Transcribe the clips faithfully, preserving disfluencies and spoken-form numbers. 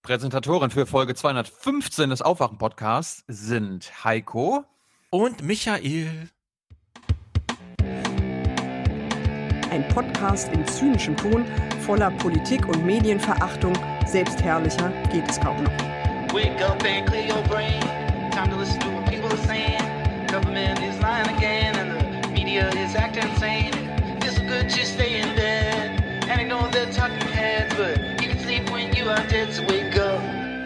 Präsentatoren für Folge zweihundertfünfzehn des Aufwachen-Podcasts sind Heiko und Michael. Ein Podcast in zynischem Ton, voller Politik- und Medienverachtung. Selbstherrlicher geht es kaum noch. Wake up and clear your brain. Time to listen to what people are saying. Government is lying again and the media is acting insane. It's good to stay in bed and ignore the talking heads, but you can sleep when you are dead, so wake up.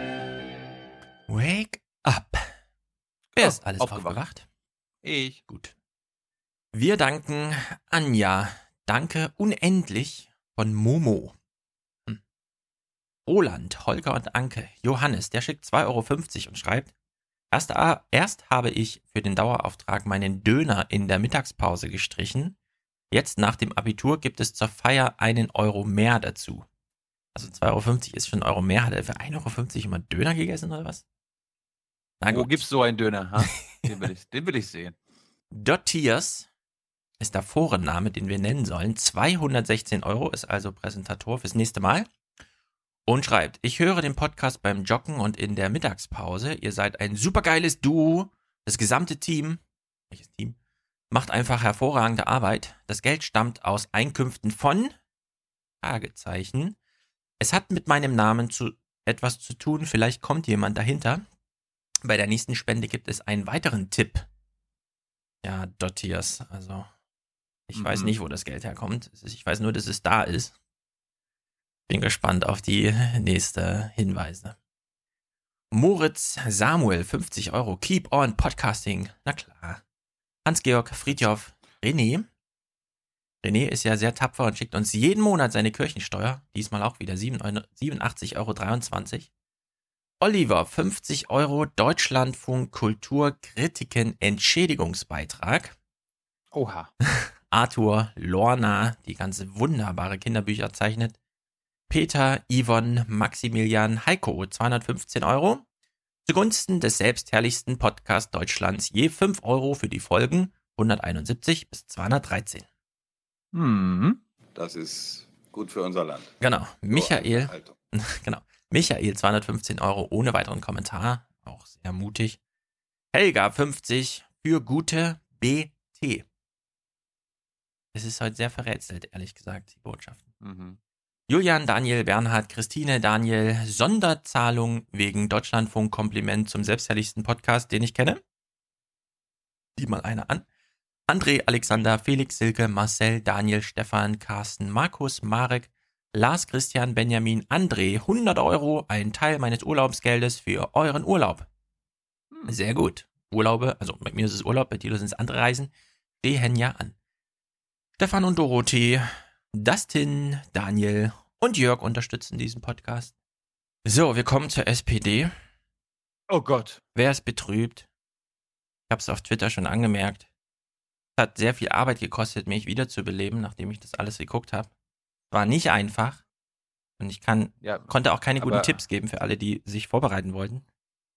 Wake up. Wer Oh, ist alles aufgewacht. aufgewacht? ich. Gut. Wir danken Anja. Danke unendlich von Momo. Hm. Roland, Holger und Anke. Johannes, der schickt zwei Euro fünfzig und schreibt: Erst, erst habe ich für den Dauerauftrag meinen Döner in der Mittagspause gestrichen. Jetzt nach dem Abitur gibt es zur Feier einen Euro mehr dazu. Also zwei Euro fünfzig ist schon ein Euro mehr. Hat er für ein Euro fünfzig immer Döner gegessen oder was? Na Wo gut. gibt's so einen Döner? Ha? Den, will ich, den will ich sehen. Dottiers ist der Forenname, den wir nennen sollen. zweihundertsechzehn Euro ist also Präsentator fürs nächste Mal. Und schreibt: Ich höre den Podcast beim Joggen und in der Mittagspause. Ihr seid ein supergeiles Duo. Das gesamte Team, welches Team, macht einfach hervorragende Arbeit. Das Geld stammt aus Einkünften von Fragezeichen. Es hat mit meinem Namen zu etwas zu tun. Vielleicht kommt jemand dahinter. Bei der nächsten Spende gibt es einen weiteren Tipp. Ja, Dottiers, also ich Mhm. weiß nicht, wo das Geld herkommt. Es ist- Ich weiß nur, dass es da ist. Bin gespannt auf die nächste Hinweise. Moritz Samuel, fünfzig Euro. Keep on Podcasting. Na klar. Hans-Georg Friedhoff. René. René ist ja sehr tapfer und schickt uns jeden Monat seine Kirchensteuer. Diesmal auch wieder siebenundachtzig Euro dreiundzwanzig. Oliver, fünfzig Euro. Deutschlandfunk Kulturkritiken Entschädigungsbeitrag. Oha. Arthur, Lorna, die ganze wunderbare Kinderbücher zeichnet. Peter, Yvonne, Maximilian, Heiko, zweihundertfünfzehn Euro. Zugunsten des selbstherrlichsten Podcasts Deutschlands je fünf Euro für die Folgen hunderteinundsiebzig bis zweihundertdreizehn. Hm. Das ist gut für unser Land. Genau. Michael, Unterhaltung. genau. Michael, zweihundertfünfzehn Euro ohne weiteren Kommentar. Auch sehr mutig. Helga, fünfzig für gute B T. Es ist heute sehr verrätselt, ehrlich gesagt, die Botschaften. Mhm. Julian, Daniel, Bernhard, Christine, Daniel, Sonderzahlung wegen Deutschlandfunk-Kompliment zum selbstherrlichsten Podcast, den ich kenne. Sieh mal einer an. André, Alexander, Felix, Silke, Marcel, Daniel, Stefan, Carsten, Markus, Marek, Lars, Christian, Benjamin, André, hundert Euro, ein Teil meines Urlaubsgeldes für euren Urlaub. Hm. Sehr gut. Urlaube, also bei mir ist es Urlaub, bei dir sind es andere Reisen, stehen ja an. Stefan und Dorothee, Dustin, Daniel und Jörg unterstützen diesen Podcast. So, wir kommen zur S P D. Oh Gott. Wer ist betrübt? Ich habe es auf Twitter schon angemerkt. Es hat sehr viel Arbeit gekostet, mich wiederzubeleben, nachdem ich das alles geguckt habe. War nicht einfach. Und ich kann, Ja, konnte auch keine guten aber- Tipps geben für alle, die sich vorbereiten wollten.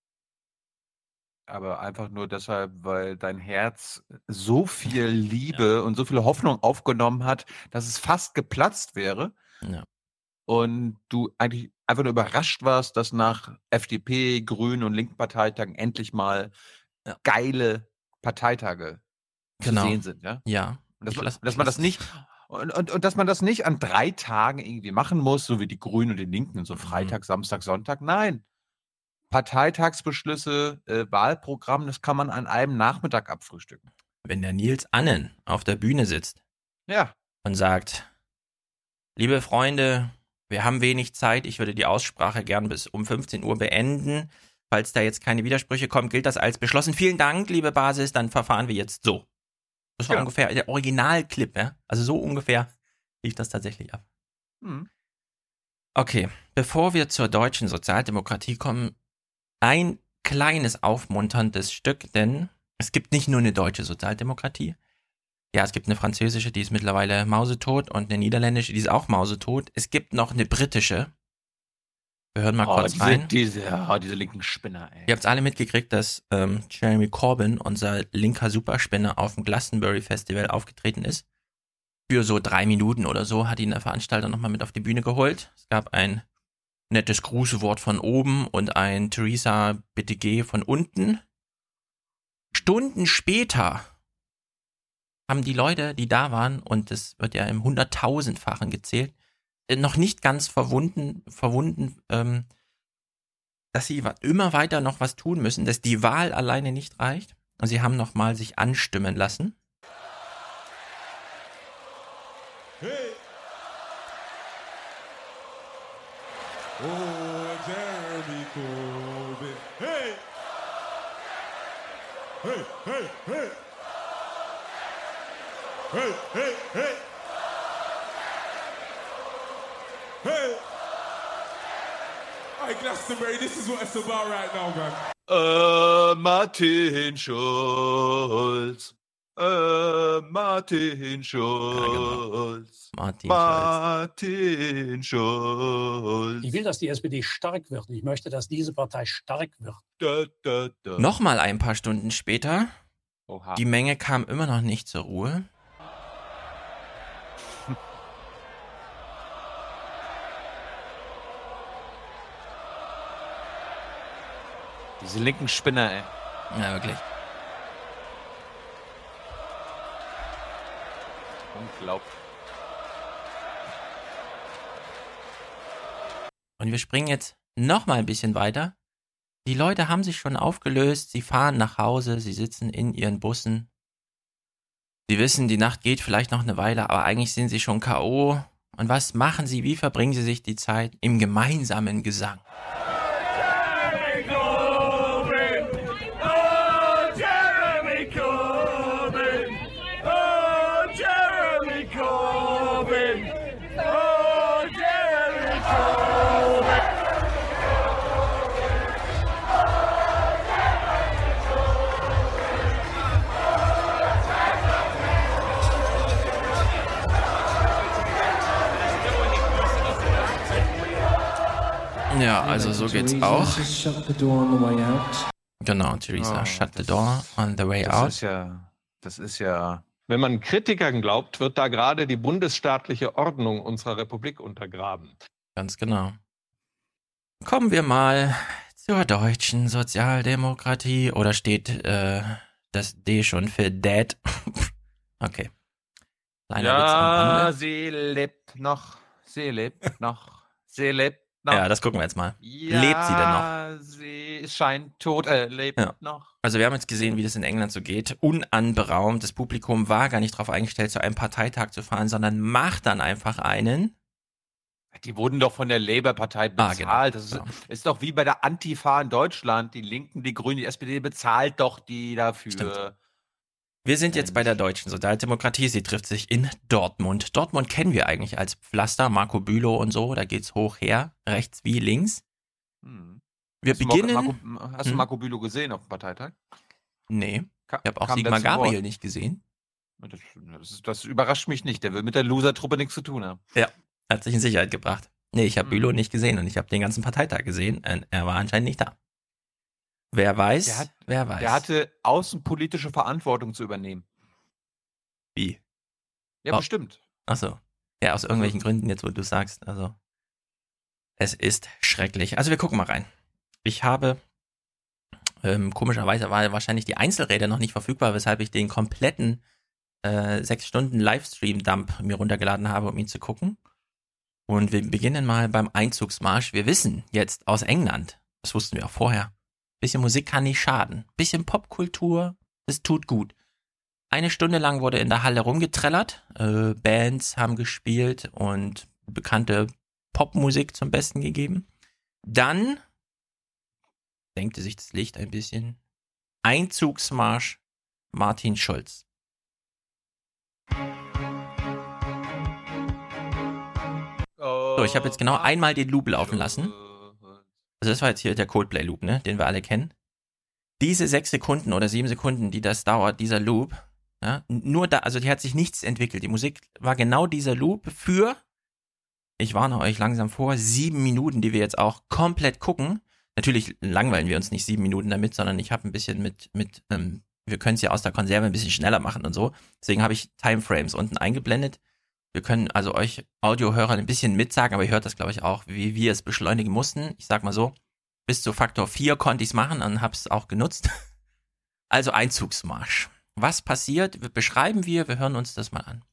aber einfach nur deshalb, weil dein Herz so viel Liebe und so viel Hoffnung aufgenommen hat, dass es fast geplatzt wäre. Ja. Und du eigentlich einfach nur überrascht warst, dass nach F D P, Grünen und linken Parteitagen endlich mal Ja. geile Parteitage Genau. zu sehen sind, ja? Ja. Und dass, Ich man, lass- dass ich man lass- das nicht und, und, und dass man das nicht an drei Tagen irgendwie machen muss, so wie die Grünen und die Linken, so Mhm. Freitag, Samstag, Sonntag. Nein. Parteitagsbeschlüsse, äh, Wahlprogramm, das kann man an einem Nachmittag abfrühstücken. Wenn der Nils Annen auf der Bühne sitzt Ja. und sagt: Liebe Freunde, wir haben wenig Zeit, ich würde die Aussprache gern bis um fünfzehn Uhr beenden. Falls da jetzt keine Widersprüche kommen, gilt das als beschlossen. Vielen Dank, liebe Basis, dann verfahren wir jetzt so. Das war Ja. ungefähr der Originalclip, ja? Also so ungefähr lief das tatsächlich ab. Hm. Okay, bevor wir zur deutschen Sozialdemokratie kommen, ein kleines aufmunterndes Stück, denn es gibt nicht nur eine deutsche Sozialdemokratie. Ja, es gibt eine französische, die ist mittlerweile mausetot, und eine niederländische, die ist auch mausetot. Es gibt noch eine britische. Wir hören mal Oh, kurz diese, rein. diese, oh, diese linken Spinner, ey. Ihr habt es alle mitgekriegt, dass ähm, Jeremy Corbyn, unser linker Superspinner, auf dem Glastonbury Festival aufgetreten ist. Für so drei Minuten oder so hat ihn der Veranstalter nochmal mit auf die Bühne geholt. Es gab ein nettes Grußwort von oben und ein Theresa, bitte geh von unten. Stunden später haben die Leute, die da waren, und das wird ja im Hunderttausendfachen gezählt, noch nicht ganz verwunden, verwunden, ähm, dass sie immer weiter noch was tun müssen, dass die Wahl alleine nicht reicht. Und sie haben nochmal sich anstimmen lassen. Hey. Oh, Jeremy Corbyn. Hey. Hey, hey, hey. Hey, hey, hey. Hey. Hey, Glastonbury, this is what it's about right now, man. Äh, Martin Schulz. Äh, Martin Schulz. Martin, Martin Schulz. Ich will, dass die S P D stark wird. Ich möchte, dass diese Partei stark wird. Da, da, da. Nochmal ein paar Stunden später. Oha. Die Menge kam immer noch nicht zur Ruhe. Diese linken Spinner, ey. Ja, wirklich. Unglaublich. Und wir springen jetzt nochmal ein bisschen weiter. Die Leute haben sich schon aufgelöst, sie fahren nach Hause, sie sitzen in ihren Bussen. Sie wissen, die Nacht geht vielleicht noch eine Weile, aber eigentlich sind sie schon K O. Und was machen sie, wie verbringen sie sich die Zeit? Im gemeinsamen Gesang. Ja, also so geht's auch. Genau, Theresa, Oh, shut the das- door on the way Das out. ist ja, das ist ja, Wenn man Kritikern glaubt, wird da gerade die bundesstaatliche Ordnung unserer Republik untergraben. Ganz genau. Kommen wir mal zur deutschen Sozialdemokratie. Oder steht äh, das D schon für Dead? Okay. Kleiner Witz am ja, Rande. sie lebt noch, sie lebt noch, sie lebt noch. Ja, das gucken wir jetzt mal. Ja, lebt sie denn noch? Sie scheint tot, äh, lebt Ja. noch. Also wir haben jetzt gesehen, wie das in England so geht. Unanberaumt. Das Publikum war gar nicht darauf eingestellt, zu einem Parteitag zu fahren, sondern macht dann einfach einen. Die wurden doch von der Labour-Partei Ah, bezahlt. genau, Das ist, genau. ist doch wie bei der Antifa in Deutschland. Die Linken, die Grünen, die S P D bezahlt doch die dafür. Stimmt. Wir sind jetzt bei der deutschen Sozialdemokratie. Sie trifft sich in Dortmund. Dortmund kennen wir eigentlich als Pflaster, Marco Bülow und so. Da geht's hoch her, rechts wie links. Hm. Wir Hast du beginnen. Marco, hast du Hm? Marco Bülow gesehen auf dem Parteitag? Nee, Ka- ich habe auch kam Sigmar der zu Wort? Gabriel nicht gesehen. Das, das, das überrascht mich nicht. Der will mit der Loser-Truppe nichts zu tun haben. Hat sich in Sicherheit gebracht. Nee, ich habe Hm. Bülow nicht gesehen und ich habe den ganzen Parteitag gesehen. Und er war anscheinend nicht da. Wer weiß, Der hat- wer weiß. Der hatte außenpolitische Verantwortung zu übernehmen. Wie? Ja, Oh. bestimmt. Achso. Ja, aus irgendwelchen Gründen jetzt, wo du sagst. Also, es ist schrecklich. Also, wir gucken mal rein. Ich habe, ähm, komischerweise war wahrscheinlich die Einzelräder noch nicht verfügbar, weshalb ich den kompletten äh, sechs Stunden Livestream-Dump mir runtergeladen habe, um ihn zu gucken. Und wir beginnen mal beim Einzugsmarsch. Wir wissen jetzt aus England, das wussten wir auch vorher, bisschen Musik kann nicht schaden. Bisschen Popkultur, das tut gut. Eine Stunde lang wurde in der Halle rumgetrellert, äh, Bands haben gespielt und bekannte Popmusik zum Besten gegeben. Dann senkte sich das Licht ein bisschen. Einzugsmarsch Martin Schulz. So, ich habe jetzt genau einmal den Loop laufen lassen. Also das war jetzt hier der Coldplay-Loop, ne, den wir alle kennen. Diese sechs Sekunden oder sieben Sekunden, die das dauert, dieser Loop, ja, nur da, also die hat sich nichts entwickelt. Die Musik war genau dieser Loop für, ich warne euch langsam vor, sieben Minuten, die wir jetzt auch komplett gucken. Natürlich langweilen wir uns nicht sieben Minuten damit, sondern ich habe ein bisschen mit, mit ähm, wir können es ja aus der Konserve ein bisschen schneller machen und so. Deswegen habe ich Timeframes unten eingeblendet. Wir können also euch Audiohörern ein bisschen mitsagen, aber ihr hört das, glaube ich, auch, wie wir es beschleunigen mussten. Ich sag mal so, bis zu Faktor vier konnte ich es machen und habe es auch genutzt. Also Einzugsmarsch. Was passiert, beschreiben wir, wir hören uns das mal an.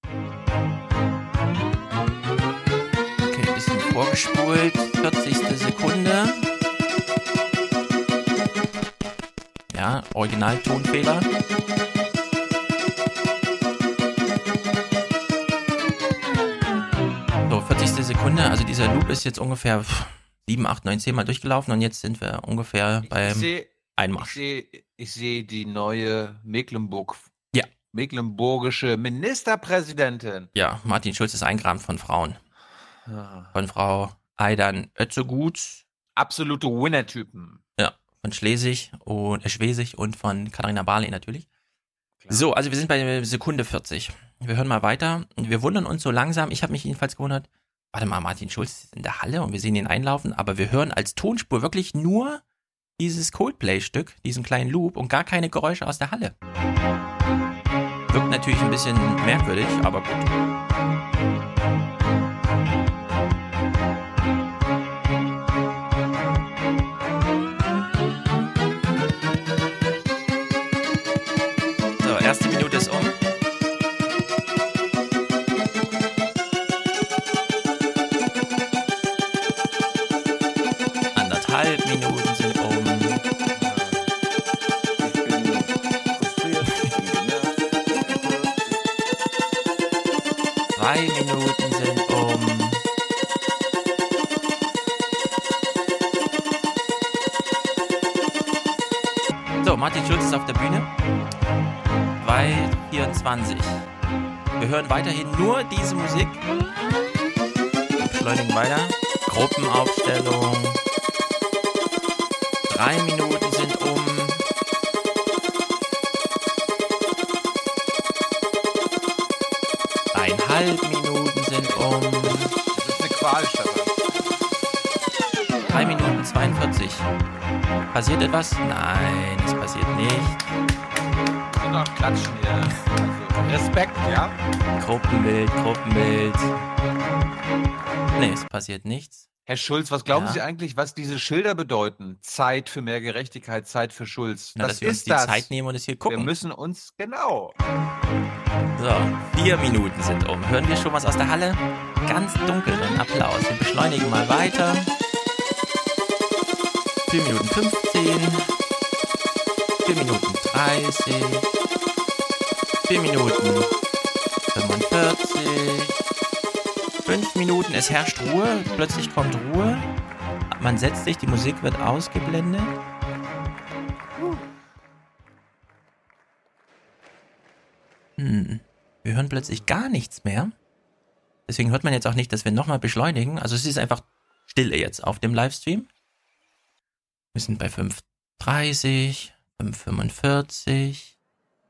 Okay, ein bisschen vorgespult, vierzigste Sekunde. Ja, Original-Tonfehler. So, vierzigste Sekunde, also dieser Loop ist jetzt ungefähr sieben, acht, neun, zehn Mal durchgelaufen und jetzt sind wir ungefähr beim Ich sehe Einmarsch. ich seh, ich seh die neue Mecklenburg, Ja. mecklenburgische Ministerpräsidentin. Ja, Martin Schulz ist eingerahmt von Frauen. Ah. Von Frau Aidan Öztegut, Absolute Winner-Typen. von Schlesig und äh, Schwesig und von Katharina Barley natürlich. Klar. So, also wir sind bei Sekunde vierzig. Wir hören mal weiter. Wir wundern uns so langsam, ich habe mich jedenfalls gewundert, warte mal, Martin Schulz ist in der Halle und wir sehen ihn einlaufen, aber wir hören als Tonspur wirklich nur dieses Coldplay-Stück, diesen kleinen Loop und gar keine Geräusche aus der Halle. Wirkt natürlich ein bisschen merkwürdig, aber gut. So, erste Minute ist um. Anderthalb Minuten sind um. Ich bin frustriert, ich bin genervt, ich bin empört. Zwei Minuten sind um. So, Martin Schulz ist auf der Bühne. zwei vierundzwanzig. Wir hören weiterhin nur diese Musik. Wir beschleunigen weiter. Gruppenaufstellung. Drei Minuten sind um. Eineinhalb Minuten sind um. Das ist eine Qual, Stefan. drei Minuten zweiundvierzig. Passiert etwas? Nein, es passiert nicht. Wir sind noch klatschen hier. Also, Respekt, ja? Gruppenbild, Gruppenbild. Nee, es passiert nichts. Herr Schulz, was glauben Ja. Sie eigentlich, was diese Schilder bedeuten? Zeit für mehr Gerechtigkeit, Zeit für Schulz. Na, das dass wir uns ist die das. Zeit nehmen und es hier Wir gucken. müssen uns, genau. So, vier Minuten sind um. Hören wir schon was aus der Halle? Ganz dunklen Applaus. Wir beschleunigen mal weiter. vier Minuten fünfzehn. vier Minuten dreißig. vier Minuten fünfundvierzig. fünf Minuten, es herrscht Ruhe. Plötzlich kommt Ruhe. Man setzt sich, die Musik wird ausgeblendet. Hm. Wir hören plötzlich gar nichts mehr. Deswegen hört man jetzt auch nicht, dass wir nochmal beschleunigen. Also es ist einfach Stille jetzt auf dem Livestream. Wir sind bei fünf dreißig, fünf fünfundvierzig,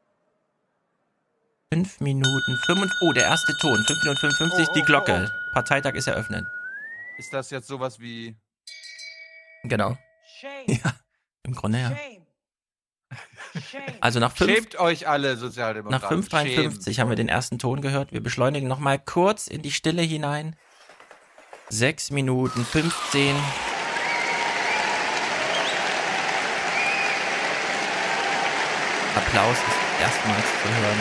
fünf Minuten, fünf, oh, der erste Ton, fünf Minuten fünfundfünfzig, Oh, oh, die Glocke. oh. Parteitag ist eröffnet. Ist das jetzt sowas wie... Genau. Shame. Ja, im Grunde ja. Shame. Shame. Also nach fünf, Schämt euch alle Sozialdemokraten. nach fünf dreiundfünfzig Schämt haben wir den ersten Ton gehört. Wir beschleunigen nochmal kurz in die Stille hinein. sechs Minuten fünfzehn. Applaus ist erstmals zu hören.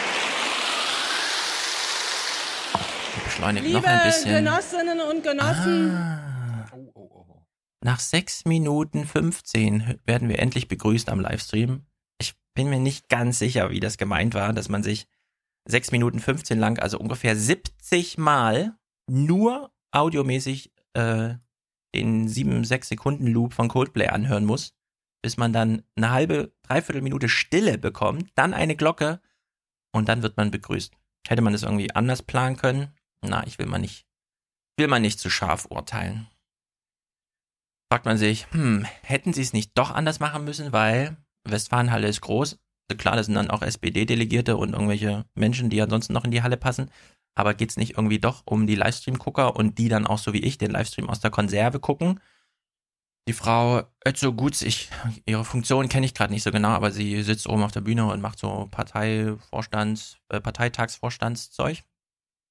Wir beschleunigen noch ein bisschen. Genossinnen und Genossen, Ah. Oh, oh, oh. Nach sechs Minuten fünfzehn werden wir endlich begrüßt am Livestream. Ich bin mir nicht ganz sicher, wie das gemeint war, dass man sich sechs Minuten fünfzehn lang, also ungefähr siebzig Mal nur audiomäßig äh, den sieben sechs Sekunden Loop von Coldplay anhören muss, bis man dann eine halbe, dreiviertel Minute Stille bekommt, dann eine Glocke und dann wird man begrüßt. Hätte man das irgendwie anders planen können? Na, ich will mal nicht, will man nicht zu scharf urteilen. Fragt man sich, hm, hätten sie es nicht doch anders machen müssen, weil Westfalenhalle ist groß. Klar, das sind dann auch S P D-Delegierte und irgendwelche Menschen, die ansonsten noch in die Halle passen. Aber geht es nicht irgendwie doch um die Livestream-Gucker und die dann auch so wie ich den Livestream aus der Konserve gucken? Die Frau Öztegut, ich, ihre Funktion kenne ich gerade nicht so genau, aber sie sitzt oben auf der Bühne und macht so Parteivorstands, äh, Parteitagsvorstandszeug.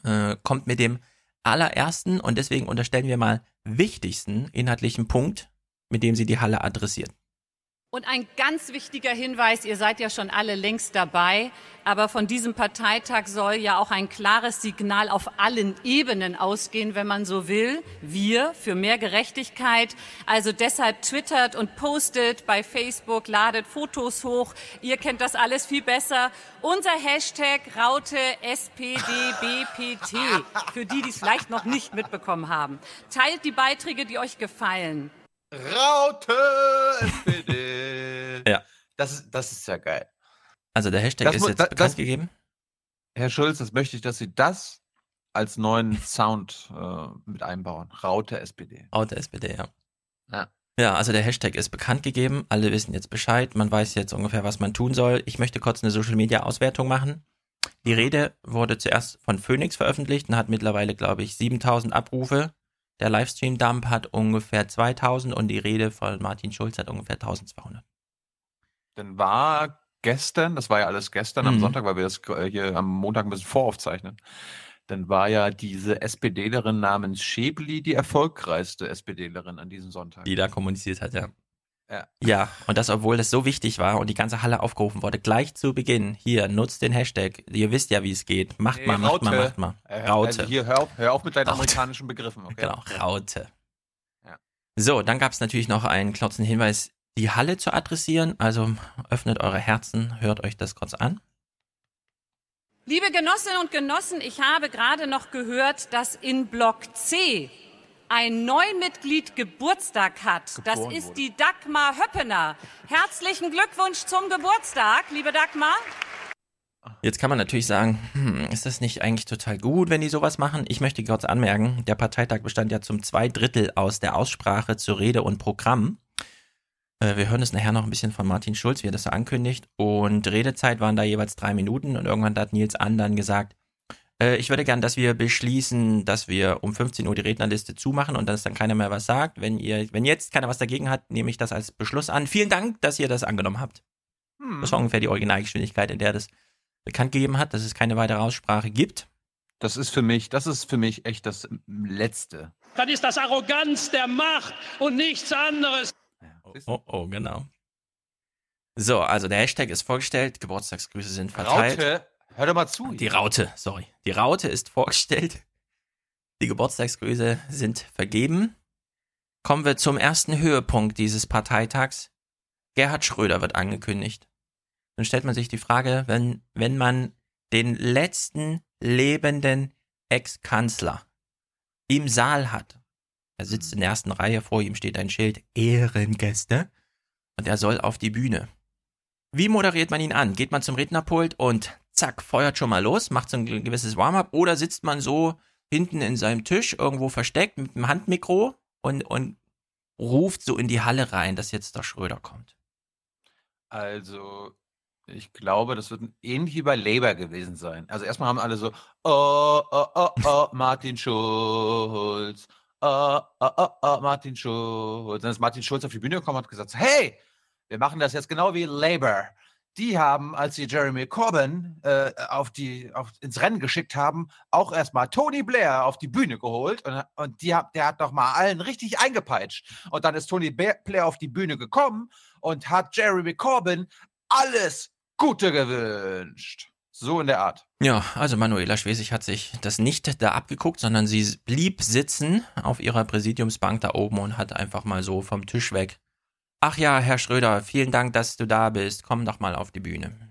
äh, kommt mit dem allerersten und deswegen unterstellen wir mal wichtigsten inhaltlichen Punkt, mit dem sie die Halle adressiert. Und ein ganz wichtiger Hinweis, ihr seid ja schon alle längst dabei, aber von diesem Parteitag soll ja auch ein klares Signal auf allen Ebenen ausgehen, wenn man so will. Wir für mehr Gerechtigkeit. Also deshalb twittert und postet bei Facebook, ladet Fotos hoch. Ihr kennt das alles viel besser. Unser Hashtag Raute S P D B P T, für die, die es vielleicht noch nicht mitbekommen haben. Teilt die Beiträge, die euch gefallen. Raute S P D. Ja. Das ist, das ist ja geil. Also der Hashtag Das ist mu- jetzt da- bekannt das- gegeben. Herr Schulz, das möchte ich, dass Sie das als neuen Sound äh, mit einbauen. Raute S P D. Raute S P D, ja. Ja. Ja, also der Hashtag ist bekannt gegeben. Alle wissen jetzt Bescheid. Man weiß jetzt ungefähr, was man tun soll. Ich möchte kurz eine Social-Media-Auswertung machen. Die Rede wurde zuerst von Phoenix veröffentlicht und hat mittlerweile, glaube ich, siebentausend Abrufe. Der Livestream-Dump hat ungefähr zweitausend und die Rede von Martin Schulz hat ungefähr eintausendzweihundert. Dann war gestern, das war ja alles gestern am Mhm. Sonntag, weil wir das äh, hier am Montag ein bisschen voraufzeichnen, dann war ja diese SPDlerin namens Schäbli die erfolgreichste SPDlerin an diesem Sonntag. Die da kommuniziert hat, ja. Ja. Ja, und das, obwohl das so wichtig war und die ganze Halle aufgerufen wurde, gleich zu Beginn. Hier, nutzt den Hashtag. Ihr wisst ja, wie es geht. Macht Nee, mal, macht Raute. mal, macht mal. Äh, Raute. Also hier, hör auf, hör auf mit deinen Raute. amerikanischen Begriffen, okay? Genau, Raute. Ja. So, dann gab es natürlich noch einen klotzen Hinweis, die Halle zu adressieren. Also öffnet eure Herzen, hört euch das kurz an. Liebe Genossinnen und Genossen, ich habe gerade noch gehört, dass in Block C ein Neumitglied Geburtstag hat. Das Geboren ist wurde. die Dagmar Höppener. Herzlichen Glückwunsch zum Geburtstag, liebe Dagmar. Jetzt kann man natürlich sagen, hm, ist das nicht eigentlich total gut, wenn die sowas machen? Ich möchte kurz anmerken, der Parteitag bestand ja zum zwei Drittel aus der Aussprache zur Rede und Programm. Äh, wir hören es nachher noch ein bisschen von Martin Schulz, wie er das so ankündigt. Und Redezeit waren da jeweils drei Minuten und irgendwann hat Nils Ahn dann gesagt, äh, ich würde gern, dass wir beschließen, dass wir um fünfzehn Uhr die Rednerliste zumachen und dass dann keiner mehr was sagt. Wenn ihr, wenn jetzt keiner was dagegen hat, nehme ich das als Beschluss an. Vielen Dank, dass ihr das angenommen habt. Hm. Das war ungefähr die Originalgeschwindigkeit, in der das bekannt gegeben hat, dass es keine weitere Aussprache gibt. Das ist für mich, das ist für mich echt das Letzte. Dann ist das Arroganz der Macht und nichts anderes. Oh, oh, genau. So, also der Hashtag ist vorgestellt, Geburtstagsgrüße sind verteilt. Raute, hör doch mal zu. Die Raute, sorry. Die Raute ist vorgestellt. Die Geburtstagsgrüße sind vergeben. Kommen wir zum ersten Höhepunkt dieses Parteitags. Gerhard Schröder wird angekündigt. Dann stellt man sich die Frage, wenn, wenn man den letzten lebenden Ex-Kanzler im Saal hat. Er sitzt in der ersten Reihe, vor ihm steht ein Schild, Ehrengäste, und er soll auf die Bühne. Wie moderiert man ihn an? Geht man zum Rednerpult und zack, feuert schon mal los, macht so ein gewisses Warm-up, oder sitzt man so hinten in seinem Tisch, irgendwo versteckt mit dem Handmikro und, und ruft so in die Halle rein, dass jetzt der Schröder kommt? Also, ich glaube, das wird ein- ähnlich wie bei Labour gewesen sein. Also erstmal haben alle so, oh, oh, oh, oh, Martin Schulz, oh, oh, oh, oh, Martin Schulz. Dann ist Martin Schulz auf die Bühne gekommen und hat gesagt, hey, wir machen das jetzt genau wie Labour. Die haben, als sie Jeremy Corbyn äh, auf die, auf, ins Rennen geschickt haben, auch erstmal Tony Blair auf die Bühne geholt und, und die, hat- der hat doch mal allen richtig eingepeitscht. Und dann ist Tony Ba- Blair auf die Bühne gekommen und hat Jeremy Corbyn alles Gute gewünscht. So in der Art. Ja, also Manuela Schwesig hat sich das nicht da abgeguckt, sondern sie blieb sitzen auf ihrer Präsidiumsbank da oben und hat einfach mal so vom Tisch weg. Ach ja, Herr Schröder, vielen Dank, dass du da bist. Komm doch mal auf die Bühne.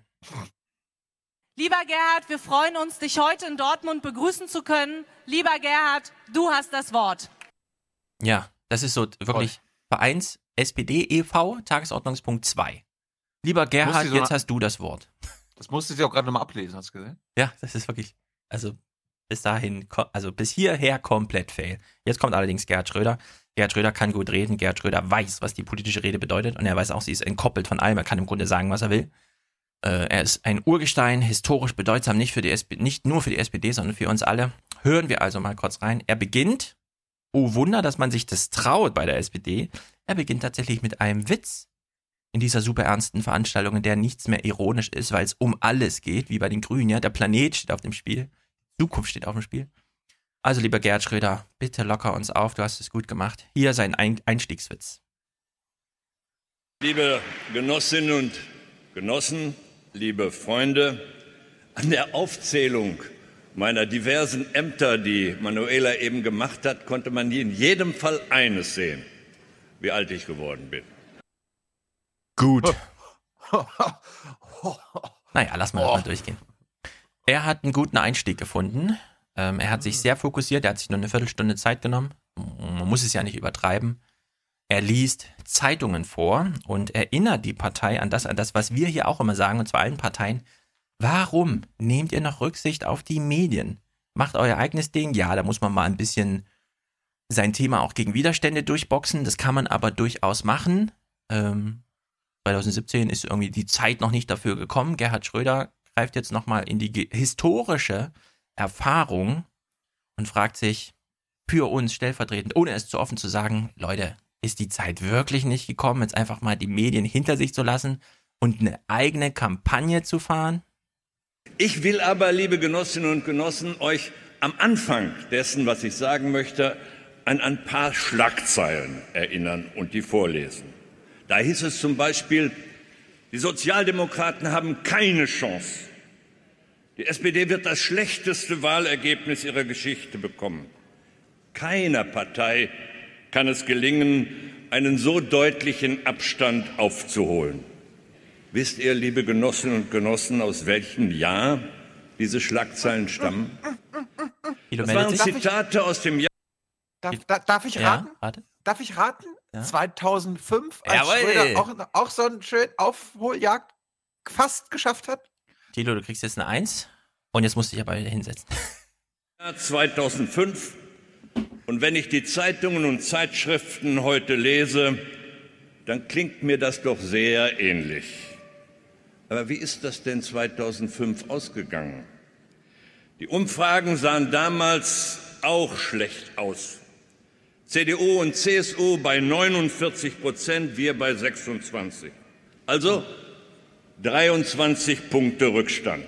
Lieber Gerhard, wir freuen uns, dich heute in Dortmund begrüßen zu können. Lieber Gerhard, du hast das Wort. Ja, das ist so wirklich Vereins S P D e V, Tagesordnungspunkt zwei. Lieber Gerhard, Muss sie so jetzt mal- hast du das Wort. Das musste sie auch gerade nochmal ablesen, hast du gesehen? Ja, das ist wirklich, also bis dahin, ko- also bis hierher komplett fail. Jetzt kommt allerdings Gerhard Schröder. Gerhard Schröder kann gut reden. Gerhard Schröder weiß, was die politische Rede bedeutet. Und er weiß auch, sie ist entkoppelt von allem. Er kann im Grunde sagen, was er will. Äh, er ist ein Urgestein, historisch bedeutsam, nicht, für die S P D, nicht nur für die S P D, sondern für uns alle. Hören wir also mal kurz rein. Er beginnt, oh Wunder, dass man sich das traut bei der S P D, er beginnt tatsächlich mit einem Witz in dieser super ernsten Veranstaltung, in der nichts mehr ironisch ist, weil es um alles geht, wie bei den Grünen. Ja, der Planet steht auf dem Spiel, Zukunft steht auf dem Spiel. Also, lieber Gerhard Schröder, bitte locker uns auf, du hast es gut gemacht. Hier sein Ein- Einstiegswitz. Liebe Genossinnen und Genossen, liebe Freunde, an der Aufzählung meiner diversen Ämter, die Manuela eben gemacht hat, konnte man in jedem Fall eines sehen, wie alt ich geworden bin. Gut. Naja, lass mal das mal durchgehen. Er hat einen guten Einstieg gefunden. Ähm, er hat sich sehr fokussiert, er hat sich nur eine Viertelstunde Zeit genommen. Man muss es ja nicht übertreiben. Er liest Zeitungen vor und erinnert die Partei an das, an das, was wir hier auch immer sagen, und zwar allen Parteien. Warum nehmt ihr noch Rücksicht auf die Medien? Macht euer eigenes Ding. Ja, da muss man mal ein bisschen sein Thema auch gegen Widerstände durchboxen. Das kann man aber durchaus machen. Ähm, zwanzig siebzehn ist irgendwie die Zeit noch nicht dafür gekommen. Gerhard Schröder greift jetzt nochmal in die ge- historische Erfahrung und fragt sich für uns stellvertretend, ohne es zu offen zu sagen, Leute, ist die Zeit wirklich nicht gekommen, jetzt einfach mal die Medien hinter sich zu lassen und eine eigene Kampagne zu fahren? Ich will aber, liebe Genossinnen und Genossen, euch am Anfang dessen, was ich sagen möchte, an ein paar Schlagzeilen erinnern und die vorlesen. Da hieß es zum Beispiel, die Sozialdemokraten haben keine Chance. Die S P D wird das schlechteste Wahlergebnis ihrer Geschichte bekommen. Keiner Partei kann es gelingen, einen so deutlichen Abstand aufzuholen. Wisst ihr, liebe Genossinnen und Genossen, aus welchem Jahr diese Schlagzeilen stammen? Das waren Zitate aus dem Jahr... Darf, da, darf ich raten? Ja, warte. Darf ich raten? Ja. zweitausendfünf, als Jawohl. Schröder auch, auch so einen schönen Aufholjagd fast geschafft hat? Thilo, du kriegst jetzt eine Eins und jetzt musst du dich aber wieder hinsetzen. zweitausendfünf. Und wenn ich die Zeitungen und Zeitschriften heute lese, dann klingt mir das doch sehr ähnlich. Aber wie ist das denn zweitausendfünf ausgegangen? Die Umfragen sahen damals auch schlecht aus. C D U und C S U bei neunundvierzig Prozent, wir bei sechsundzwanzig. Also dreiundzwanzig Punkte Rückstand.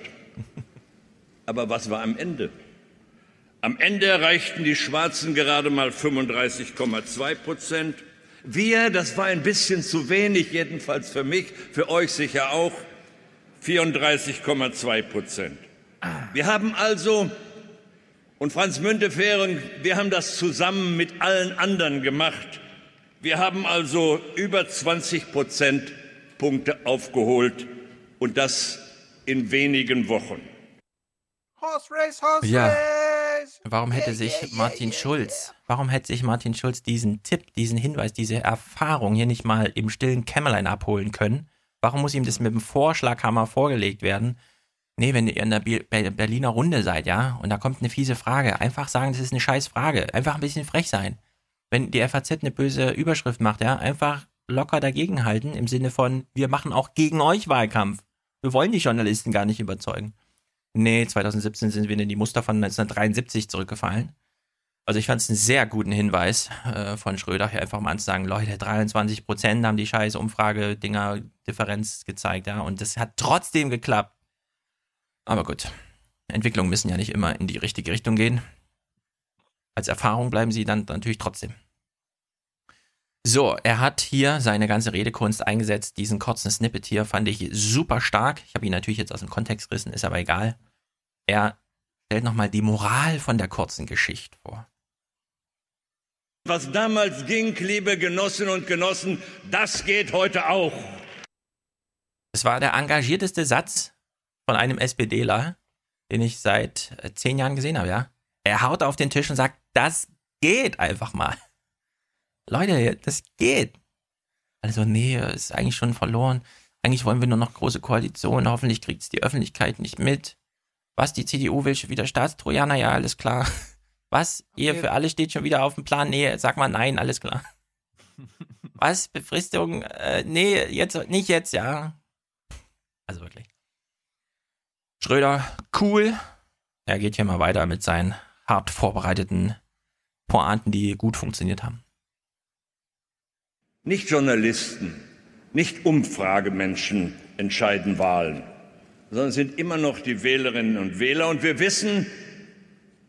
Aber was war am Ende? Am Ende erreichten die Schwarzen gerade mal fünfunddreißig Komma zwei Prozent. Wir, das war ein bisschen zu wenig, jedenfalls für mich, für euch sicher auch, vierunddreißig Komma zwei Prozent. Wir haben also, und Franz Müntefering, wir haben das zusammen mit allen anderen gemacht, wir haben also über zwanzig Prozentpunkte aufgeholt und das in wenigen Wochen. Horse Race, Horse Ja. Race! Warum hätte sich Martin Schulz, warum hätte sich Martin Schulz diesen Tipp, diesen Hinweis, diese Erfahrung hier nicht mal im stillen Kämmerlein abholen können? Warum muss ihm das mit dem Vorschlaghammer vorgelegt werden? Nee, wenn ihr in der Be- Be- Berliner Runde seid, ja, und da kommt eine fiese Frage, einfach sagen, das ist eine scheiß Frage. Einfach ein bisschen frech sein. Wenn die F A Z eine böse Überschrift macht, ja, einfach locker dagegenhalten, im Sinne von, wir machen auch gegen euch Wahlkampf. Wir wollen die Journalisten gar nicht überzeugen. Nee, zwanzig siebzehn sind wir in die Muster von neunzehnhundertdreiundsiebzig zurückgefallen. Also ich fand es einen sehr guten Hinweis äh, von Schröder, hier einfach mal anzusagen, Leute, dreiundzwanzig Prozent haben die scheiß Umfrage-Dinger Differenz gezeigt, ja, und das hat trotzdem geklappt. Aber gut, Entwicklungen müssen ja nicht immer in die richtige Richtung gehen. Als Erfahrung bleiben sie dann natürlich trotzdem. So, er hat hier seine ganze Redekunst eingesetzt. Diesen kurzen Snippet hier fand ich super stark. Ich habe ihn natürlich jetzt aus dem Kontext gerissen, ist aber egal. Er stellt nochmal die Moral von der kurzen Geschichte vor. Was damals ging, liebe Genossinnen und Genossen, das geht heute auch. Es war der engagierteste Satz von einem SPDler, den ich seit zehn Jahren gesehen habe, ja. Er haut auf den Tisch und sagt, das geht einfach mal. Leute, das geht. Also, nee, ist eigentlich schon verloren. Eigentlich wollen wir nur noch große Koalitionen. Hoffentlich kriegt es die Öffentlichkeit nicht mit. Was, die C D U will schon wieder Staatstrojaner? Ja, alles klar. Was, ihr für alle steht schon wieder auf dem Plan? Nee, sag mal nein, alles klar. Was, Befristung? Äh, nee, jetzt, nicht jetzt, ja. Also wirklich. Schröder, cool. Er geht hier mal weiter mit seinen hart vorbereiteten Pointen, die gut funktioniert haben. Nicht Journalisten, nicht Umfragemenschen entscheiden Wahlen, sondern es sind immer noch die Wählerinnen und Wähler. Und wir wissen,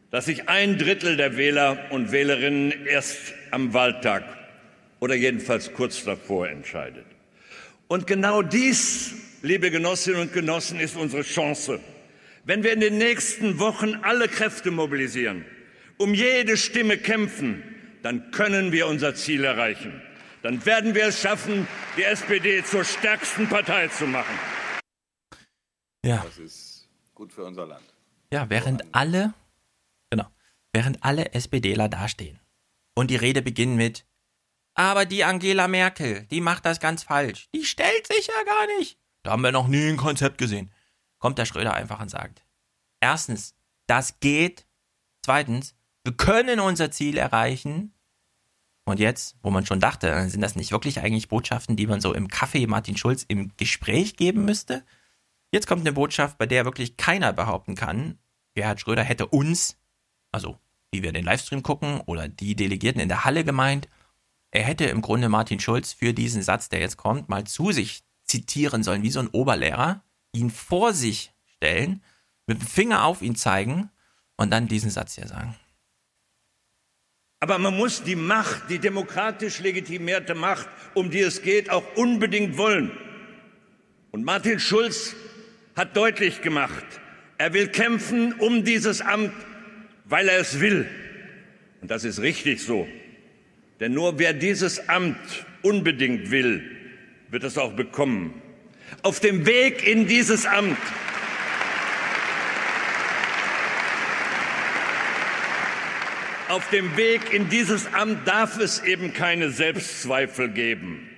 dass sich ein Drittel der Wähler und Wählerinnen erst am Wahltag oder jedenfalls kurz davor entscheidet. Und genau dies, liebe Genossinnen und Genossen, ist unsere Chance. Wenn wir in den nächsten Wochen alle Kräfte mobilisieren, um jede Stimme kämpfen, dann können wir unser Ziel erreichen. Dann werden wir es schaffen, die S P D zur stärksten Partei zu machen. Ja. Das ist gut für unser Land. Ja, während alle, genau, während alle SPDler dastehen und die Rede beginnt mit, aber die Angela Merkel, die macht das ganz falsch. Die stellt sich ja gar nicht. Da haben wir noch nie ein Konzept gesehen. Kommt der Schröder einfach und sagt, erstens, das geht. Zweitens, wir können unser Ziel erreichen. Und jetzt, wo man schon dachte, sind das nicht wirklich eigentlich Botschaften, die man so im Café Martin Schulz im Gespräch geben müsste? Jetzt kommt eine Botschaft, bei der wirklich keiner behaupten kann, Gerhard Schröder hätte uns, also wie wir den Livestream gucken oder die Delegierten in der Halle gemeint, er hätte im Grunde Martin Schulz für diesen Satz, der jetzt kommt, mal zu sich zitieren sollen, wie so ein Oberlehrer, ihn vor sich stellen, mit dem Finger auf ihn zeigen und dann diesen Satz hier sagen. Aber man muss die Macht, die demokratisch legitimierte Macht, um die es geht, auch unbedingt wollen. Und Martin Schulz hat deutlich gemacht, er will kämpfen um dieses Amt, weil er es will. Und das ist richtig so. Denn nur wer dieses Amt unbedingt will, wird es auch bekommen. Auf dem Weg in dieses Amt Auf dem Weg in dieses Amt darf es eben keine Selbstzweifel geben.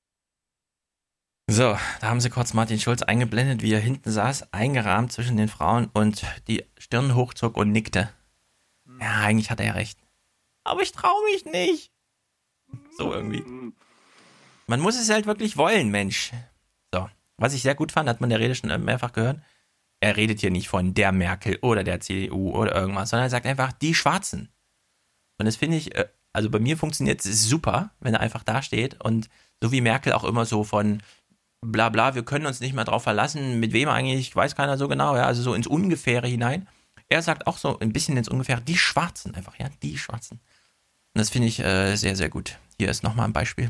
So, da haben sie kurz Martin Schulz eingeblendet, wie er hinten saß, eingerahmt zwischen den Frauen und die Stirn hochzog und nickte. Ja, eigentlich hat er ja recht. Aber ich traue mich nicht. So irgendwie. Man muss es halt wirklich wollen, Mensch. So, was ich sehr gut fand, hat man in der Rede schon mehrfach gehört. Er redet hier nicht von der Merkel oder der C D U oder irgendwas, sondern er sagt einfach, die Schwarzen. Und das finde ich, also bei mir funktioniert es super, wenn er einfach da steht und so wie Merkel auch immer so von bla bla, wir können uns nicht mehr drauf verlassen, mit wem eigentlich, weiß keiner so genau, ja, also so ins Ungefähre hinein. Er sagt auch so ein bisschen ins Ungefähre, die Schwarzen einfach, ja, die Schwarzen. Und das finde ich äh, sehr, sehr gut. Hier ist nochmal ein Beispiel.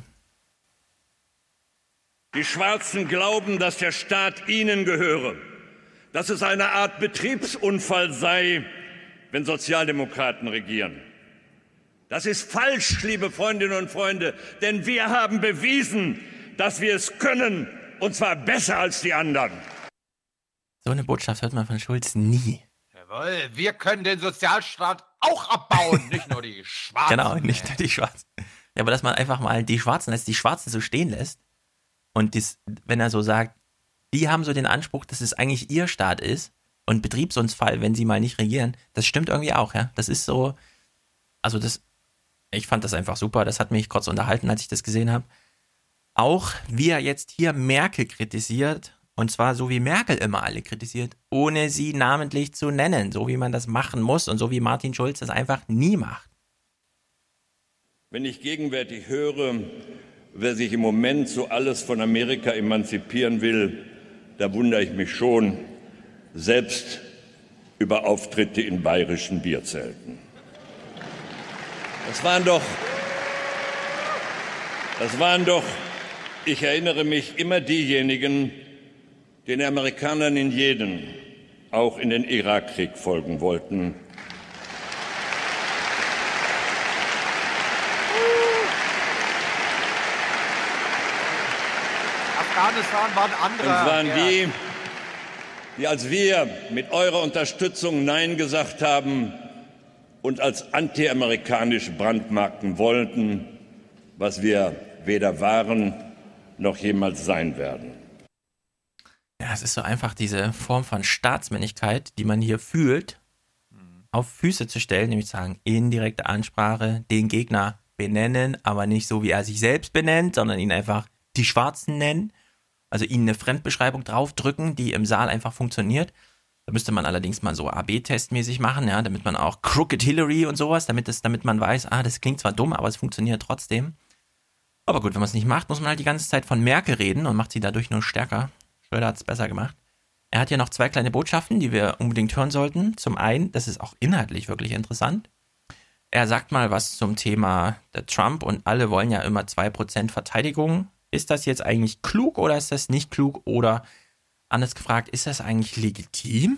Die Schwarzen glauben, dass der Staat ihnen gehöre, dass es eine Art Betriebsunfall sei, wenn Sozialdemokraten regieren. Das ist falsch, liebe Freundinnen und Freunde, denn wir haben bewiesen, dass wir es können, und zwar besser als die anderen. So eine Botschaft hört man von Schulz nie. Jawohl, wir können den Sozialstaat auch abbauen, nicht nur die Schwarzen. Genau, nicht nur die Schwarzen. Ja, aber dass man einfach mal die Schwarzen als die Schwarzen so stehen lässt und dies, wenn er so sagt, die haben so den Anspruch, dass es eigentlich ihr Staat ist und Betriebsunfall, wenn sie mal nicht regieren, das stimmt irgendwie auch, ja. Das ist so, also das, ich fand das einfach super, das hat mich kurz unterhalten, als ich das gesehen habe. Auch wie er jetzt hier Merkel kritisiert, und zwar so wie Merkel immer alle kritisiert, ohne sie namentlich zu nennen, so wie man das machen muss und so wie Martin Schulz das einfach nie macht. Wenn ich gegenwärtig höre, wer sich im Moment so alles von Amerika emanzipieren will, da wundere ich mich schon, selbst über Auftritte in bayerischen Bierzelten. Das waren doch, das waren doch, ich erinnere mich, immer diejenigen, den Amerikanern in jeden, auch in den Irakkrieg folgen wollten. Afghanistan waren andere. Und waren ja. die, die, als wir mit eurer Unterstützung Nein gesagt haben und als antiamerikanisch brandmarken wollten, was wir weder waren noch jemals sein werden. Ja, es ist so einfach diese Form von Staatsmännlichkeit, die man hier fühlt, auf Füße zu stellen, nämlich zu sagen, indirekte Ansprache, den Gegner benennen, aber nicht so, wie er sich selbst benennt, sondern ihn einfach die Schwarzen nennen, also ihnen eine Fremdbeschreibung draufdrücken, die im Saal einfach funktioniert. Da müsste man allerdings mal so A B testmäßig machen, ja, damit man auch Crooked Hillary und sowas, damit, das, damit man weiß, ah, das klingt zwar dumm, aber es funktioniert trotzdem. Aber gut, wenn man es nicht macht, muss man halt die ganze Zeit von Merkel reden und macht sie dadurch nur stärker. Schröder hat es besser gemacht. Er hat hier noch zwei kleine Botschaften, die wir unbedingt hören sollten. Zum einen, das ist auch inhaltlich wirklich interessant. Er sagt mal was zum Thema der Trump und alle wollen ja immer zwei Prozent Verteidigung. Ist das jetzt eigentlich klug oder ist das nicht klug? Oder anders gefragt, ist das eigentlich legitim?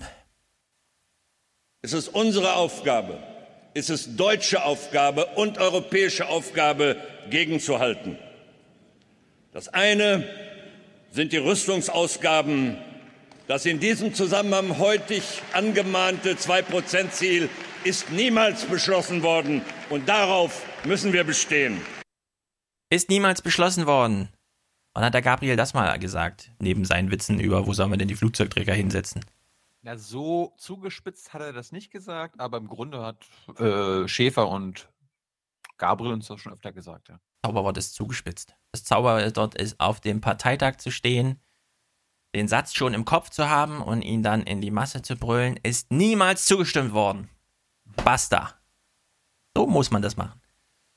Es ist unsere Aufgabe, es ist deutsche Aufgabe und europäische Aufgabe, gegenzuhalten. Das eine sind die Rüstungsausgaben. Das in diesem Zusammenhang heutig angemahnte zwei Prozent Ziel ist niemals beschlossen worden und darauf müssen wir bestehen. Ist niemals beschlossen worden. Wann hat der Gabriel das mal gesagt, neben seinen Witzen über, wo sollen wir denn die Flugzeugträger hinsetzen? Na, so zugespitzt hat er das nicht gesagt, aber im Grunde hat äh, Schäfer und Gabriel uns das schon öfter gesagt, ja. Zauberwort ist zugespitzt. Das Zauberwort dort ist, auf dem Parteitag zu stehen, den Satz schon im Kopf zu haben und ihn dann in die Masse zu brüllen, ist niemals zugestimmt worden. Basta. So muss man das machen.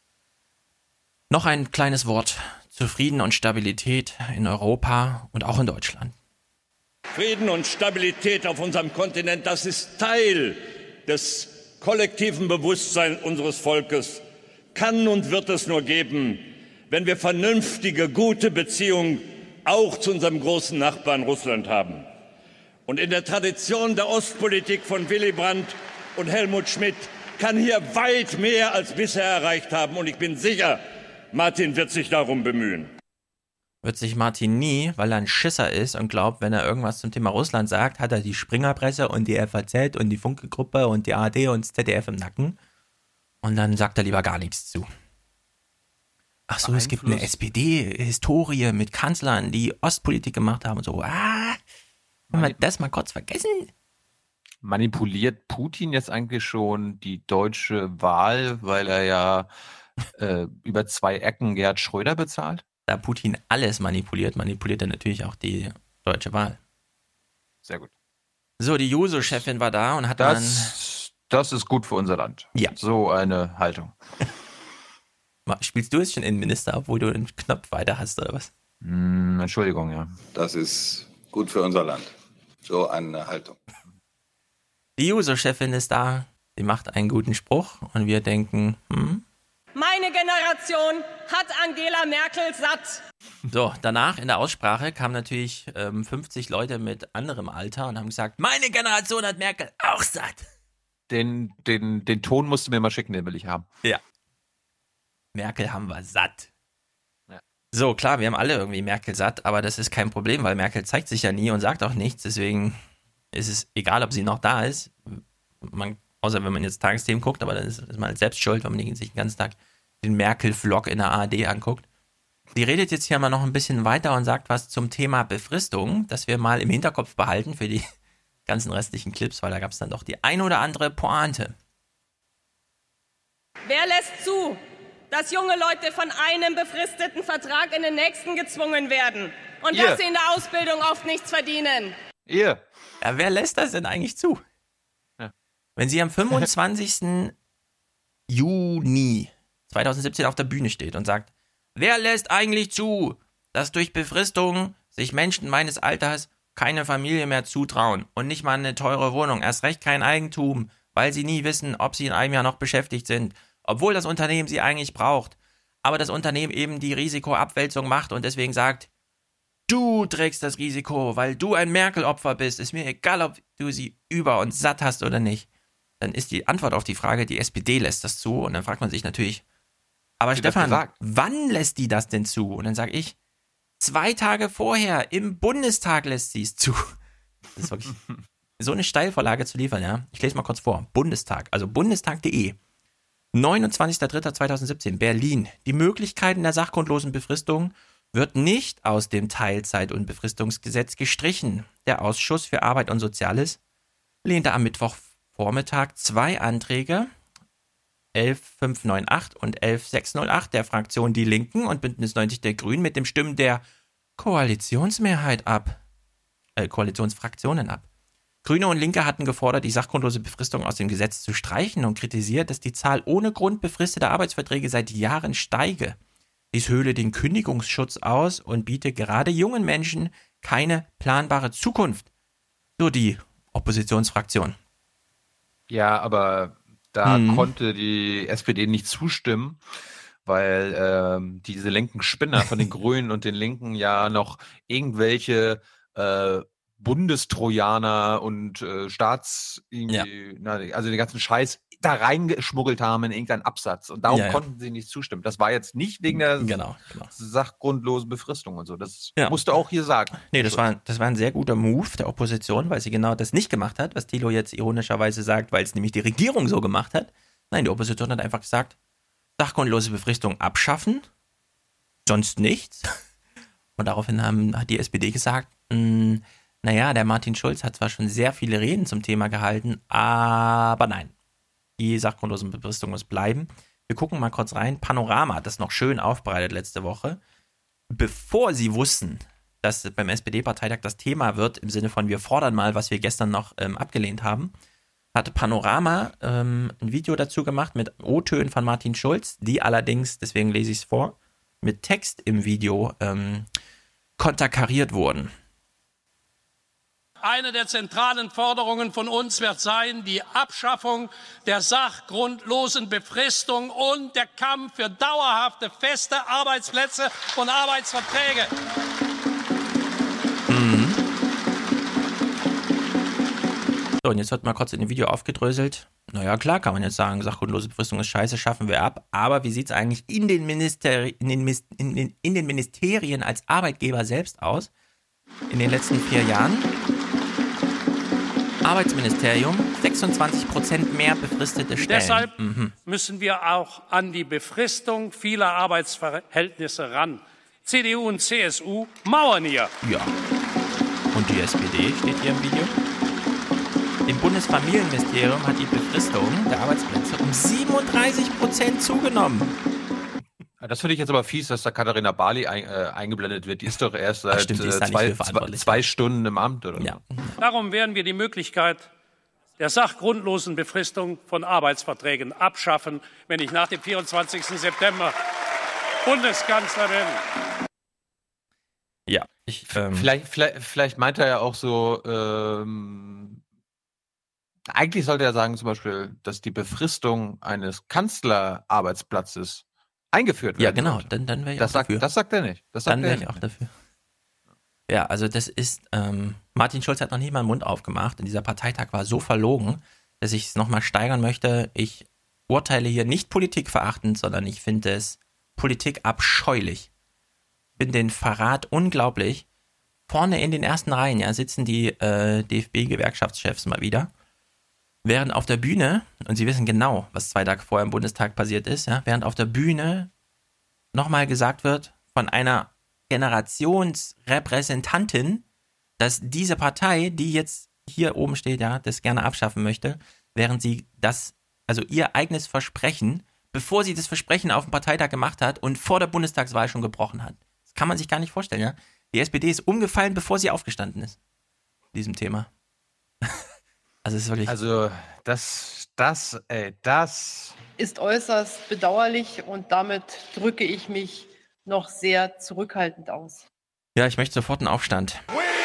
Noch ein kleines Wort zu Frieden und Stabilität in Europa und auch in Deutschland. Frieden und Stabilität auf unserem Kontinent, das ist Teil des kollektiven Bewusstseins unseres Volkes. Kann und wird es nur geben, wenn wir vernünftige, gute Beziehungen auch zu unserem großen Nachbarn Russland haben. Und in der Tradition der Ostpolitik von Willy Brandt und Helmut Schmidt kann hier weit mehr als bisher erreicht haben. Und ich bin sicher, Martin wird sich darum bemühen. Wird sich Martin nie, weil er ein Schisser ist und glaubt, wenn er irgendwas zum Thema Russland sagt, hat er die Springerpresse und die F A Z und die Funke-Gruppe und die A R D und das Z D F im Nacken. Und dann sagt er lieber gar nichts zu. Ach so, es gibt eine S P D-Historie mit Kanzlern, die Ostpolitik gemacht haben und so. Ah, können wir das mal kurz vergessen? Manipuliert Putin jetzt eigentlich schon die deutsche Wahl, weil er ja äh, über zwei Ecken Gerhard Schröder bezahlt? Da Putin alles manipuliert, manipuliert er natürlich auch die deutsche Wahl. Sehr gut. So, die Juso-Chefin war da und hat das, dann... Das ist gut für unser Land. Ja. So eine Haltung. Spielst du jetzt schon Innenminister, obwohl du den Knopf weiter hast, oder was? Mm, Entschuldigung, ja. Das ist gut für unser Land. So eine Haltung. Die Juso-Chefin ist da, sie macht einen guten Spruch und wir denken, hm? Meine Generation hat Angela Merkel satt. So, danach in der Aussprache kamen natürlich ähm, fünfzig Leute mit anderem Alter und haben gesagt, meine Generation hat Merkel auch satt. Den, den, den Ton musst du mir mal schicken, den will ich haben. Ja. Merkel haben wir satt. Ja. So, klar, wir haben alle irgendwie Merkel satt, aber das ist kein Problem, weil Merkel zeigt sich ja nie und sagt auch nichts. Deswegen ist es egal, ob sie noch da ist. Man, außer wenn man jetzt Tagesthemen guckt, aber dann ist, ist man halt selbst schuld, wenn man sich den ganzen Tag den Merkel-Vlog in der A R D anguckt. Die redet jetzt hier mal noch ein bisschen weiter und sagt was zum Thema Befristung, das wir mal im Hinterkopf behalten für die ganzen restlichen Clips, weil da gab es dann doch die ein oder andere Pointe. Wer lässt zu, dass junge Leute von einem befristeten Vertrag in den nächsten gezwungen werden und Ihr. dass sie in der Ausbildung oft nichts verdienen? Ihr. Ja, wer lässt das denn eigentlich zu? Ja. Wenn sie am fünfundzwanzigsten Juni zweitausendsiebzehn auf der Bühne steht und sagt, wer lässt eigentlich zu, dass durch Befristung sich Menschen meines Alters keine Familie mehr zutrauen und nicht mal eine teure Wohnung, erst recht kein Eigentum, weil sie nie wissen, ob sie in einem Jahr noch beschäftigt sind, obwohl das Unternehmen sie eigentlich braucht, aber das Unternehmen eben die Risikoabwälzung macht und deswegen sagt, du trägst das Risiko, weil du ein Merkel-Opfer bist, ist mir egal, ob du sie über und satt hast oder nicht. Dann ist die Antwort auf die Frage, die S P D lässt das zu und dann fragt man sich natürlich, aber Sie Stefan, wann lässt die das denn zu? Und dann sage ich, zwei Tage vorher, im Bundestag lässt sie es zu. Das ist wirklich so eine Steilvorlage zu liefern, ja. Ich lese mal kurz vor. Bundestag, also bundestag punkt de. neunundzwanzigster dritter zweitausendsiebzehn, Berlin. Die Möglichkeiten der sachgrundlosen Befristung wird nicht aus dem Teilzeit- und Befristungsgesetz gestrichen. Der Ausschuss für Arbeit und Soziales lehnte am Mittwochvormittag zwei Anträge elf fünf neun acht und elf sechs null acht der Fraktion Die Linken und Bündnis neunzig der Grünen mit den Stimmen der Koalitionsmehrheit ab. Äh, Koalitionsfraktionen ab. Grüne und Linke hatten gefordert, die sachgrundlose Befristung aus dem Gesetz zu streichen und kritisiert, dass die Zahl ohne Grund befristeter Arbeitsverträge seit Jahren steige. Dies höhle den Kündigungsschutz aus und biete gerade jungen Menschen keine planbare Zukunft. So die Oppositionsfraktion. Ja, aber da Hm. konnte die S P D nicht zustimmen, weil ähm, diese linken Spinner von den Grünen und den Linken ja noch irgendwelche äh, Bundestrojaner und äh, Staats, irgendwie, na, also den ganzen Scheiß da reingeschmuggelt haben in irgendeinen Absatz. Und darum Ja, ja. konnten sie nicht zustimmen. Das war jetzt nicht wegen der Genau, genau. sachgrundlosen Befristung und so. Das Ja. musst du auch hier sagen. Nee, das war, das war ein sehr guter Move der Opposition, weil sie genau das nicht gemacht hat, was Thilo jetzt ironischerweise sagt, weil es nämlich die Regierung so gemacht hat. Nein, die Opposition hat einfach gesagt, sachgrundlose Befristung abschaffen, sonst nichts. Und daraufhin haben, hat die S P D gesagt, mh, naja, der Martin Schulz hat zwar schon sehr viele Reden zum Thema gehalten, aber nein, die sachgrundlose Befristung muss bleiben. Wir gucken mal kurz rein. Panorama hat das noch schön aufbereitet letzte Woche. Bevor sie wussten, dass beim S P D-Parteitag das Thema wird, im Sinne von wir fordern mal, was wir gestern noch ähm, abgelehnt haben, hatte Panorama ähm, ein Video dazu gemacht mit O-Tönen von Martin Schulz, die allerdings, deswegen lese ich es vor, mit Text im Video ähm, konterkariert wurden. Eine der zentralen Forderungen von uns wird sein, die Abschaffung der sachgrundlosen Befristung und der Kampf für dauerhafte, feste Arbeitsplätze und Arbeitsverträge. Mhm. So, und jetzt wird mal kurz in dem Video aufgedröselt. Naja, klar kann man jetzt sagen, sachgrundlose Befristung ist scheiße, schaffen wir ab. Aber wie sieht es eigentlich in den, Ministeri- in, den Mis- in, den, in den Ministerien als Arbeitgeber selbst aus? In den letzten vier Jahren? Arbeitsministerium, sechsundzwanzig Prozent mehr befristete Stellen. Deshalb Mhm. müssen wir auch an die Befristung vieler Arbeitsverhältnisse ran. C D U und C S U mauern hier. Ja. Und die S P D steht hier im Video. Im Bundesfamilienministerium hat die Befristung der Arbeitsplätze um siebenunddreißig Prozent zugenommen. Das finde ich jetzt aber fies, dass da Katharina Barley ein, äh, eingeblendet wird. Die ist doch erst Ach, seit stimmt, die ist äh, da nicht zwei, für zwei, verantwortlich. zwei Stunden im Amt, oder? Ja. Darum werden wir die Möglichkeit der sachgrundlosen Befristung von Arbeitsverträgen abschaffen, wenn ich nach dem vierundzwanzigsten September Bundeskanzler bin. Ja, ich, ähm, Vielleicht, vielleicht, vielleicht meint er ja auch so, ähm, eigentlich sollte er sagen zum Beispiel, dass die Befristung eines Kanzlerarbeitsplatzes eingeführt wird. Ja, genau, dann, dann wäre ich das auch sagt, dafür. Das sagt er nicht. Das sagt Dann er wäre ich nicht. auch dafür. Ja, also das ist, ähm, Martin Schulz hat noch nie mal den Mund aufgemacht und dieser Parteitag war so verlogen, dass ich es nochmal steigern möchte. Ich urteile hier nicht politikverachtend, sondern ich finde es politikabscheulich. Ich finde den Verrat unglaublich. Vorne in den ersten Reihen, ja, sitzen die äh, D F B-Gewerkschaftschefs mal wieder. Während auf der Bühne, und Sie wissen genau, was zwei Tage vorher im Bundestag passiert ist, ja, während auf der Bühne nochmal gesagt wird von einer Generationsrepräsentantin, dass diese Partei, die jetzt hier oben steht, ja, das gerne abschaffen möchte, während sie das, also ihr eigenes Versprechen, bevor sie das Versprechen auf dem Parteitag gemacht hat und vor der Bundestagswahl schon gebrochen hat. Das kann man sich gar nicht vorstellen, ja. Die S P D ist umgefallen, bevor sie aufgestanden ist. In diesem Thema. Also es ist wirklich. Also das, das, ey, das ist äußerst bedauerlich und damit drücke ich mich noch sehr zurückhaltend aus. Ja, ich möchte sofort einen Aufstand.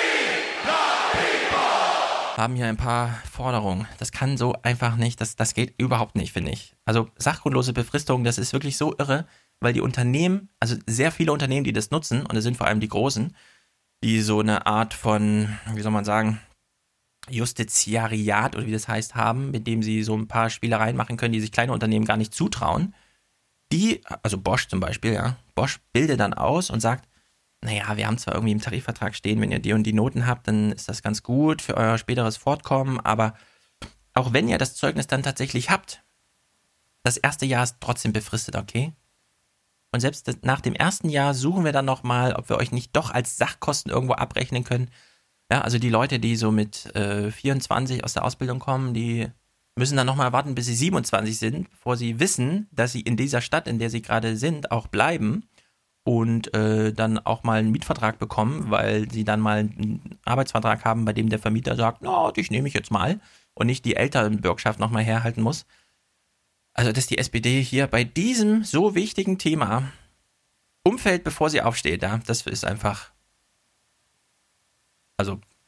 Haben hier ein paar Forderungen. Das kann so einfach nicht, das, das geht überhaupt nicht, finde ich. Also sachgrundlose Befristung, das ist wirklich so irre, weil die Unternehmen, also sehr viele Unternehmen, die das nutzen, und das sind vor allem die Großen, die so eine Art von, wie soll man sagen, Justiziariat oder wie das heißt, haben, mit dem sie so ein paar Spielereien machen können, die sich kleine Unternehmen gar nicht zutrauen. Die, also Bosch zum Beispiel, ja, Bosch bildet dann aus und sagt, naja, wir haben zwar irgendwie im Tarifvertrag stehen, wenn ihr die und die Noten habt, dann ist das ganz gut für euer späteres Fortkommen, aber auch wenn ihr das Zeugnis dann tatsächlich habt, das erste Jahr ist trotzdem befristet, okay? Und selbst nach dem ersten Jahr suchen wir dann nochmal, ob wir euch nicht doch als Sachkosten irgendwo abrechnen können. Ja, also die Leute, die so mit äh, vierundzwanzig aus der Ausbildung kommen, die müssen dann nochmal warten, bis sie siebenundzwanzig sind, bevor sie wissen, dass sie in dieser Stadt, in der sie gerade sind, auch bleiben und äh, dann auch mal einen Mietvertrag bekommen, weil sie dann mal einen Arbeitsvertrag haben, bei dem der Vermieter sagt, na, dich nehme ich jetzt mal und nicht die Elternbürgschaft nochmal herhalten muss. Also, dass die S P D hier bei diesem so wichtigen Thema umfällt, bevor sie aufsteht, ja, das ist einfach, also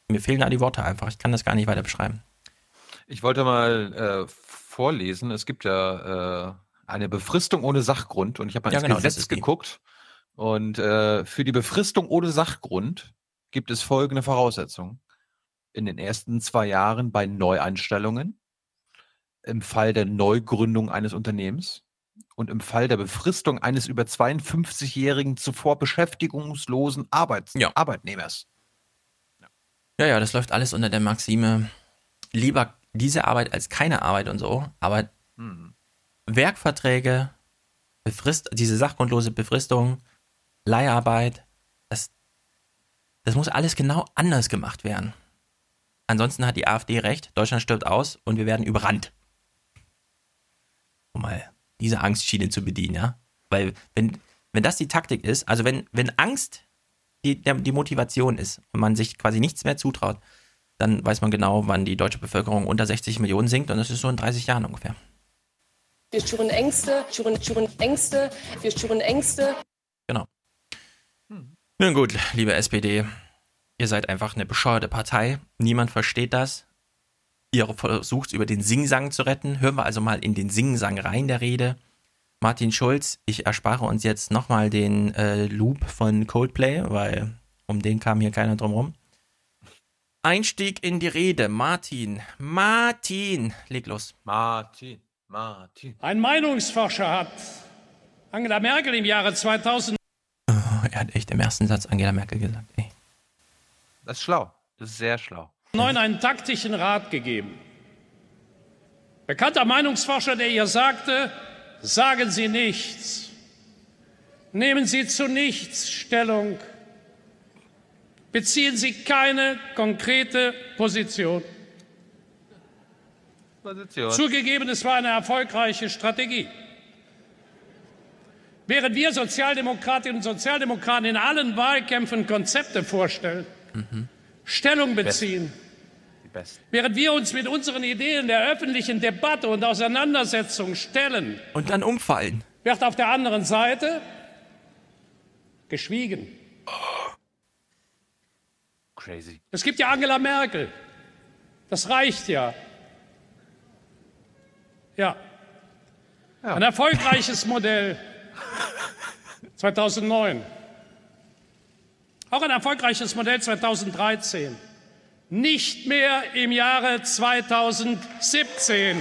mir fehlen da die Worte einfach. Ich kann das gar nicht weiter beschreiben. Ich wollte mal äh, vorlesen, es gibt ja äh, eine Befristung ohne Sachgrund und ich habe mal Ja, ins genau, das Gesetz ist die. geguckt und äh, für die Befristung ohne Sachgrund gibt es folgende Voraussetzungen. In den ersten zwei Jahren bei Neueinstellungen, im Fall der Neugründung eines Unternehmens und im Fall der Befristung eines über zweiundfünfzigjährigen zuvor beschäftigungslosen Arbeits Ja. Arbeitnehmers. Ja, ja, das läuft alles unter der Maxime, lieber diese Arbeit als keine Arbeit und so, aber Hm. Werkverträge, Befrist, diese sachgrundlose Befristung, Leiharbeit, das, das muss alles genau anders gemacht werden. Ansonsten hat die AfD recht, Deutschland stirbt aus und wir werden überrannt. Um mal diese Angstschiene zu bedienen, ja. Weil wenn, wenn das die Taktik ist, also wenn, wenn Angst die, der, die Motivation ist und man sich quasi nichts mehr zutraut, dann weiß man genau, wann die deutsche Bevölkerung unter sechzig Millionen sinkt und das ist so in dreißig Jahren ungefähr. Wir schüren Ängste, schüren, schüren Ängste, wir schüren Ängste. Genau. Nun gut, liebe S P D, ihr seid einfach eine bescheuerte Partei. Niemand versteht das. Ihr versucht es über den Singsang zu retten. Hören wir also mal in den Singsang rein der Rede. Martin Schulz, ich erspare uns jetzt nochmal den äh, Loop von Coldplay, weil um den kam hier keiner drum rum. Einstieg in die Rede. Martin, Martin, leg los. Martin, Martin. Ein Meinungsforscher hat Angela Merkel im Jahre zweitausend Oh, er hat echt im ersten Satz Angela Merkel gesagt. Ey. Das ist schlau. Das ist sehr schlau. neun einen taktischen Rat gegeben. Bekannter Meinungsforscher, der ihr sagte, sagen Sie nichts. Nehmen Sie zu nichts Stellung. Beziehen Sie keine konkrete Position. Position. Zugegeben, es war eine erfolgreiche Strategie. Während wir Sozialdemokratinnen und Sozialdemokraten in allen Wahlkämpfen Konzepte vorstellen, Mhm. Stellung beziehen, Die Besten. während wir uns mit unseren Ideen der öffentlichen Debatte und Auseinandersetzung stellen, Und dann umfallen. wird auf der anderen Seite geschwiegen. Crazy. Es gibt ja Angela Merkel. Das reicht ja. Ja. Ein erfolgreiches Modell. zweitausendneun. Auch ein erfolgreiches Modell zweitausenddreizehn. Nicht mehr im Jahre zweitausendsiebzehn.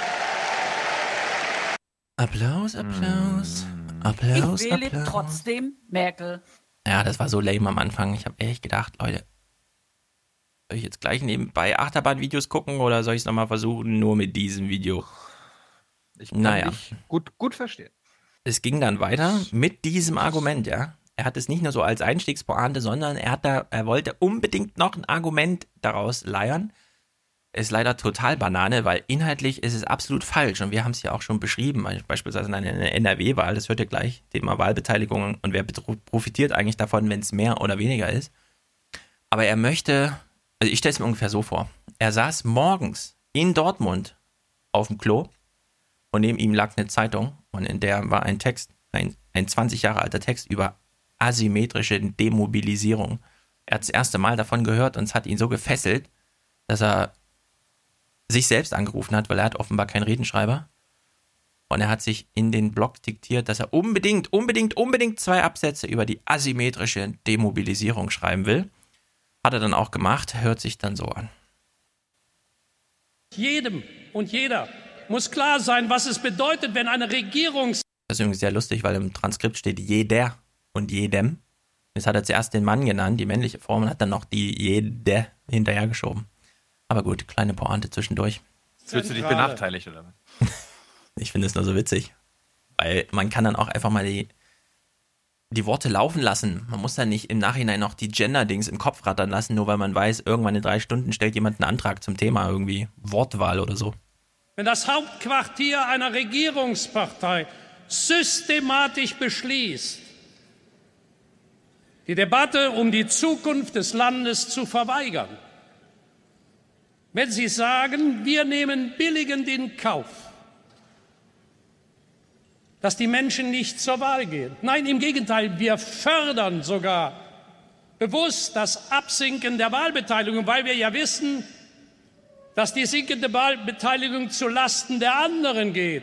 Applaus, Applaus, Applaus, Ich wähle Applaus. trotzdem Merkel. Ja, das war so lame am Anfang. Ich habe echt gedacht, Leute, soll ich jetzt gleich nebenbei Achterbahnvideos gucken oder soll ich es nochmal versuchen, nur mit diesem Video? Ich kann Naja. dich gut, gut verstehen. Es ging dann weiter mit diesem Argument, ja. Er hat es nicht nur so als Einstiegspointe, sondern er hat da, er wollte unbedingt noch ein Argument daraus leiern. Ist leider total Banane, weil inhaltlich ist es absolut falsch. Und wir haben es ja auch schon beschrieben, beispielsweise in einer N R W-Wahl, das hört ihr gleich, Thema Wahlbeteiligung und wer profitiert eigentlich davon, wenn es mehr oder weniger ist. Aber er möchte, also ich stelle es mir ungefähr so vor, er saß morgens in Dortmund auf dem Klo und neben ihm lag eine Zeitung und in der war ein Text, ein, ein zwanzig Jahre alter Text über asymmetrische Demobilisierung. Er hat das erste Mal davon gehört und es hat ihn so gefesselt, dass er sich selbst angerufen hat, weil er hat offenbar keinen Redenschreiber. Und er hat sich in den Blog diktiert, dass er unbedingt, unbedingt, unbedingt zwei Absätze über die asymmetrische Demobilisierung schreiben will. Hat er dann auch gemacht, hört sich dann so an. Jedem und jeder muss klar sein, was es bedeutet, wenn eine Regierungs... Das ist übrigens sehr lustig, weil im Transkript steht jeder und jedem. Jetzt hat er zuerst den Mann genannt, die männliche Form, und hat dann noch die jede hinterhergeschoben. Aber gut, kleine Pointe zwischendurch. Fühlst du dich benachteiligt, oder was? Ich finde es nur so witzig. Weil man kann dann auch einfach mal die, die Worte laufen lassen. Man muss dann nicht im Nachhinein noch die Gender-Dings im Kopf rattern lassen, nur weil man weiß, irgendwann in drei Stunden stellt jemand einen Antrag zum Thema, irgendwie Wortwahl oder so. Wenn das Hauptquartier einer Regierungspartei systematisch beschließt, die Debatte um die Zukunft des Landes zu verweigern, wenn Sie sagen, wir nehmen billigend in Kauf, dass die Menschen nicht zur Wahl gehen. Nein, im Gegenteil, wir fördern sogar bewusst das Absinken der Wahlbeteiligung, weil wir ja wissen, dass die sinkende Wahlbeteiligung zu Lasten der anderen geht.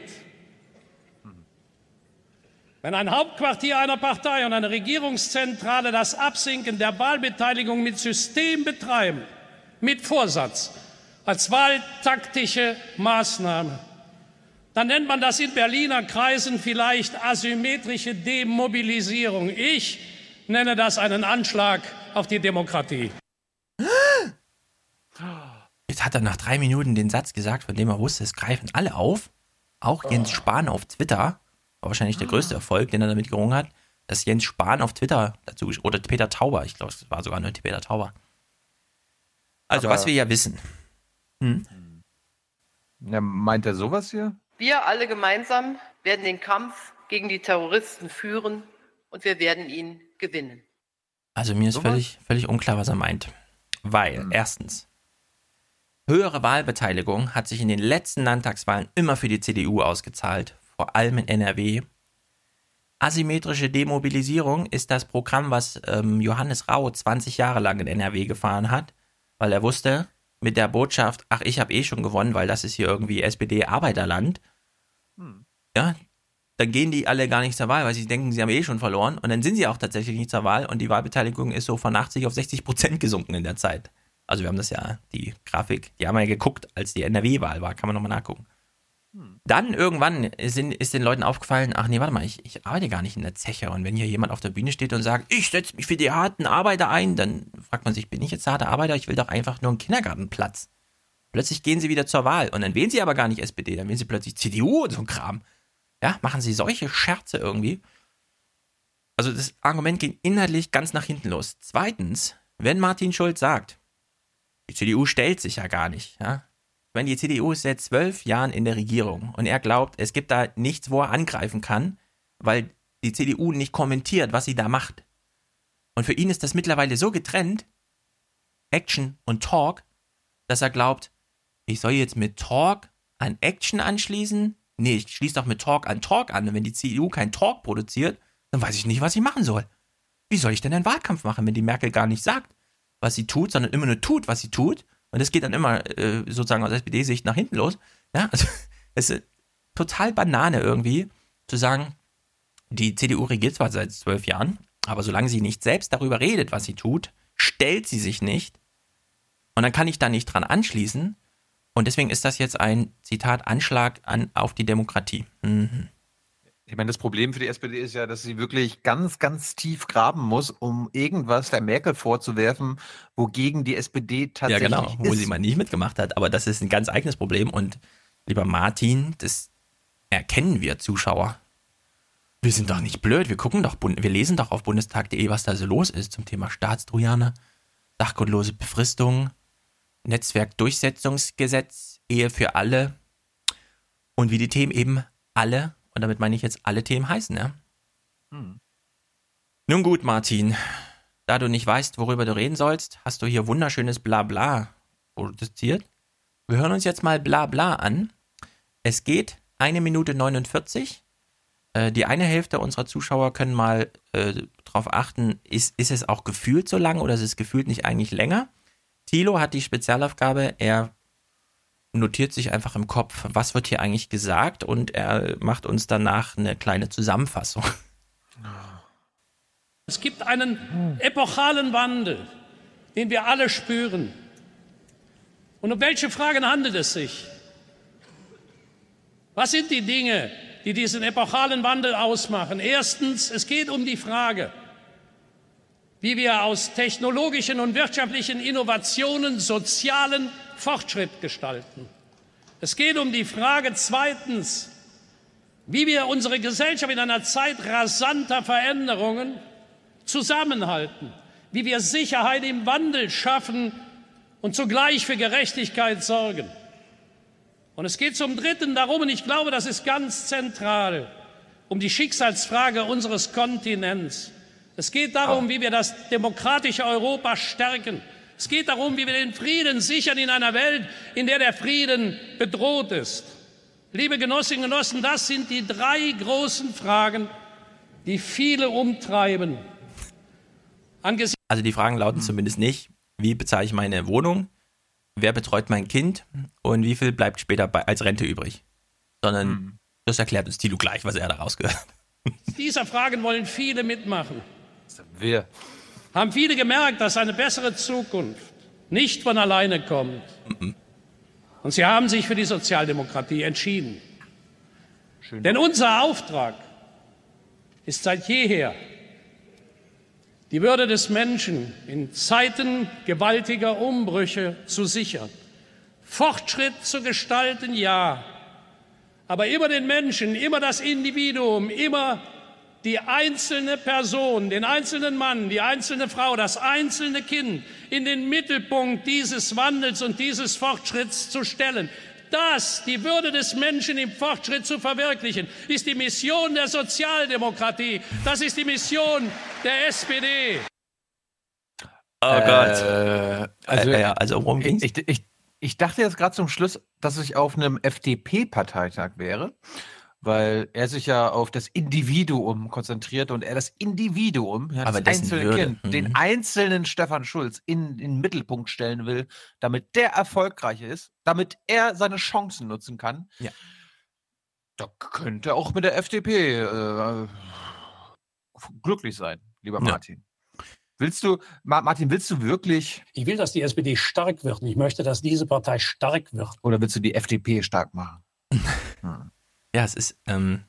Wenn ein Hauptquartier einer Partei und eine Regierungszentrale das Absinken der Wahlbeteiligung mit System betreiben, mit Vorsatz, als wahltaktische Maßnahme, dann nennt man das in Berliner Kreisen vielleicht asymmetrische Demobilisierung. Ich nenne das einen Anschlag auf die Demokratie. Jetzt hat er nach drei Minuten den Satz gesagt, von dem er wusste, es greifen alle auf. Auch Jens Spahn auf Twitter. War wahrscheinlich der größte Erfolg, den er damit gerungen hat, dass Jens Spahn auf Twitter dazu, oder Peter Tauber, ich glaube, es war sogar nur Peter Tauber. Also, Aber was wir ja wissen. Hm? Ja, meint er sowas hier? Wir alle gemeinsam werden den Kampf gegen die Terroristen führen und wir werden ihn gewinnen. Also mir ist So völlig, völlig unklar, was er meint. Weil, Hm. erstens, höhere Wahlbeteiligung hat sich in den letzten Landtagswahlen immer für die C D U ausgezahlt, vor allem in N R W. Asymmetrische Demobilisierung ist das Programm, was ähm, Johannes Rau zwanzig Jahre lang in N R W gefahren hat, weil er wusste, mit der Botschaft, ach, ich habe eh schon gewonnen, weil das ist hier irgendwie S P D-Arbeiterland. Hm. Ja, dann gehen die alle gar nicht zur Wahl, weil sie denken, sie haben eh schon verloren. Und dann sind sie auch tatsächlich nicht zur Wahl und die Wahlbeteiligung ist so von achtzig auf sechzig Prozent gesunken in der Zeit. Also wir haben das ja, die Grafik, die haben wir ja geguckt, als die N R W-Wahl war, kann man nochmal nachgucken. Hm. Dann irgendwann ist, ist den Leuten aufgefallen, ach nee, warte mal, ich, ich arbeite gar nicht in der Zeche. Und wenn hier jemand auf der Bühne steht und sagt, ich setze mich für die harten Arbeiter ein, dann fragt man sich, bin ich jetzt der harte Arbeiter? Ich will doch einfach nur einen Kindergartenplatz. Plötzlich gehen sie wieder zur Wahl und dann wählen sie aber gar nicht S P D, dann wählen sie plötzlich C D U und so ein Kram. Ja, machen sie solche Scherze irgendwie. Also das Argument ging inhaltlich ganz nach hinten los. Zweitens, wenn Martin Schulz sagt, die C D U stellt sich ja gar nicht, ja. Ich meine, die C D U ist seit zwölf Jahren in der Regierung und er glaubt, es gibt da nichts, wo er angreifen kann, weil die C D U nicht kommentiert, was sie da macht. Und für ihn ist das mittlerweile so getrennt, Action und Talk, dass er glaubt, ich soll jetzt mit Talk an Action anschließen? Nee, ich schließe doch mit Talk an Talk an. Und wenn die C D U kein Talk produziert, dann weiß ich nicht, was ich machen soll. Wie soll ich denn einen Wahlkampf machen, wenn die Merkel gar nicht sagt, was sie tut, sondern immer nur tut, was sie tut? Und das geht dann immer äh, sozusagen aus S P D-Sicht nach hinten los. Ja, also es ist total Banane irgendwie, zu sagen, die C D U regiert zwar seit zwölf Jahren, aber solange sie nicht selbst darüber redet, was sie tut, stellt sie sich nicht. Und dann kann ich da nicht dran anschließen. Und deswegen ist das jetzt ein, Zitat, Anschlag an, auf die Demokratie. Mhm. Ich meine, das Problem für die S P D ist ja, dass sie wirklich ganz, ganz tief graben muss, um irgendwas der Merkel vorzuwerfen, wogegen die S P D tatsächlich Ja, genau, wo ist. sie mal nicht mitgemacht hat. Aber das ist ein ganz eigenes Problem. Und lieber Martin, das erkennen wir Zuschauer. Wir sind doch nicht blöd. Wir gucken doch, wir lesen doch auf bundestag punkt de, was da so los ist zum Thema Staatstrojaner, sachgrundlose Befristung, Netzwerkdurchsetzungsgesetz, Ehe für alle und wie die Themen eben alle, und damit meine ich jetzt alle Themen heißen, ja? Hm. Nun gut, Martin, da du nicht weißt, worüber du reden sollst, hast du hier wunderschönes Blabla produziert. Wir hören uns jetzt mal Blabla an. Es geht eine Minute neunundvierzig. Äh, die eine Hälfte unserer Zuschauer können mal äh, darauf achten, ist, ist es auch gefühlt so lang oder ist es gefühlt nicht eigentlich länger? Thilo hat die Spezialaufgabe, er notiert sich einfach im Kopf, was wird hier eigentlich gesagt und er macht uns danach eine kleine Zusammenfassung. Es gibt einen epochalen Wandel, den wir alle spüren. Und um welche Fragen handelt es sich? Was sind die Dinge, die diesen epochalen Wandel ausmachen? Erstens, es geht um die Frage, wie wir aus technologischen und wirtschaftlichen Innovationen sozialen Fortschritt gestalten. Es geht um die Frage zweitens, wie wir unsere Gesellschaft in einer Zeit rasanter Veränderungen zusammenhalten, wie wir Sicherheit im Wandel schaffen und zugleich für Gerechtigkeit sorgen. Und es geht zum Dritten darum, und ich glaube, das ist ganz zentral, um die Schicksalsfrage unseres Kontinents. Es geht darum, wie wir das demokratische Europa stärken. Es geht darum, wie wir den Frieden sichern in einer Welt, in der der Frieden bedroht ist. Liebe Genossinnen und Genossen, das sind die drei großen Fragen, die viele umtreiben. Angesichts Also die Fragen lauten Mhm. zumindest nicht, wie bezahle ich meine Wohnung, wer betreut mein Kind und wie viel bleibt später bei, als Rente übrig. Sondern Mhm. das erklärt uns Thilo gleich, was er da rausgehört. Dieser Fragen wollen viele mitmachen. Wir. Haben viele gemerkt, dass eine bessere Zukunft nicht von alleine kommt. Und sie haben sich für die Sozialdemokratie entschieden. Schön. Denn unser Auftrag ist seit jeher, die Würde des Menschen in Zeiten gewaltiger Umbrüche zu sichern. Fortschritt zu gestalten, ja, aber immer den Menschen, immer das Individuum, immer die einzelne Person, den einzelnen Mann, die einzelne Frau, das einzelne Kind in den Mittelpunkt dieses Wandels und dieses Fortschritts zu stellen. Das, die Würde des Menschen im Fortschritt zu verwirklichen, ist die Mission der Sozialdemokratie. Das ist die Mission der S P D. Oh Äh, Gott. also, Äh, ja, also worum ging's? Ich, ich, ich dachte jetzt gerade zum Schluss, dass ich auf einem F D P-Parteitag wäre, weil er sich ja auf das Individuum konzentriert und er das Individuum, ja, Aber das dessen einzelne Würde. Kind, Mhm. den einzelnen Stefan Schulz in, in den Mittelpunkt stellen will, damit der erfolgreich ist, damit er seine Chancen nutzen kann. Ja. Da könnte auch mit der F D P äh, glücklich sein, lieber Ja. Martin. Willst du, Ma- Martin, willst du wirklich Ich will, dass die S P D stark wird. Und ich möchte, dass diese Partei stark wird. oder willst du die F D P stark machen? Hm. Ja, es ist, ähm,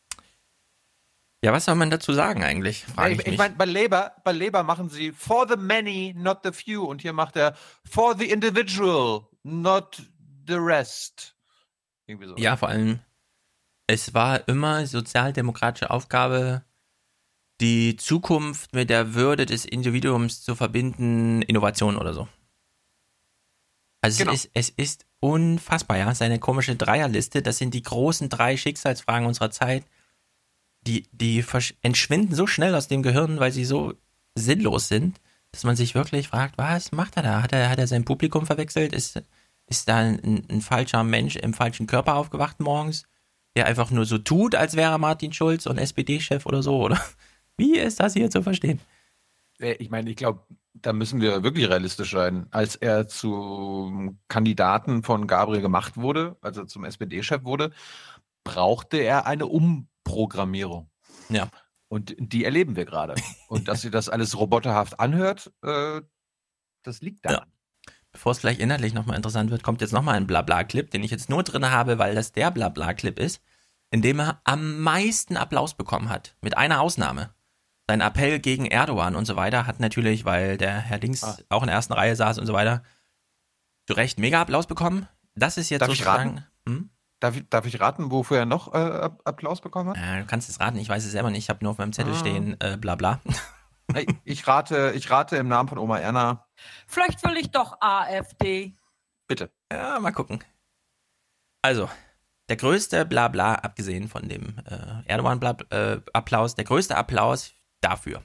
ja, was soll man dazu sagen eigentlich? Frage ich ich ich mich. meine, bei Labour, bei Labour machen sie for the many, not the few. Und hier macht er for the individual, not the rest. Irgendwie so. Ja, vor allem, es war immer sozialdemokratische Aufgabe, die Zukunft mit der Würde des Individuums zu verbinden, Innovation oder so. Also Genau. es, ist, es ist unfassbar, ja. Seine komische Dreierliste, das sind die großen drei Schicksalsfragen unserer Zeit. Die, die versch- entschwinden so schnell aus dem Gehirn, weil sie so sinnlos sind, dass man sich wirklich fragt, was macht er da? Hat er, hat er sein Publikum verwechselt? Ist, ist da ein, ein falscher Mensch im falschen Körper aufgewacht morgens, der einfach nur so tut, als wäre er Martin Schulz und S P D-Chef oder so? Oder wie ist das hier zu verstehen? Äh, Ich meine, ich glaube, da müssen wir wirklich realistisch sein. Als er zum Kandidaten von Gabriel gemacht wurde, also zum S P D-Chef wurde, brauchte er eine Umprogrammierung. Ja. Und die erleben wir gerade. Und dass sie das alles roboterhaft anhört, äh, das liegt daran. Bevor es gleich inhaltlich nochmal interessant wird, kommt jetzt nochmal ein Blabla-Clip, den ich jetzt nur drin habe, weil das der Blabla-Clip ist, in dem er am meisten Applaus bekommen hat. Mit einer Ausnahme. Sein Appell gegen Erdogan und so weiter hat natürlich, weil der Herr Dings Ah. auch in der ersten Reihe saß und so weiter, zu Recht mega Applaus bekommen. Das ist jetzt Darf ich sozusagen... raten? Hm? Darf ich, darf ich raten, wofür er noch äh, App- Applaus bekommen hat? Äh, du kannst es raten, ich weiß es selber nicht. Ich habe nur auf meinem Zettel Ah. stehen, äh, bla bla. Hey, ich rate, ich rate im Namen von Oma Erna, Vielleicht will ich doch A f D. bitte. Ja, mal gucken. Also, der größte Blabla, abgesehen von dem äh, Erdogan-Applaus, der größte Applaus dafür.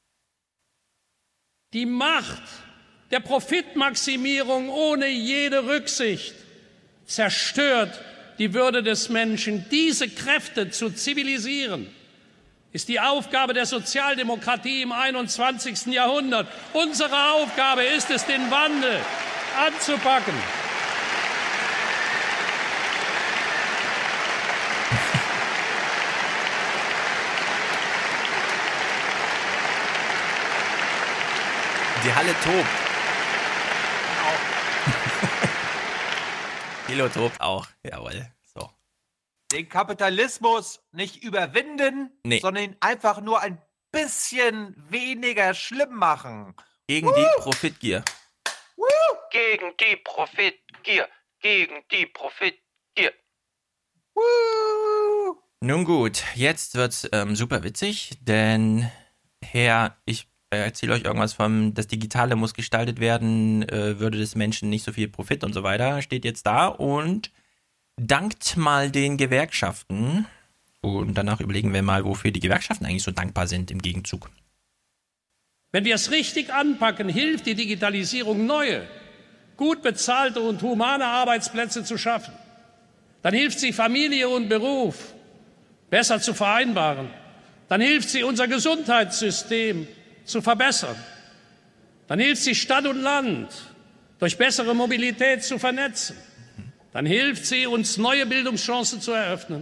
Die Macht der Profitmaximierung ohne jede Rücksicht zerstört die Würde des Menschen. Diese Kräfte zu zivilisieren, ist die Aufgabe der Sozialdemokratie im einundzwanzigsten Jahrhundert. Unsere Aufgabe ist es, den Wandel anzupacken. Die Halle tobt. Thilo tobt auch, jawohl. So. Den Kapitalismus nicht überwinden, Nee. sondern ihn einfach nur ein bisschen weniger schlimm machen. Gegen die Profitgier. Gegen die Profitgier. Gegen die Profitgier. Nun gut, jetzt wird's ähm, super witzig, denn Herr, ich äh, erzähle euch irgendwas vom, das Digitale muss gestaltet werden, äh, Würde des Menschen nicht so viel Profit und so weiter, steht jetzt da und dankt mal den Gewerkschaften und danach überlegen wir mal, wofür die Gewerkschaften eigentlich so dankbar sind im Gegenzug. Wenn wir es richtig anpacken, hilft die Digitalisierung, neue, gut bezahlte und humane Arbeitsplätze zu schaffen. Dann hilft sie, Familie und Beruf besser zu vereinbaren. Dann hilft sie, unser Gesundheitssystem zu verbessern. Dann hilft sie Stadt und Land durch bessere Mobilität zu vernetzen. Dann hilft sie, uns neue Bildungschancen zu eröffnen.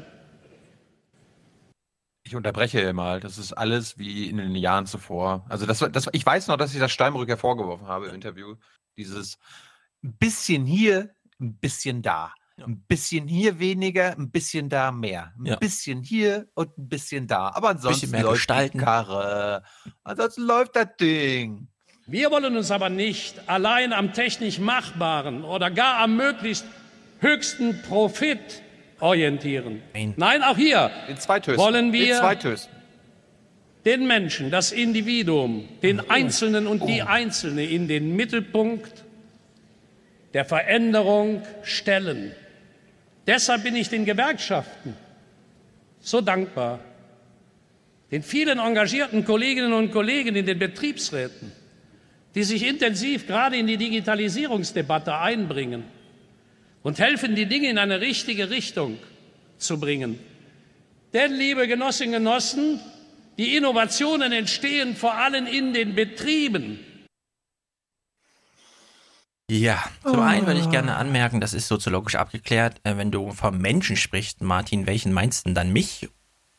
Ich unterbreche mal. Das ist alles wie in den Jahren zuvor. Also das, das, ich weiß noch, dass ich das Steinbrück hervorgeworfen habe im Interview. Dieses ein bisschen hier, ein bisschen da. Ein bisschen hier weniger, ein bisschen da mehr. Ein Ja. bisschen hier und ein bisschen da. Aber ansonsten mehr läuft gestalten. die Karre. Ansonsten läuft das Ding. Wir wollen uns aber nicht allein am technisch Machbaren oder gar am möglichst höchsten Profit orientieren. Nein, Nein auch hier Den Zweitös. wollen Den wir Zweitös. den Menschen, das Individuum, den Einzelnen und die Einzelne in den Mittelpunkt der Veränderung stellen. Deshalb bin ich den Gewerkschaften so dankbar, den vielen engagierten Kolleginnen und Kollegen in den Betriebsräten, die sich intensiv gerade in die Digitalisierungsdebatte einbringen und helfen, die Dinge in eine richtige Richtung zu bringen. Denn, liebe Genossinnen und Genossen, die Innovationen entstehen vor allem in den Betrieben. Ja, zum einen würde ich gerne anmerken, das ist soziologisch abgeklärt, äh, wenn du vom Menschen sprichst, Martin, welchen meinst du denn dann, mich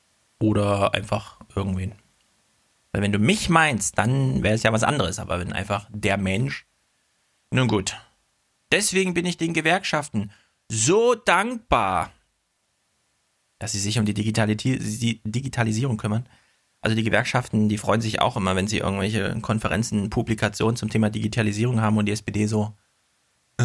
oder einfach irgendwen? Weil wenn du mich meinst, dann wäre es ja was anderes, aber wenn einfach der Mensch, nun gut. Deswegen bin ich den Gewerkschaften so dankbar, dass sie sich um die, Digitaliti- die Digitalisierung kümmern. Also die Gewerkschaften, die freuen sich auch immer, wenn sie irgendwelche Konferenzen, Publikationen zum Thema Digitalisierung haben und die S P D so, äh,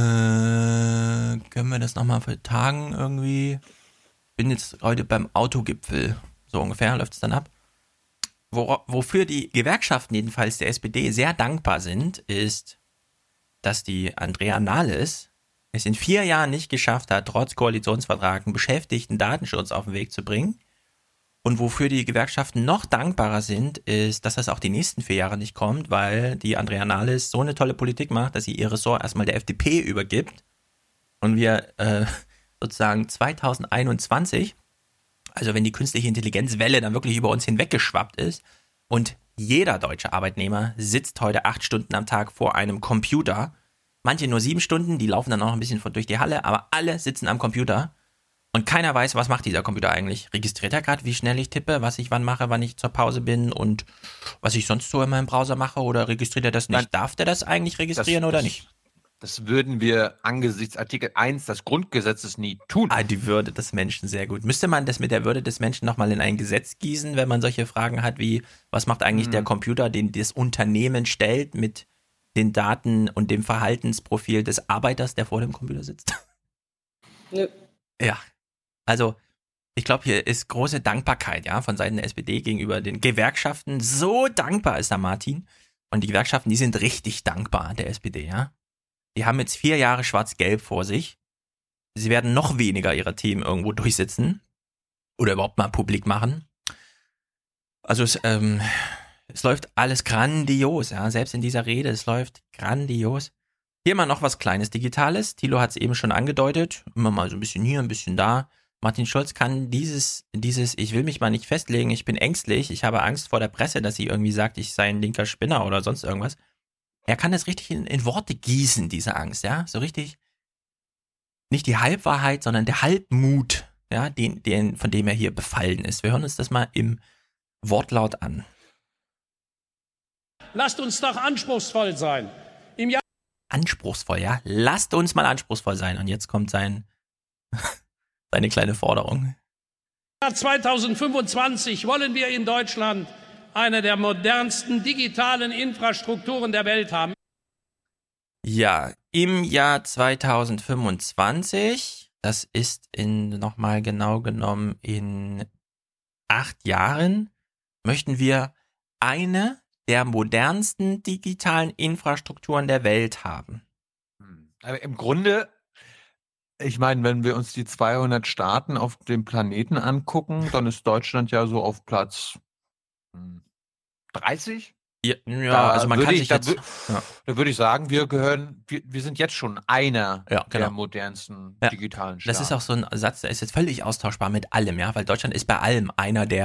können wir das nochmal vertagen irgendwie? Bin jetzt heute beim Autogipfel, so ungefähr läuft es dann ab. Wo, wofür die Gewerkschaften jedenfalls der S P D sehr dankbar sind, ist, dass die Andrea Nahles es in vier Jahren nicht geschafft hat, trotz Koalitionsvertrag einen beschäftigten Datenschutz auf den Weg zu bringen. Und wofür die Gewerkschaften noch dankbarer sind, ist, dass das auch die nächsten vier Jahre nicht kommt, weil die Andrea Nahles so eine tolle Politik macht, dass sie ihr Ressort erstmal der F D P übergibt und wir äh, sozusagen zwanzig einundzwanzig, also wenn die künstliche Intelligenzwelle dann wirklich über uns hinweggeschwappt ist und jeder deutsche Arbeitnehmer sitzt heute acht Stunden am Tag vor einem Computer, manche nur sieben Stunden, die laufen dann auch noch ein bisschen von durch die Halle, aber alle sitzen am Computer. Und keiner weiß, was macht dieser Computer eigentlich. Registriert er gerade, wie schnell ich tippe, was ich wann mache, wann ich zur Pause bin und was ich sonst so in meinem Browser mache, oder registriert er das nicht? Nein. Darf der das eigentlich registrieren Das- oder das- nicht? Das würden wir angesichts Artikel eins des Grundgesetzes nie tun. Ah, die Würde des Menschen, sehr gut. Müsste man das mit der Würde des Menschen nochmal in ein Gesetz gießen, wenn man solche Fragen hat wie, was macht eigentlich Mhm. der Computer, den das Unternehmen stellt mit den Daten und dem Verhaltensprofil des Arbeiters, der vor dem Computer sitzt? Nö. Ja, also ich glaube, hier ist große Dankbarkeit, ja, von Seiten der S P D gegenüber den Gewerkschaften. So dankbar ist da Martin. Und die Gewerkschaften, die sind richtig dankbar der S P D, ja. Die haben jetzt vier Jahre Schwarz-Gelb vor sich. Sie werden noch weniger ihre Themen irgendwo durchsetzen oder überhaupt mal publik machen. Also es, ähm, es läuft alles grandios, ja, selbst in dieser Rede, es läuft grandios. Hier mal noch was Kleines Digitales. Thilo hat es eben schon angedeutet. Immer mal so ein bisschen hier, ein bisschen da. Martin Schulz kann dieses, dieses, ich will mich mal nicht festlegen, ich bin ängstlich, ich habe Angst vor der Presse, dass sie irgendwie sagt, ich sei ein linker Spinner oder sonst irgendwas. Er kann das richtig in, in Worte gießen, diese Angst, ja, so richtig. Nicht die Halbwahrheit, sondern der Halbmut, ja, den, den, von dem er hier befallen ist. Wir hören uns das mal im Wortlaut an. Lasst uns doch anspruchsvoll sein. Im Jahr Anspruchsvoll, ja. Lasst uns mal anspruchsvoll sein. Und jetzt kommt sein, seine kleine Forderung. zweitausendfünfundzwanzig wollen wir in Deutschland eine der modernsten digitalen Infrastrukturen der Welt haben. Ja, im Jahr zweitausendfünfundzwanzig, das ist in nochmal genau genommen in acht Jahren, möchten wir eine der modernsten digitalen Infrastrukturen der Welt haben. Aber im Grunde, ich meine, wenn wir uns die zweihundert Staaten auf dem Planeten angucken, dann ist Deutschland ja so auf Platz hm, dreißig. Ja, ja Da also man würde kann ich, sich da, jetzt... wür- Ja. da würde ich sagen, wir gehören, wir, wir sind jetzt schon einer Ja, genau. der modernsten Ja, digitalen Staaten. Das ist auch so ein Satz, der ist jetzt völlig austauschbar mit allem, ja, weil Deutschland ist bei allem einer der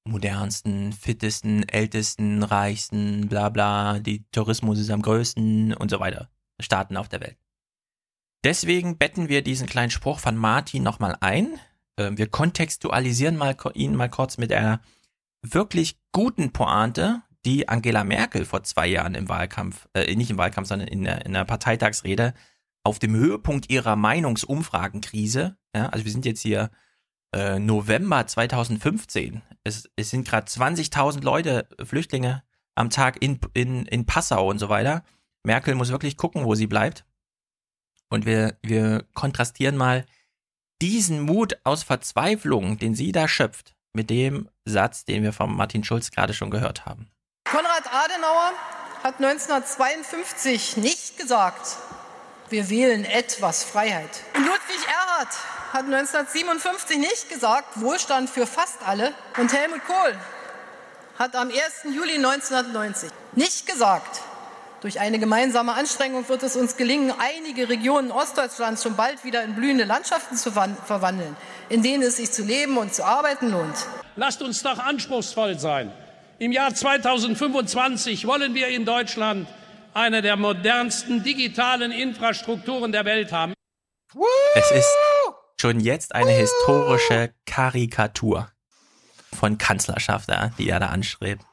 modernsten, fittesten, ältesten, reichsten, bla bla, die Tourismus ist am größten und so weiter. Staaten auf der Welt. Deswegen betten wir diesen kleinen Spruch von Martin nochmal ein. Wir kontextualisieren mal, ihn mal kurz mit einer wirklich guten Pointe, die Angela Merkel vor zwei Jahren im Wahlkampf, äh, nicht im Wahlkampf, sondern in der, in der Parteitagsrede auf dem Höhepunkt ihrer Meinungsumfragenkrise, ja, also wir sind jetzt hier äh, November zweitausendfünfzehn, es, es sind gerade zwanzigtausend Leute, Flüchtlinge am Tag in, in, in Passau und so weiter. Merkel muss wirklich gucken, wo sie bleibt. Und wir, wir kontrastieren mal diesen Mut aus Verzweiflung, den sie da schöpft, mit dem Satz, den wir von Martin Schulz gerade schon gehört haben. Konrad Adenauer hat neunzehnhundertzweiundfünfzig nicht gesagt, wir wählen etwas Freiheit. Und Ludwig Erhard hat neunzehnhundertsiebenundfünfzig nicht gesagt, Wohlstand für fast alle. Und Helmut Kohl hat am ersten Juli neunzehnhundertneunzig nicht gesagt, durch eine gemeinsame Anstrengung wird es uns gelingen, einige Regionen Ostdeutschlands schon bald wieder in blühende Landschaften zu verwandeln, in denen es sich zu leben und zu arbeiten lohnt. Lasst uns doch anspruchsvoll sein. Im Jahr zweitausendfünfundzwanzig wollen wir in Deutschland eine der modernsten digitalen Infrastrukturen der Welt haben. Es ist schon jetzt eine historische Karikatur von Kanzlerschaft, die er da anstrebt.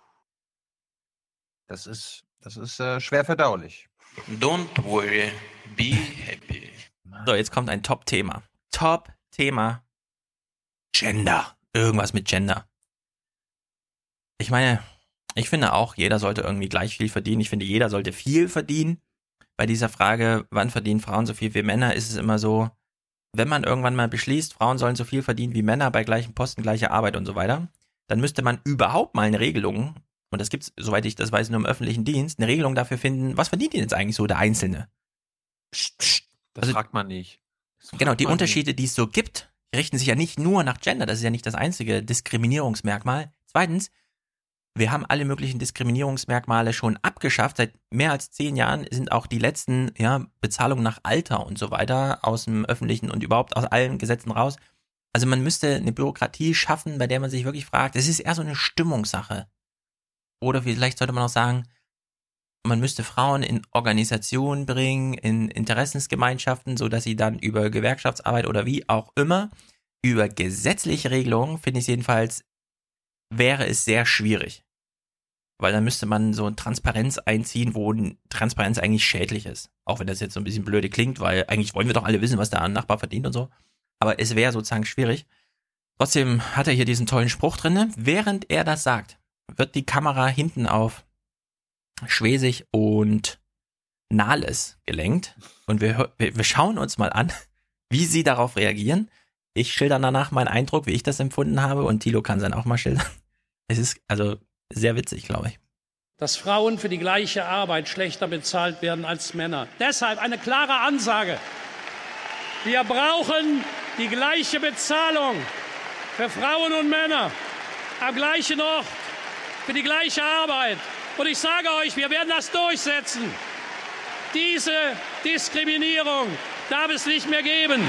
Das ist, das ist äh, schwer verdaulich. Don't worry, be happy. So, jetzt kommt ein Top-Thema. Top-Thema. Gender. Irgendwas mit Gender. Ich meine, ich finde auch, jeder sollte irgendwie gleich viel verdienen. Ich finde, jeder sollte viel verdienen. Bei dieser Frage, wann verdienen Frauen so viel wie Männer, ist es immer so, wenn man irgendwann mal beschließt, Frauen sollen so viel verdienen wie Männer bei gleichen Posten, gleicher Arbeit und so weiter, dann müsste man überhaupt mal eine Regelung, und das gibt es, soweit ich das weiß, nur im öffentlichen Dienst, eine Regelung dafür finden, was verdient denn jetzt eigentlich so der Einzelne? Psst, psst, das also, fragt man nicht. Fragt genau, die man Unterschiede, nicht. die es so gibt, richten sich ja nicht nur nach Gender, das ist ja nicht das einzige Diskriminierungsmerkmal. Zweitens, wir haben alle möglichen Diskriminierungsmerkmale schon abgeschafft. Seit mehr als zehn Jahren sind auch die letzten ja, Bezahlungen nach Alter und so weiter aus dem öffentlichen und überhaupt aus allen Gesetzen raus. Also man müsste eine Bürokratie schaffen, bei der man sich wirklich fragt, es ist eher so eine Stimmungssache. Oder vielleicht sollte man auch sagen, man müsste Frauen in Organisationen bringen, in Interessensgemeinschaften, sodass sie dann über Gewerkschaftsarbeit oder wie auch immer, über gesetzliche Regelungen, finde ich jedenfalls, wäre es sehr schwierig. Weil dann müsste man so eine Transparenz einziehen, wo Transparenz eigentlich schädlich ist. Auch wenn das jetzt so ein bisschen blöde klingt, weil eigentlich wollen wir doch alle wissen, was der Nachbar verdient und so. Aber es wäre sozusagen schwierig. Trotzdem hat er hier diesen tollen Spruch drin. Während er das sagt, wird die Kamera hinten auf Schwesig und Nahles gelenkt. Und wir, wir, wir schauen uns mal an, wie sie darauf reagieren. Ich schilder danach meinen Eindruck, wie ich das empfunden habe. Und Thilo kann sein auch mal schildern. Es ist also sehr witzig, glaube ich. Dass Frauen für die gleiche Arbeit schlechter bezahlt werden als Männer. Deshalb eine klare Ansage. Wir brauchen die gleiche Bezahlung für Frauen und Männer am gleichen Ort, für die gleiche Arbeit. Und ich sage euch, wir werden das durchsetzen. Diese Diskriminierung darf es nicht mehr geben.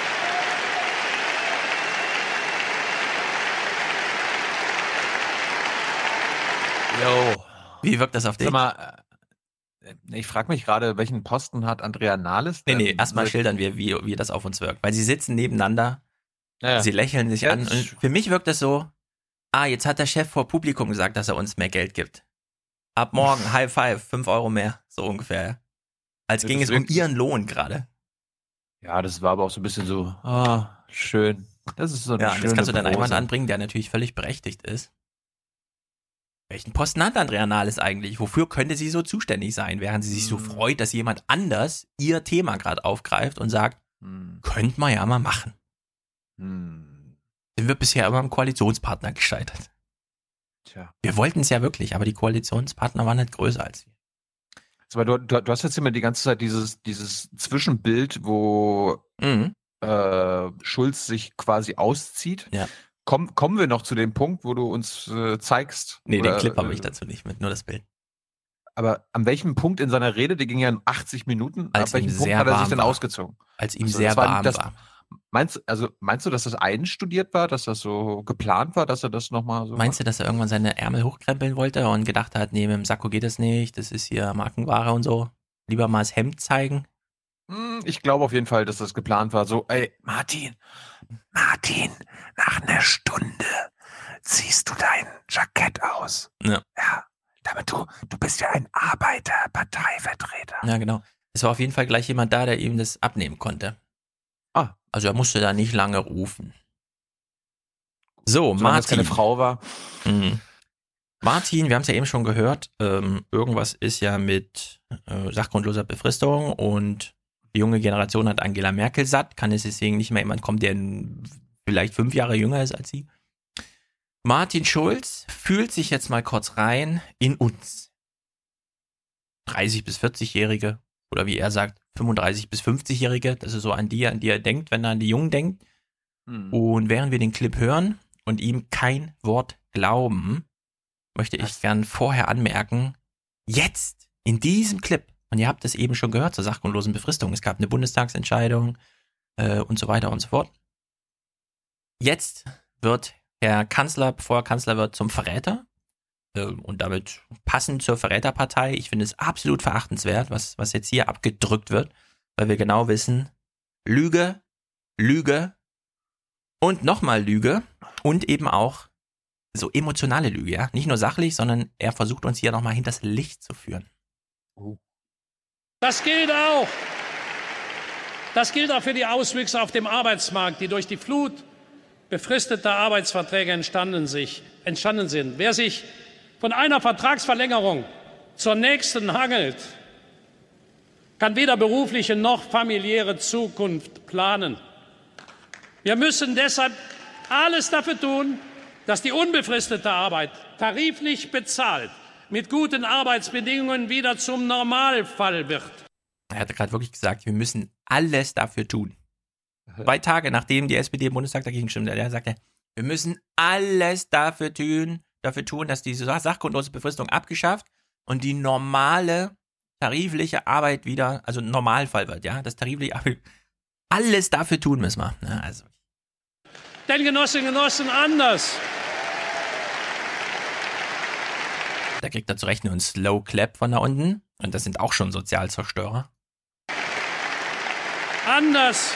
Jo. Wie wirkt das auf dich? Sag mal, ich frage mich gerade, welchen Posten hat Andrea Nahles? Nee, nee, erstmal schildern wir, wie, wie das auf uns wirkt. Weil sie sitzen nebeneinander, ja, ja. sie lächeln sich ja, an. Und für mich wirkt das so, ah, jetzt hat der Chef vor Publikum gesagt, dass er uns mehr Geld gibt. Ab morgen, High Five, fünf Euro mehr, so ungefähr. Als Ja, ging das es um wirkt- ihren Lohn gerade. Ja, das war aber auch so ein bisschen so, ah, schön. Das ist so eine Ja, schöne das kannst du dann Brose. einmal anbringen, der natürlich völlig berechtigt ist. Welchen Posten hat Andrea Nahles eigentlich? Wofür könnte sie so zuständig sein, während sie sich so freut, dass jemand anders ihr Thema gerade aufgreift und sagt, Hm. könnte man ja mal machen. Hm. Sind wir bisher immer am Koalitionspartner gescheitert. Tja. Wir wollten es ja wirklich, aber die Koalitionspartner waren nicht größer als wir. Aber du, du, du hast jetzt immer die ganze Zeit dieses, dieses Zwischenbild, wo Mhm. äh, Schulz sich quasi auszieht. Ja. Komm, kommen wir noch zu dem Punkt, wo du uns äh, zeigst? Nee, oder, den Clip habe äh, ich dazu nicht mit, nur das Bild. Aber an welchem Punkt in seiner Rede, die ging ja in achtzig Minuten, Als ab welchem ihm Punkt sehr hat er sich warm denn war. ausgezogen? Als ihm Also, sehr das war- warm das- war. Meinst, also, meinst du, dass das einstudiert war, dass das so geplant war, dass er das nochmal so Meinst du, dass er irgendwann seine Ärmel hochkrempeln wollte und gedacht hat, nee, mit dem Sakko geht das nicht, das ist hier Markenware und so? Lieber mal das Hemd zeigen? Hm, Ich glaube auf jeden Fall, dass das geplant war. So, ey, Martin, Martin, nach einer Stunde ziehst du dein Jackett aus. Ja. Ja, damit du, du bist ja ein Arbeiterparteivertreter. Ja, genau. Es war auf jeden Fall gleich jemand da, der ihm das abnehmen konnte. Ah. Also er musste da nicht lange rufen. So, Solange es Martin. keine Frau war. Mhm. Martin, wir haben es ja eben schon gehört, ähm, irgendwas ist ja mit äh, sachgrundloser Befristung und die junge Generation hat Angela Merkel satt, kann es deswegen nicht mehr jemand kommen, der vielleicht fünf Jahre jünger ist als sie. Martin Schulz fühlt sich jetzt mal kurz rein in uns. dreißig- bis vierzig-Jährige oder wie er sagt, fünfunddreißig- bis fünfzig-Jährige, das ist so an die, an die er denkt, wenn er an die Jungen denkt. Hm. Und während wir den Clip hören und ihm kein Wort glauben, möchte ich gern vorher anmerken, jetzt, in diesem Clip, und ihr habt es eben schon gehört zur sachgrundlosen Befristung, es gab eine Bundestagsentscheidung äh, und so weiter und so fort. Jetzt wird Herr Kanzler, bevor er Kanzler wird, zum Verräter äh, und damit passend zur Verräterpartei. Ich finde es absolut verachtenswert, was, was jetzt hier abgedrückt wird, weil wir genau wissen, Lüge, Lüge und nochmal Lüge und eben auch so emotionale Lüge, ja. Nicht nur sachlich, sondern er versucht uns hier nochmal hinters Licht zu führen. Oh. Das gilt auch. Das gilt auch für die Auswüchse auf dem Arbeitsmarkt, die durch die Flut befristeter Arbeitsverträge entstanden, sich, entstanden sind. Wer sich von einer Vertragsverlängerung zur nächsten hangelt, kann weder berufliche noch familiäre Zukunft planen. Wir müssen deshalb alles dafür tun, dass die unbefristete Arbeit tariflich bezahlt mit guten Arbeitsbedingungen wieder zum Normalfall wird. Er hatte gerade wirklich gesagt, wir müssen alles dafür tun. Zwei Tage nachdem die S P D im Bundestag dagegen stimmte, er sagte, wir müssen alles dafür tun, dafür tun, dass diese sachgrundlose Befristung abgeschafft und die normale tarifliche Arbeit wieder, also Normalfall wird, ja, das tarifliche Arbeit, alles dafür tun müssen wir. Ja, also. Denn Genossinnen und Genossen, anders. Da kriegt er zu Recht nur einen Slow Clap von da unten. Und das sind auch schon Sozialzerstörer. Anders.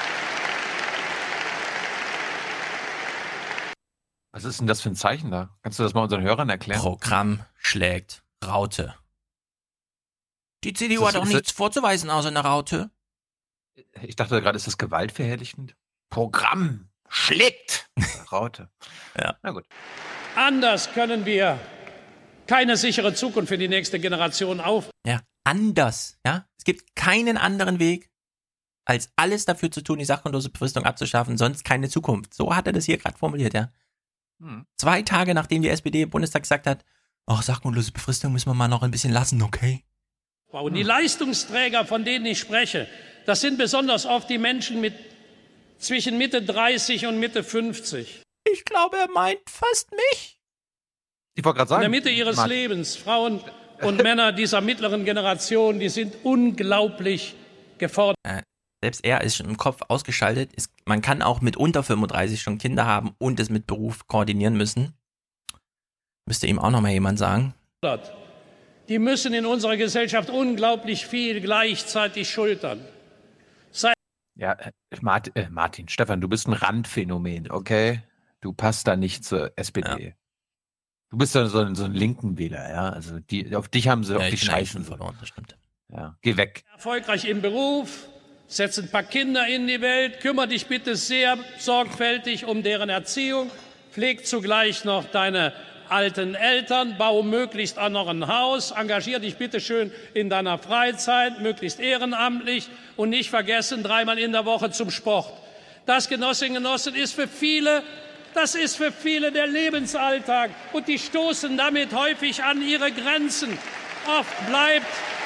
Was ist denn das für ein Zeichen da? Kannst du das mal unseren Hörern erklären? Programm schlägt Raute. Die C D U Ist hat das- auch ist nichts vorzuweisen außer einer Raute. Ich dachte gerade, ist das gewaltverherrlichend? Programm schlägt Raute. Ja. Na gut. Anders können wir keine sichere Zukunft für die nächste Generation auf. Ja, anders. Ja, es gibt keinen anderen Weg, als alles dafür zu tun, die sachgrundlose Befristung abzuschaffen, sonst keine Zukunft. So hat er das hier gerade formuliert, ja. Hm. Zwei Tage nachdem die S P D im Bundestag gesagt hat, ach, sachgrundlose Befristung müssen wir mal noch ein bisschen lassen, okay? Und die Leistungsträger, von denen ich spreche, das sind besonders oft die Menschen mit zwischen Mitte dreißig und Mitte fünfzig. Ich glaube, er meint fast mich. Ich wollte gerade In sagen. der Mitte ihres Martin, Lebens. Frauen und Männer dieser mittleren Generation, die sind unglaublich gefordert. Äh, selbst er ist schon im Kopf ausgeschaltet. Ist, man kann auch mit unter fünfunddreißig schon Kinder haben und es mit Beruf koordinieren müssen. Müsste ihm auch noch mal jemand sagen. Die müssen in unserer Gesellschaft unglaublich viel gleichzeitig schultern. Sei Ja, äh, Martin, äh, Martin, Stefan, du bist ein Randphänomen, okay? Du passt da nicht zur S P D. Ja. Du bist ja so ein, so ein linken Wähler, ja? Also die, auf dich haben sie, auf Ja, dich ich bin eigentlich scheißen schon sie. verloren, das stimmt. Ja, geh weg. erfolgreich im Beruf, setz ein paar Kinder in die Welt, kümmere dich bitte sehr sorgfältig um deren Erziehung, pfleg zugleich noch deine alten Eltern, bau möglichst auch noch ein Haus, engagier dich bitte schön in deiner Freizeit, möglichst ehrenamtlich und nicht vergessen, dreimal in der Woche zum Sport. Das, Genossinnen und Genossen, ist für viele, das ist für viele der Lebensalltag und die stoßen damit häufig an ihre Grenzen. Oft bleibt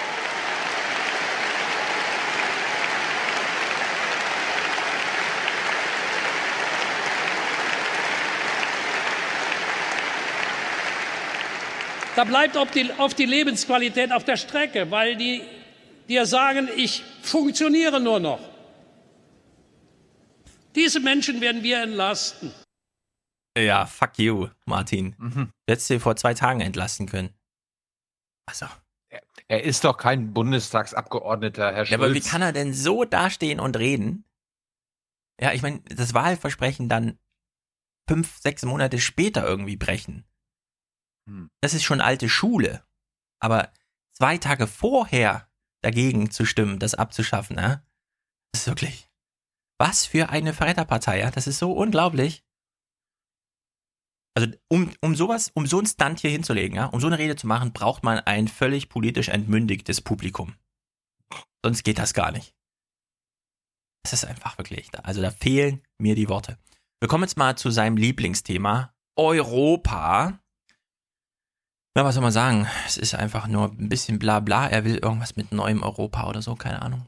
Da bleibt oft die, oft die Lebensqualität auf der Strecke, weil die dir sagen, ich funktioniere nur noch. Diese Menschen werden wir entlasten. Ja, fuck you, Martin. Mhm. Du hättest dir vor zwei Tagen entlassen können. Also. Er, er ist doch kein Bundestagsabgeordneter, Herr Schulz. Ja, aber wie kann er denn so dastehen und reden? Ja, ich meine, das Wahlversprechen dann fünf, sechs Monate später irgendwie brechen. Hm. Das ist schon alte Schule. Aber zwei Tage vorher dagegen zu stimmen, das abzuschaffen, ja, das ist wirklich, was für eine Verräterpartei, ja, das ist so unglaublich. Also, um, um sowas, um so einen Stunt hier hinzulegen, ja, um so eine Rede zu machen, braucht man ein völlig politisch entmündigtes Publikum. Sonst geht das gar nicht. Das ist einfach wirklich, also da fehlen mir die Worte. Wir kommen jetzt mal zu seinem Lieblingsthema, Europa. Na, was soll man sagen? Es ist einfach nur ein bisschen bla bla. Er will irgendwas mit neuem Europa oder so, keine Ahnung.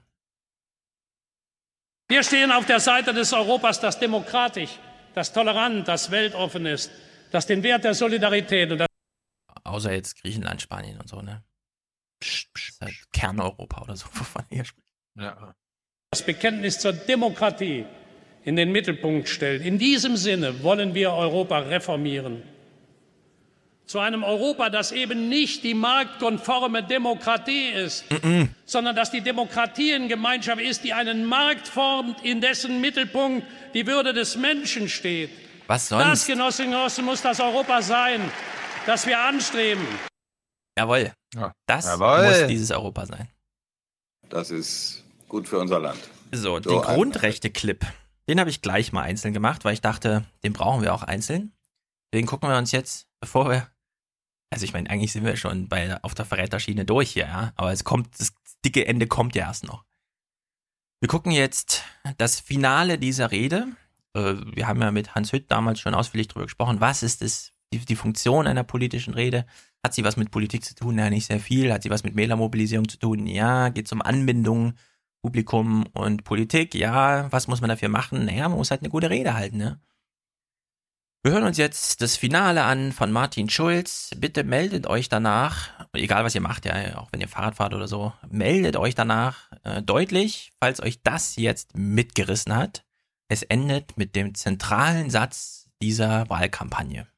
Wir stehen auf der Seite des Europas, das demokratisch, das tolerant, das weltoffen ist, das den Wert der Solidarität und das Außer jetzt Griechenland, Spanien und so, ne? Psst, psst, das ist halt Kerneuropa oder so, wovon er spricht. Ja. das Bekenntnis zur Demokratie in den Mittelpunkt stellt. In diesem Sinne wollen wir Europa reformieren. Zu einem Europa, das eben nicht die marktkonforme Demokratie ist, Mm-mm. sondern dass die Demokratiengemeinschaft ist, die einen Markt formt, in dessen Mittelpunkt die Würde des Menschen steht. Was sonst? Das, Genossinnen und Genossen, muss das Europa sein, das wir anstreben. Jawohl. Ja. Das Jawohl. muss dieses Europa sein. Das ist gut für unser Land. So, So, den ein- Grundrechte-Clip, den habe ich gleich mal einzeln gemacht, weil ich dachte, den brauchen wir auch einzeln. Deswegen gucken wir uns jetzt, bevor wir, also ich meine, eigentlich sind wir schon bei, auf der Verräterschiene durch hier, ja, aber es kommt, das dicke Ende kommt ja erst noch. Wir gucken jetzt das Finale dieser Rede. Äh, Wir haben ja mit Hans Hütt damals schon ausführlich drüber gesprochen. Was ist das, die, die Funktion einer politischen Rede? Hat sie was mit Politik zu tun? Ja, nicht sehr viel. Hat sie was mit Wählermobilisierung zu tun? Ja. Geht es um Anbindung, Publikum und Politik? Ja. Was muss man dafür machen? Naja, man muss halt eine gute Rede halten, ne? Wir hören uns jetzt das Finale an von Martin Schulz. Bitte meldet euch danach, egal was ihr macht, ja, auch wenn ihr Fahrrad fahrt oder so, meldet euch danach äh, deutlich, falls euch das jetzt mitgerissen hat. Es endet mit dem zentralen Satz dieser Wahlkampagne.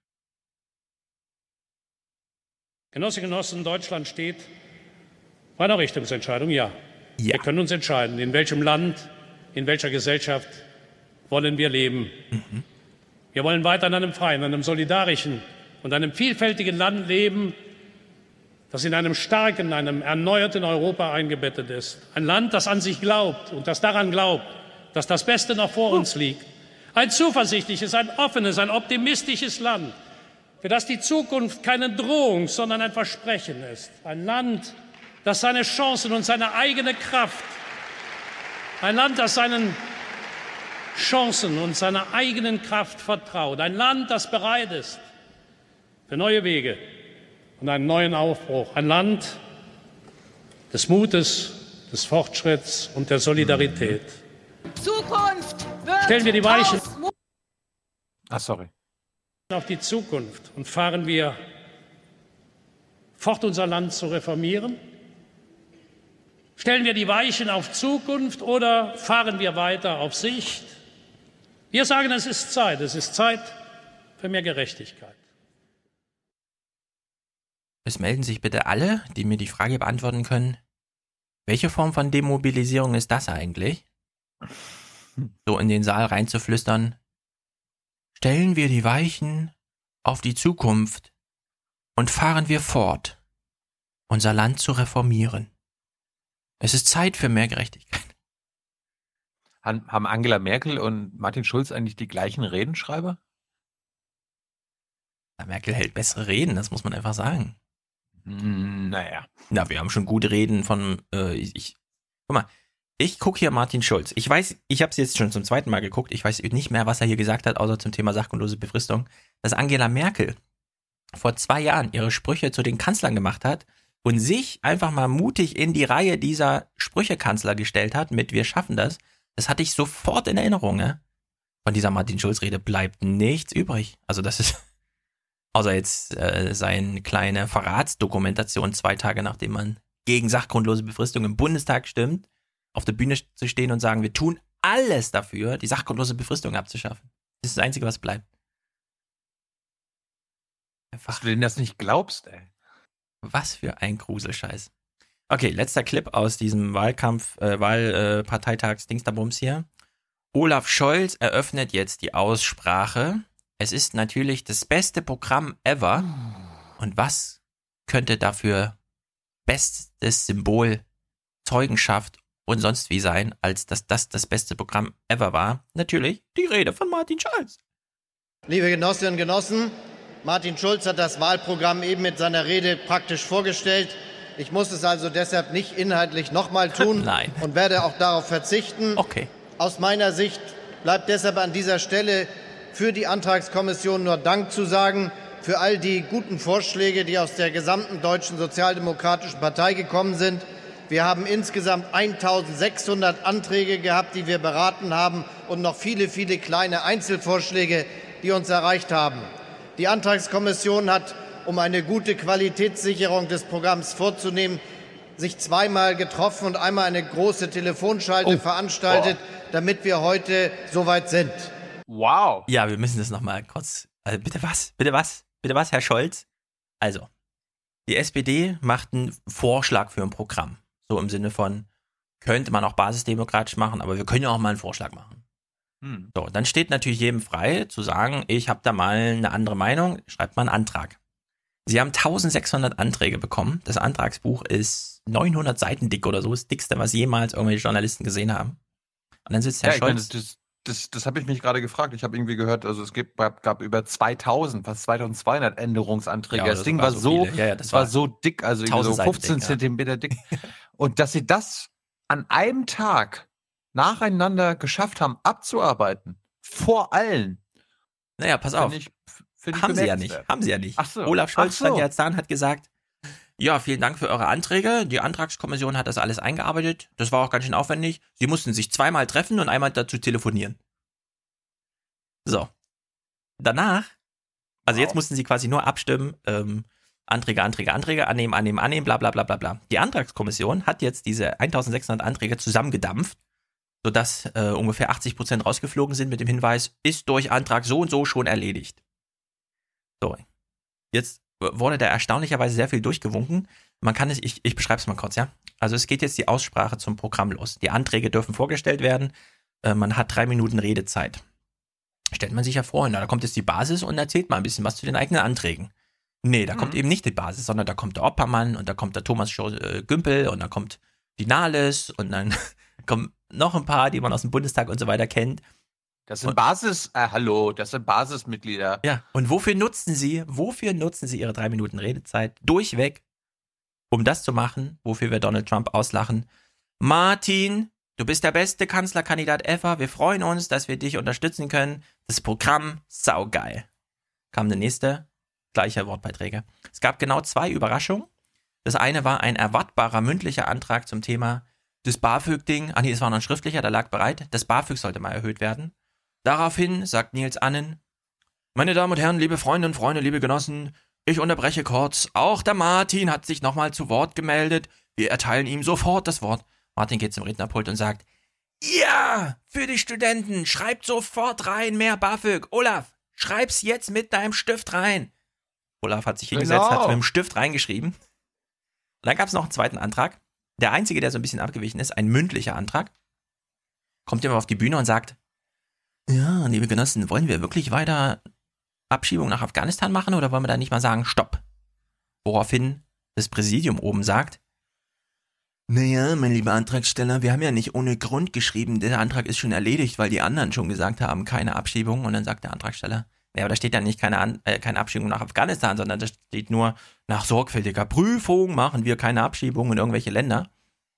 Genossinnen und Genossen, Deutschland steht vor einer Richtungsentscheidung, ja. Ja. Wir können uns entscheiden, in welchem Land, in welcher Gesellschaft wollen wir leben. Mhm. Wir wollen weiter in einem freien, einem solidarischen und einem vielfältigen Land leben, das in einem starken, einem erneuerten Europa eingebettet ist. Ein Land, das an sich glaubt und das daran glaubt, dass das Beste noch vor uns liegt. Ein zuversichtliches, ein offenes, ein optimistisches Land, für das die Zukunft keine Drohung, sondern ein Versprechen ist. Ein Land, das seine Chancen und seine eigene Kraft, ein Land, das seinen Chancen und seiner eigenen Kraft vertraut. Ein Land, das bereit ist für neue Wege und einen neuen Aufbruch. Ein Land des Mutes, des Fortschritts und der Solidarität. Zukunft wird Stellen wir die Weichen aus Mut Ah, sorry. auf die Zukunft und fahren wir fort, unser Land zu reformieren? Stellen wir die Weichen auf Zukunft oder fahren wir weiter auf Sicht? Wir sagen, es ist Zeit, es ist Zeit für mehr Gerechtigkeit. Es melden sich bitte alle, die mir die Frage beantworten können, welche Form von Demobilisierung ist das eigentlich? So in den Saal reinzuflüstern, stellen wir die Weichen auf die Zukunft und fahren wir fort, unser Land zu reformieren. Es ist Zeit für mehr Gerechtigkeit. Han- Haben Angela Merkel und Martin Schulz eigentlich die gleichen Redenschreiber? Na, Merkel hält bessere Reden, das muss man einfach sagen. Hm, naja. Na, wir haben schon gute Reden von, äh, ich, ich guck mal, ich gucke hier Martin Schulz. Ich weiß, ich habe es jetzt schon zum zweiten Mal geguckt, ich weiß nicht mehr, was er hier gesagt hat, außer zum Thema sachgrundlose Befristung, dass Angela Merkel vor zwei Jahren ihre Sprüche zu den Kanzlern gemacht hat und sich einfach mal mutig in die Reihe dieser Sprüchekanzler gestellt hat mit "Wir schaffen das", das hatte ich sofort in Erinnerung, ne? Von dieser Martin-Schulz-Rede bleibt nichts übrig. Also das ist, außer jetzt äh, seine kleine Verratsdokumentation zwei Tage nachdem man gegen sachgrundlose Befristung im Bundestag stimmt, auf der Bühne zu stehen und sagen, wir tun alles dafür, die sachgrundlose Befristung abzuschaffen. Das ist das Einzige, was bleibt. Einfach. Dass du denen das nicht glaubst, ey. Was für ein Gruselscheiß. Okay, letzter Clip aus diesem Wahlkampf, äh, Wahlparteitags-Dingsterbums hier. Olaf Scholz eröffnet jetzt die Aussprache. Es ist natürlich das beste Programm ever. Und was könnte dafür bestes Symbol, Zeugenschaft und sonst wie sein, als dass das das beste Programm ever war? Natürlich die Rede von Martin Schulz. Liebe Genossinnen und Genossen, Martin Schulz hat das Wahlprogramm eben mit seiner Rede praktisch vorgestellt. Ich muss es also deshalb nicht inhaltlich nochmal tun Nein. und werde auch darauf verzichten. Okay. Aus meiner Sicht bleibt deshalb an dieser Stelle für die Antragskommission nur Dank zu sagen, für all die guten Vorschläge, die aus der gesamten Deutschen Sozialdemokratischen Partei gekommen sind. Wir haben insgesamt eintausendsechshundert Anträge gehabt, die wir beraten haben, und noch viele, viele kleine Einzelvorschläge, die uns erreicht haben. Die Antragskommission hat, um eine gute Qualitätssicherung des Programms vorzunehmen, sich zweimal getroffen und einmal eine große Telefonschalte Oh. veranstaltet, Oh. damit wir heute soweit sind. Wow. Ja, wir müssen das nochmal kurz. Also bitte was? Bitte was? Bitte was, Herr Scholz? Also, die S P D macht einen Vorschlag für ein Programm. So im Sinne von, könnte man auch basisdemokratisch machen, aber wir können ja auch mal einen Vorschlag machen. Hm. So, dann steht natürlich jedem frei zu sagen, ich habe da mal eine andere Meinung, schreibt mal einen Antrag. Sie haben eintausendsechshundert Anträge bekommen. Das Antragsbuch ist neunhundert Seiten dick oder so, das dickste, was jemals irgendwelche Journalisten gesehen haben. Und dann sitzt Herr Ja, ich meine, Scholz. das, das, das habe ich mich gerade gefragt. Ich habe irgendwie gehört, also es gibt, gab, gab über zweitausend, fast zweitausendzweihundert Änderungsanträge. Ja, das das Ding war war so so, viele. Ja, ja, das das war war so dick, also irgendwie tausend so Seiten fünfzehn dick, ja. Zentimeter dick. Und dass sie das an einem Tag nacheinander geschafft haben, abzuarbeiten, vor allen. Naja, pass auf. Find ich, find ich Haben sie ja nicht. bemerkenswert. Haben sie ja nicht. Ach so. Olaf Scholz Ach so. stand ja jetzt da und hat gesagt, ja, vielen Dank für eure Anträge. Die Antragskommission hat das alles eingearbeitet. Das war auch ganz schön aufwendig. Sie mussten sich zweimal treffen und einmal dazu telefonieren. So. Danach, also jetzt mussten sie quasi nur abstimmen, ähm, Anträge, Anträge, Anträge, annehmen, annehmen, annehmen, bla bla bla bla bla. Die Antragskommission hat jetzt diese eintausendsechshundert Anträge zusammengedampft, sodass äh, ungefähr achtzig Prozent rausgeflogen sind mit dem Hinweis, ist durch Antrag so und so schon erledigt. So, jetzt wurde da erstaunlicherweise sehr viel durchgewunken. Man kann es, ich, ich beschreibe es mal kurz, ja. Also es geht jetzt die Aussprache zum Programm los. Die Anträge dürfen vorgestellt werden. Äh, man hat drei Minuten Redezeit. Stellt man sich ja vor, na, da kommt jetzt die Basis und erzählt mal ein bisschen was zu den eigenen Anträgen. Nee, da Mhm. kommt eben nicht die Basis, sondern da kommt der Oppermann und da kommt der Thomas Scho- äh, Gümpel und da kommt die Nahles und dann kommen noch ein paar, die man aus dem Bundestag und so weiter kennt. Das sind Basis, äh, hallo, das sind Basismitglieder. Ja, und wofür nutzen sie, wofür nutzen sie ihre drei Minuten Redezeit durchweg, um das zu machen, wofür wir Donald Trump auslachen? Martin, du bist der beste Kanzlerkandidat ever, wir freuen uns, dass wir dich unterstützen können. Das Programm, saugeil. Kam der nächste, gleiche Wortbeiträge. Es gab genau zwei Überraschungen. Das eine war ein erwartbarer mündlicher Antrag zum Thema das BAföG-Ding. Ah nee, das war noch ein schriftlicher, der lag bereit. Das BAföG sollte mal erhöht werden. Daraufhin sagt Nils Annen, meine Damen und Herren, liebe Freundinnen und Freunde, liebe Genossen, ich unterbreche kurz. Auch der Martin hat sich nochmal zu Wort gemeldet. Wir erteilen ihm sofort das Wort. Martin geht zum Rednerpult und sagt, ja, für die Studenten, schreibt sofort rein, mehr BAföG. Olaf, schreib's jetzt mit deinem Stift rein. Olaf hat sich hingesetzt, Genau. hat mit dem Stift reingeschrieben. Und dann gab es noch einen zweiten Antrag. Der einzige, der so ein bisschen abgewichen ist, ein mündlicher Antrag. Kommt jemand auf die Bühne und sagt, ja, liebe Genossen, wollen wir wirklich weiter Abschiebung nach Afghanistan machen oder wollen wir da nicht mal sagen, stopp? Woraufhin das Präsidium oben sagt, naja, mein lieber Antragsteller, wir haben ja nicht ohne Grund geschrieben, der Antrag ist schon erledigt, weil die anderen schon gesagt haben, keine Abschiebung. Und dann sagt der Antragsteller, ja, aber da steht ja nicht keine, An- äh, keine Abschiebung nach Afghanistan, sondern da steht nur, nach sorgfältiger Prüfung machen wir keine Abschiebung in irgendwelche Länder.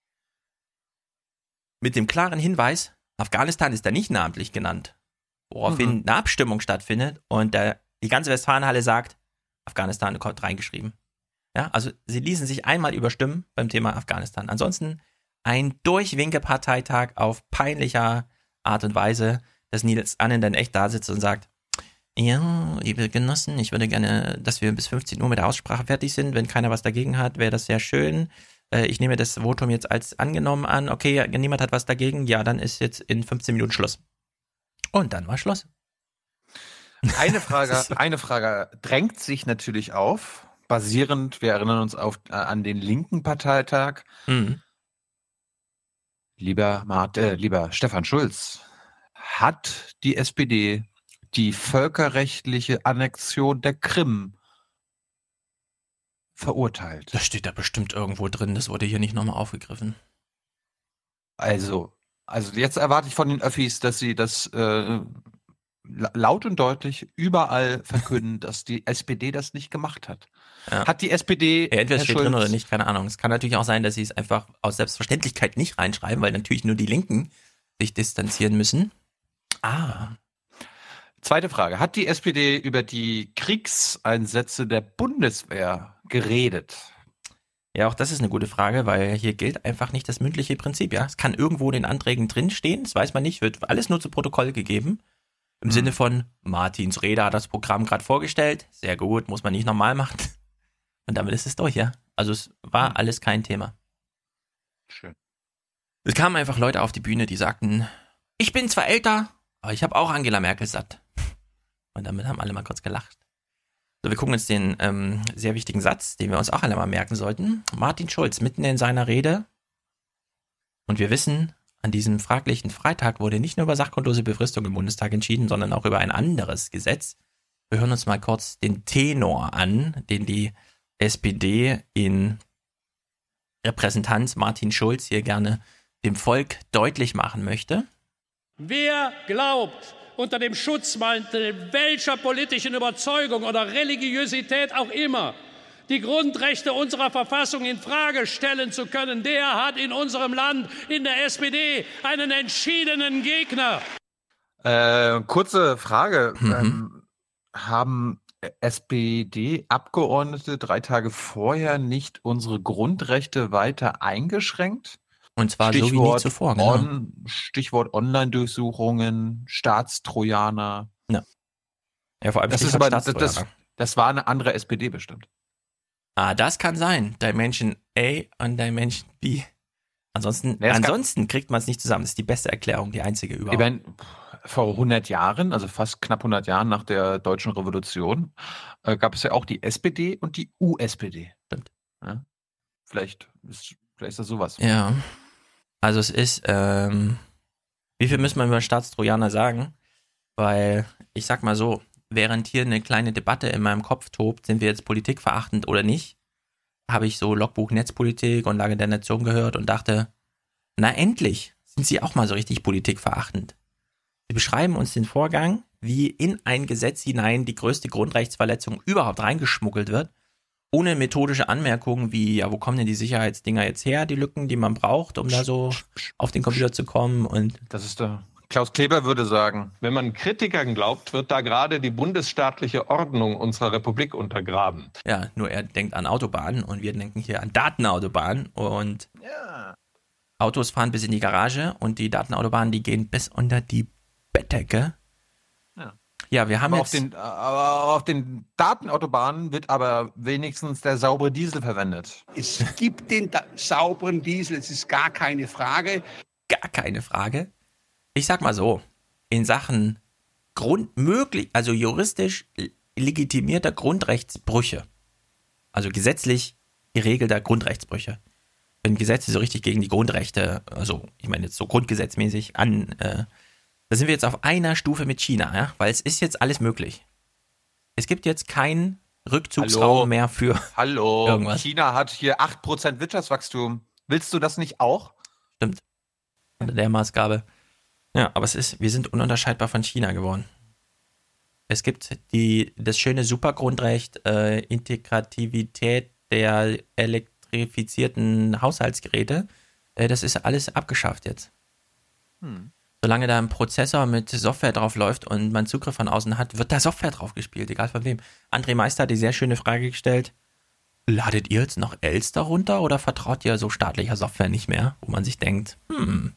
Mit dem klaren Hinweis, Afghanistan ist da nicht namentlich genannt. Woraufhin Mhm. eine Abstimmung stattfindet und der, die ganze Westfalenhalle sagt, Afghanistan kommt reingeschrieben. Ja, also sie ließen sich einmal überstimmen beim Thema Afghanistan. Ansonsten ein Durchwinke-Parteitag auf peinlicher Art und Weise, dass Nils Annen dann echt da sitzt und sagt, ja, liebe Genossen, ich würde gerne, dass wir bis fünfzehn Uhr mit der Aussprache fertig sind. Wenn keiner was dagegen hat, wäre das sehr schön. äh, ich nehme das Votum jetzt als angenommen an, okay, niemand hat was dagegen, ja, dann ist jetzt in fünfzehn Minuten Schluss. Und dann war Schluss. Eine Frage, eine Frage drängt sich natürlich auf, basierend, wir erinnern uns auf, äh, an den linken Parteitag. Mhm. Lieber, Mart, äh, lieber Stefan Schulz, hat die S P D die völkerrechtliche Annexion der Krim verurteilt? Das steht da bestimmt irgendwo drin, das wurde hier nicht nochmal aufgegriffen. Also, also jetzt erwarte ich von den Öffis, dass sie das äh, laut und deutlich überall verkünden, dass die S P D das nicht gemacht hat. Ja. Hat die S P D... Ja, entweder Herr steht Schulz, drin oder nicht, keine Ahnung. Es kann natürlich auch sein, dass sie es einfach aus Selbstverständlichkeit nicht reinschreiben, weil natürlich nur die Linken sich distanzieren müssen. Ah. Zweite Frage. Hat die S P D über die Kriegseinsätze der Bundeswehr geredet? Ja, auch das ist eine gute Frage, weil hier gilt einfach nicht das mündliche Prinzip. Ja, es kann irgendwo in den Anträgen drinstehen, das weiß man nicht, wird alles nur zu Protokoll gegeben. Im hm. Sinne von, Martins Rede hat das Programm gerade vorgestellt, sehr gut, muss man nicht nochmal machen. Und damit ist es durch, ja. Also es war hm. alles kein Thema. Schön. Es kamen einfach Leute auf die Bühne, die sagten, ich bin zwar älter, aber ich habe auch Angela Merkel satt. Und damit haben alle mal kurz gelacht. So, wir gucken uns den ähm, sehr wichtigen Satz, den wir uns auch alle mal merken sollten. Martin Schulz mitten in seiner Rede. Und wir wissen, an diesem fraglichen Freitag wurde nicht nur über sachgrundlose Befristung im Bundestag entschieden, sondern auch über ein anderes Gesetz. Wir hören uns mal kurz den Tenor an, den die S P D in Repräsentanz Martin Schulz hier gerne dem Volk deutlich machen möchte. Wer glaubt, unter dem Schutzmantel welcher politischen Überzeugung oder Religiosität auch immer die Grundrechte unserer Verfassung in Frage stellen zu können, der hat in unserem Land, in der S P D, einen entschiedenen Gegner. Äh, kurze Frage. Mhm. Ähm, haben S P D-Abgeordnete drei Tage vorher nicht unsere Grundrechte weiter eingeschränkt? Und zwar so wie nie zuvor, genau. On, Stichwort Online-Durchsuchungen, Staatstrojaner. Ja. Ja, vor allem das ist aber das, das, das war eine andere S P D bestimmt. Ah, das kann sein. Dimension A und Dimension B. Ansonsten, ja, ansonsten kriegt man es nicht zusammen. Das ist die beste Erklärung, die einzige überhaupt. Ich meine, vor hundert Jahren, also fast knapp hundert Jahren nach der Deutschen Revolution, äh, gab es ja auch die S P D und die U S P D. Stimmt. Ja? Vielleicht, ist, vielleicht ist das sowas. Ja. Also es ist, ähm, wie viel müssen wir über Staatstrojaner sagen? Weil, ich sag mal so, während hier eine kleine Debatte in meinem Kopf tobt, sind wir jetzt politikverachtend oder nicht, habe ich so Logbuch Netzpolitik und Lage der Nation gehört und dachte, na endlich sind sie auch mal so richtig politikverachtend. Sie beschreiben uns den Vorgang, wie in ein Gesetz hinein die größte Grundrechtsverletzung überhaupt reingeschmuggelt wird, ohne methodische Anmerkungen wie, ja, wo kommen denn die Sicherheitsdinger jetzt her, die Lücken, die man braucht, um da so auf den Computer zu kommen. Und das ist der Klaus Kleber würde sagen, wenn man Kritikern glaubt, wird da gerade die bundesstaatliche Ordnung unserer Republik untergraben. Ja, nur er denkt an Autobahnen und wir denken hier an Datenautobahnen und ja. Autos fahren bis in die Garage und die Datenautobahnen, die gehen bis unter die Bettdecke. Ja. Ja, wir haben aber jetzt... Auf den, aber auf den Datenautobahnen wird aber wenigstens der saubere Diesel verwendet. Es gibt den da- sauberen Diesel, es ist gar keine Frage. Gar keine Frage. Ich sag mal so, in Sachen Grund möglich, also juristisch legitimierter Grundrechtsbrüche, also gesetzlich geregelter Grundrechtsbrüche, wenn Gesetze so richtig gegen die Grundrechte, also ich meine jetzt so grundgesetzmäßig an, äh, da sind wir jetzt auf einer Stufe mit China, ja? Weil es ist jetzt alles möglich. Es gibt jetzt keinen Rückzugsraum Hallo. mehr für Hallo, irgendwas. China hat hier acht Prozent Wirtschaftswachstum. Willst du das nicht auch? Stimmt. Unter der Maßgabe. Ja, aber es ist, wir sind ununterscheidbar von China geworden. Es gibt die, das schöne Supergrundrecht, äh, Integrativität der elektrifizierten Haushaltsgeräte. Äh, das ist alles abgeschafft jetzt. Hm. Solange da ein Prozessor mit Software drauf läuft und man Zugriff von außen hat, wird da Software drauf gespielt, egal von wem. André Meister hat die sehr schöne Frage gestellt, ladet ihr jetzt noch Elster runter oder vertraut ihr so staatlicher Software nicht mehr? Wo man sich denkt, hm,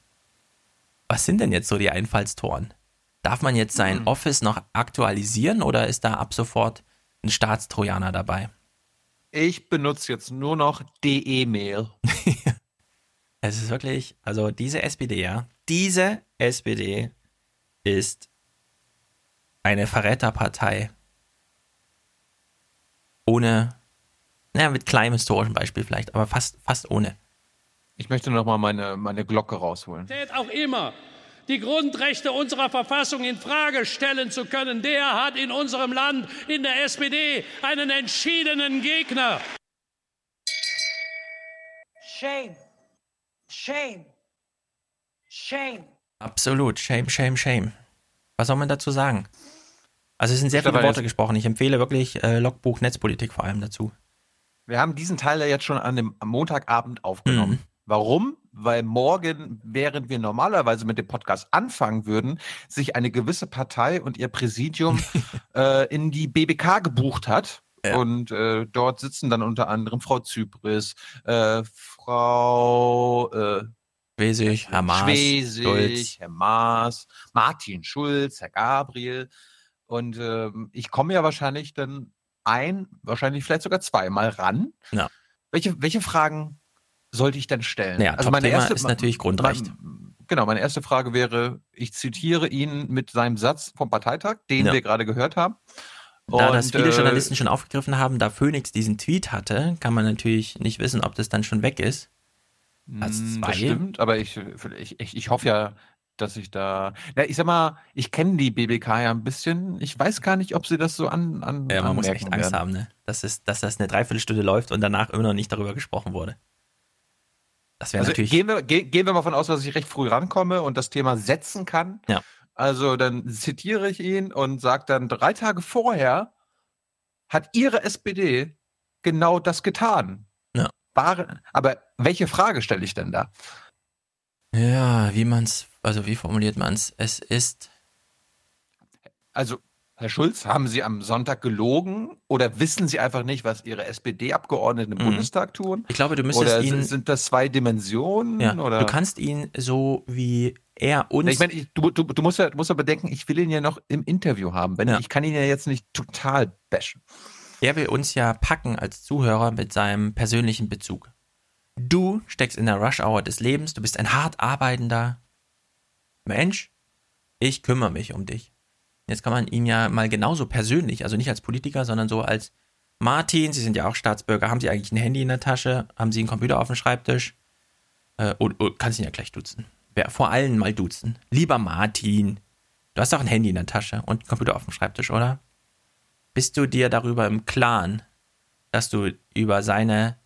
was sind denn jetzt so die Einfallstoren? Darf man jetzt sein hm. Office noch aktualisieren oder ist da ab sofort ein Staatstrojaner dabei? Ich benutze jetzt nur noch D E-Mail. Es ist wirklich, also diese S P D, ja, diese S P D ist eine Verräterpartei ohne, naja, mit kleinem historischen Beispiel vielleicht, aber fast, fast ohne. Ich möchte noch mal meine, meine Glocke rausholen. Auch immer die Grundrechte unserer Verfassung in Frage stellen zu können, der hat in unserem Land, in der S P D, einen entschiedenen Gegner. Shame. Shame. Shame. Absolut. Shame, shame, shame. Was soll man dazu sagen? Also es sind sehr Ich viele glaube, Worte jetzt- gesprochen. Ich empfehle wirklich äh, Logbuch Netzpolitik vor allem dazu. Wir haben diesen Teil ja jetzt schon an dem am Montagabend aufgenommen. Mhm. Warum? Weil morgen, während wir normalerweise mit dem Podcast anfangen würden, sich eine gewisse Partei und ihr Präsidium äh, in die B B K gebucht hat. Ja. Und äh, dort sitzen dann unter anderem Frau Zypris, äh, Frau äh, Schwesig, Herr Maas, Schwesig, Schulz. Herr Maas, Martin Schulz, Herr Gabriel. Und ähm, ich komme ja wahrscheinlich dann ein, wahrscheinlich vielleicht sogar zweimal ran. Ja. Welche, welche Fragen sollte ich denn stellen? Naja, also meine Top-Thema erste, ist natürlich Grundrecht. Mein, genau, meine erste Frage wäre, ich zitiere ihn mit seinem Satz vom Parteitag, den Ja. wir gerade gehört haben. Da das Und, viele äh, Journalisten schon aufgegriffen haben, da Phoenix diesen Tweet hatte, kann man natürlich nicht wissen, ob das dann schon weg ist. Platz Mm, zwei. Das stimmt, aber ich, ich, ich, ich hoffe ja, dass ich da. Ja, ich sag mal, ich kenne die B B K ja ein bisschen. Ich weiß gar nicht, ob sie das so an. an Ja, man muss anmerken echt Angst werden. haben, ne? Dass, es, dass das eine Dreiviertelstunde läuft und danach immer noch nicht darüber gesprochen wurde. Das wäre Also natürlich. gehen wir, ge, gehen wir mal von aus, dass ich recht früh rankomme und das Thema setzen kann. Ja. Also dann zitiere ich ihn und sage dann, drei Tage vorher hat ihre S P D genau das getan. Ja. War, aber welche Frage stelle ich denn da? Ja, wie man's, also wie formuliert man's? Es ist. Also, Herr Schulz, haben Sie am Sonntag gelogen oder wissen Sie einfach nicht, was Ihre S P D-Abgeordneten im Mhm. Bundestag tun? Ich glaube, du müsstest Oder ihn. sind, sind das zwei Dimensionen? Ja, oder? du kannst ihn so wie er uns. Ich meine, ich, du, du, du, musst ja, du musst ja bedenken, ich will ihn ja noch im Interview haben. Wenn, Ja. Ich kann ihn ja jetzt nicht total bashen. Er will uns ja packen als Zuhörer mit seinem persönlichen Bezug. Du steckst in der Rush-Hour des Lebens, du bist ein hart arbeitender Mensch, ich kümmere mich um dich. Jetzt kann man ihn ja mal genauso persönlich, also nicht als Politiker, sondern so als Martin, Sie sind ja auch Staatsbürger, haben Sie eigentlich ein Handy in der Tasche, haben Sie einen Computer auf dem Schreibtisch? Äh, und, und kannst ihn ja gleich duzen. Ja, vor allem mal duzen. Lieber Martin, du hast doch ein Handy in der Tasche und einen Computer auf dem Schreibtisch, oder? Bist du dir darüber im Klaren, dass du über seine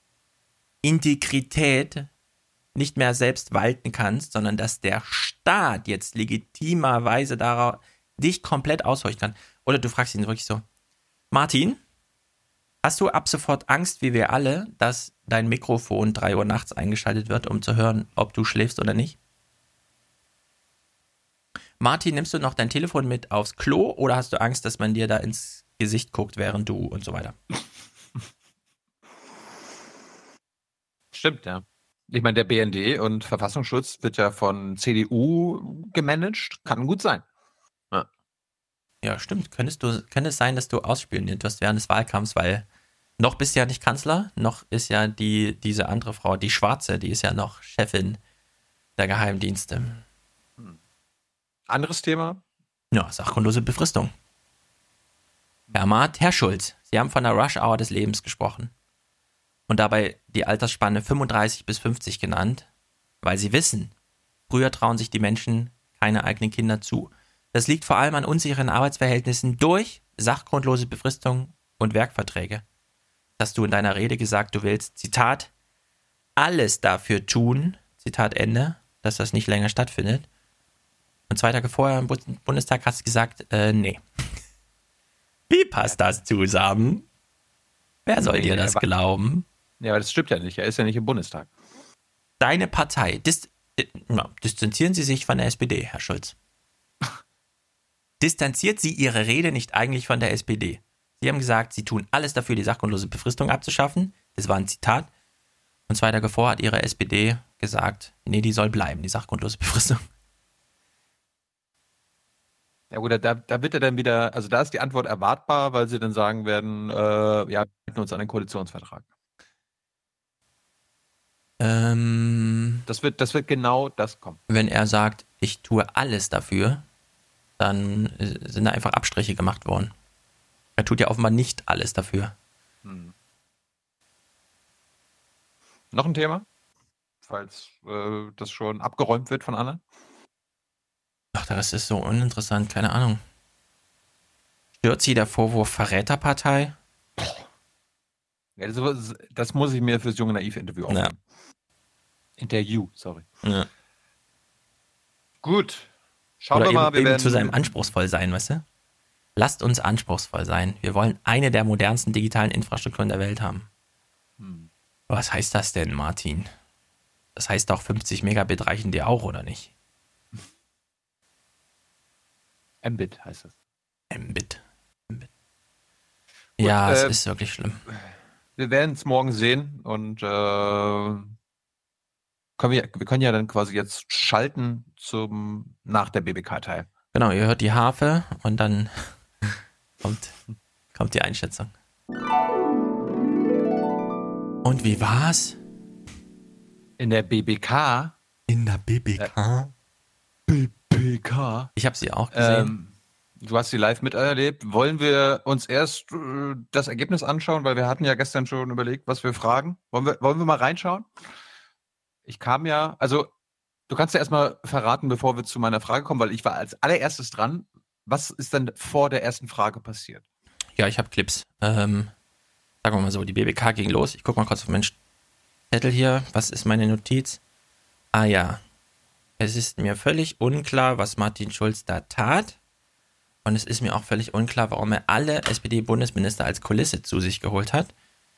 Integrität nicht mehr selbst walten kannst, sondern dass der Staat jetzt legitimerweise darauf dich komplett aushorchen kann? Oder du fragst ihn wirklich so, Martin, hast du ab sofort Angst, wie wir alle, dass dein Mikrofon drei Uhr nachts eingeschaltet wird, um zu hören, ob du schläfst oder nicht? Martin, nimmst du noch dein Telefon mit aufs Klo oder hast du Angst, dass man dir da ins Gesicht guckt, während du und so weiter? Stimmt, ja. Ich meine, der B N D und Verfassungsschutz wird ja von C D U gemanagt. Kann gut sein. Ja. Ja, stimmt. Könntest du, könnte es sein, dass du ausspioniert wirst während des Wahlkampfs, weil noch bist du ja nicht Kanzler, noch ist ja die, diese andere Frau, die Schwarze, die ist ja noch Chefin der Geheimdienste. Anderes Thema? Ja, sachgrundlose Befristung. Herr Maat, Herr Schulz, Sie haben von der Rush-Hour des Lebens gesprochen und dabei die Altersspanne fünfunddreißig bis fünfzig genannt, weil Sie wissen, früher trauen sich die Menschen keine eigenen Kinder zu. Das liegt vor allem an unsicheren Arbeitsverhältnissen durch sachgrundlose Befristung und Werkverträge. Hast du in deiner Rede gesagt, du willst, Zitat, alles dafür tun, Zitat Ende, dass das nicht länger stattfindet. Und zwei Tage vorher im Bundestag hast du gesagt, äh, nee. Wie passt das zusammen? Wer soll dir das glauben? Ja, aber das stimmt ja nicht. Er ist ja nicht im Bundestag. Deine Partei, dis, äh, na, distanzieren Sie sich von der S P D, Herr Schulz. Distanziert Sie Ihre Rede nicht eigentlich von der S P D? Sie haben gesagt, Sie tun alles dafür, die sachgrundlose Befristung abzuschaffen. Das war ein Zitat. Und zwei Tage vor hat Ihre S P D gesagt, nee, die soll bleiben, die sachgrundlose Befristung. Ja gut, da, da wird er dann wieder, also da ist die Antwort erwartbar, weil sie dann sagen werden, äh, ja, wir halten uns an den Koalitionsvertrag. Ähm, das wird, das wird genau das kommen. Wenn er sagt, ich tue alles dafür, dann sind da einfach Abstriche gemacht worden. Er tut ja offenbar nicht alles dafür. Hm. Noch ein Thema? Falls äh, das schon abgeräumt wird von anderen? Ach, das ist so uninteressant, keine Ahnung. Stört sie der Vorwurf Verräterpartei? Ja, das, das muss ich mir fürs junge Naiv-Interview aufnehmen. Ja. Interview, sorry. Ja. Gut. Schauen Oder wir mal. Eben, wir eben werden zu seinem anspruchsvoll sein, weißt du? Lasst uns anspruchsvoll sein. Wir wollen eine der modernsten digitalen Infrastrukturen der Welt haben. Hm. Was heißt das denn, Martin? Das heißt doch, fünfzig Megabit reichen dir auch, oder nicht? Mbit heißt das. Mbit. Mbit. Ja, Gut, es äh, ist wirklich schlimm. Wir werden es morgen sehen und äh, können wir, wir können ja dann quasi jetzt schalten zum nach der B B K-Teil. Genau, ihr hört die Harfe und dann kommt, kommt die Einschätzung. Und wie war's? In der B B K? In der B B K? Äh, B B K? Ich habe sie auch gesehen. Ähm, du hast sie live miterlebt. Wollen wir uns erst äh, das Ergebnis anschauen, weil wir hatten ja gestern schon überlegt, was wir fragen. Wollen wir, wollen wir mal reinschauen? Ich kam ja, also du kannst ja erstmal verraten, bevor wir zu meiner Frage kommen, weil ich war als allererstes dran. Was ist denn vor der ersten Frage passiert? Ja, ich habe Clips. Ähm, sagen wir mal so, die B B K ging los. Ich gucke mal kurz auf meinen Zettel hier. Was ist meine Notiz? Ah ja, es ist mir völlig unklar, was Martin Schulz da tat. Und es ist mir auch völlig unklar, warum er alle S P D-Bundesminister als Kulisse zu sich geholt hat.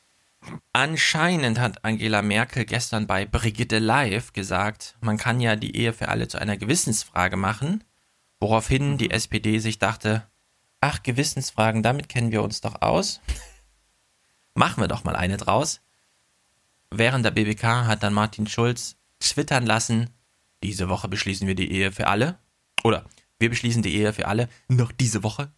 Anscheinend hat Angela Merkel gestern bei Brigitte Live gesagt, man kann ja die Ehe für alle zu einer Gewissensfrage machen, woraufhin die S P D sich dachte, ach, Gewissensfragen, damit kennen wir uns doch aus. Machen wir doch mal eine draus. Während der B B K hat dann Martin Schulz twittern lassen, diese Woche beschließen wir die Ehe für alle. Oder wir beschließen die Ehe für alle noch diese Woche.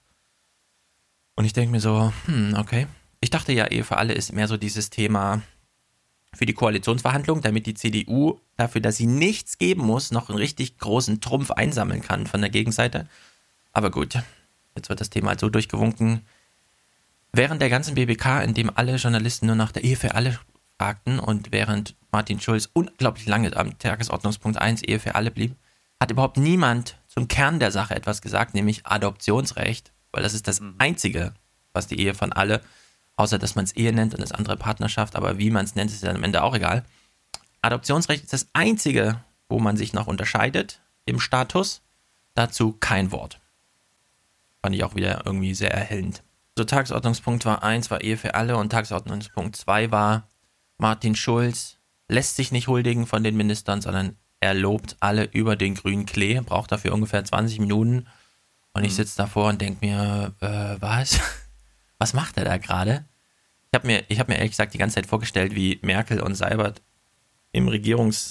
Und ich denke mir so, hm, okay. Ich dachte ja, Ehe für alle ist mehr so dieses Thema für die Koalitionsverhandlung, damit die C D U dafür, dass sie nichts geben muss, noch einen richtig großen Trumpf einsammeln kann von der Gegenseite. Aber gut, jetzt wird das Thema halt so durchgewunken. Während der ganzen B B K, in dem alle Journalisten nur nach der Ehe für alle fragten und während Martin Schulz unglaublich lange am Tagesordnungspunkt eins Ehe für alle blieb, hat überhaupt niemand zum Kern der Sache etwas gesagt, nämlich Adoptionsrecht, weil das ist das Einzige, was die Ehe von alle, außer dass man es Ehe nennt und das andere Partnerschaft, aber wie man es nennt, ist dann am Ende auch egal. Adoptionsrecht ist das Einzige, wo man sich noch unterscheidet im Status, dazu kein Wort. Fand ich auch wieder irgendwie sehr erhellend. So, Tagesordnungspunkt war eins, war Ehe für alle und Tagesordnungspunkt zwei war, Martin Schulz lässt sich nicht huldigen von den Ministern, sondern er lobt alle über den grünen Klee, braucht dafür ungefähr zwanzig Minuten und ich sitze davor und denke mir, äh, was? Was macht er da gerade? Ich habe mir, ich hab mir ehrlich gesagt die ganze Zeit vorgestellt, wie Merkel und Seibert im Regierungs,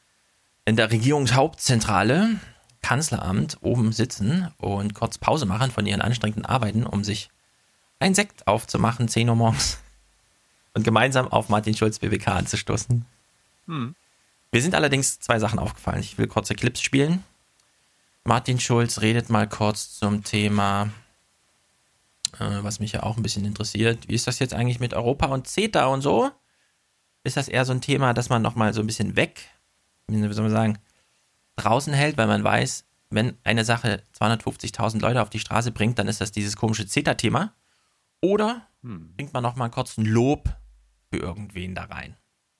in der Regierungshauptzentrale, Kanzleramt, oben sitzen und kurz Pause machen von ihren anstrengenden Arbeiten, um sich ein Sekt aufzumachen, zehn Uhr morgens und gemeinsam auf Martin Schulz B B K anzustoßen. Hm. Mir sind allerdings zwei Sachen aufgefallen. Ich will kurze Clips spielen. Martin Schulz redet mal kurz zum Thema, äh, was mich ja auch ein bisschen interessiert. Wie ist das jetzt eigentlich mit Europa und CETA und so? Ist das eher so ein Thema, dass man nochmal so ein bisschen weg, wie soll man sagen, draußen hält, weil man weiß, wenn eine Sache zweihundertfünfzigtausend Leute auf die Straße bringt, dann ist das dieses komische CETA-Thema. Oder hm. bringt man nochmal kurz ein Lob für irgendwen da rein?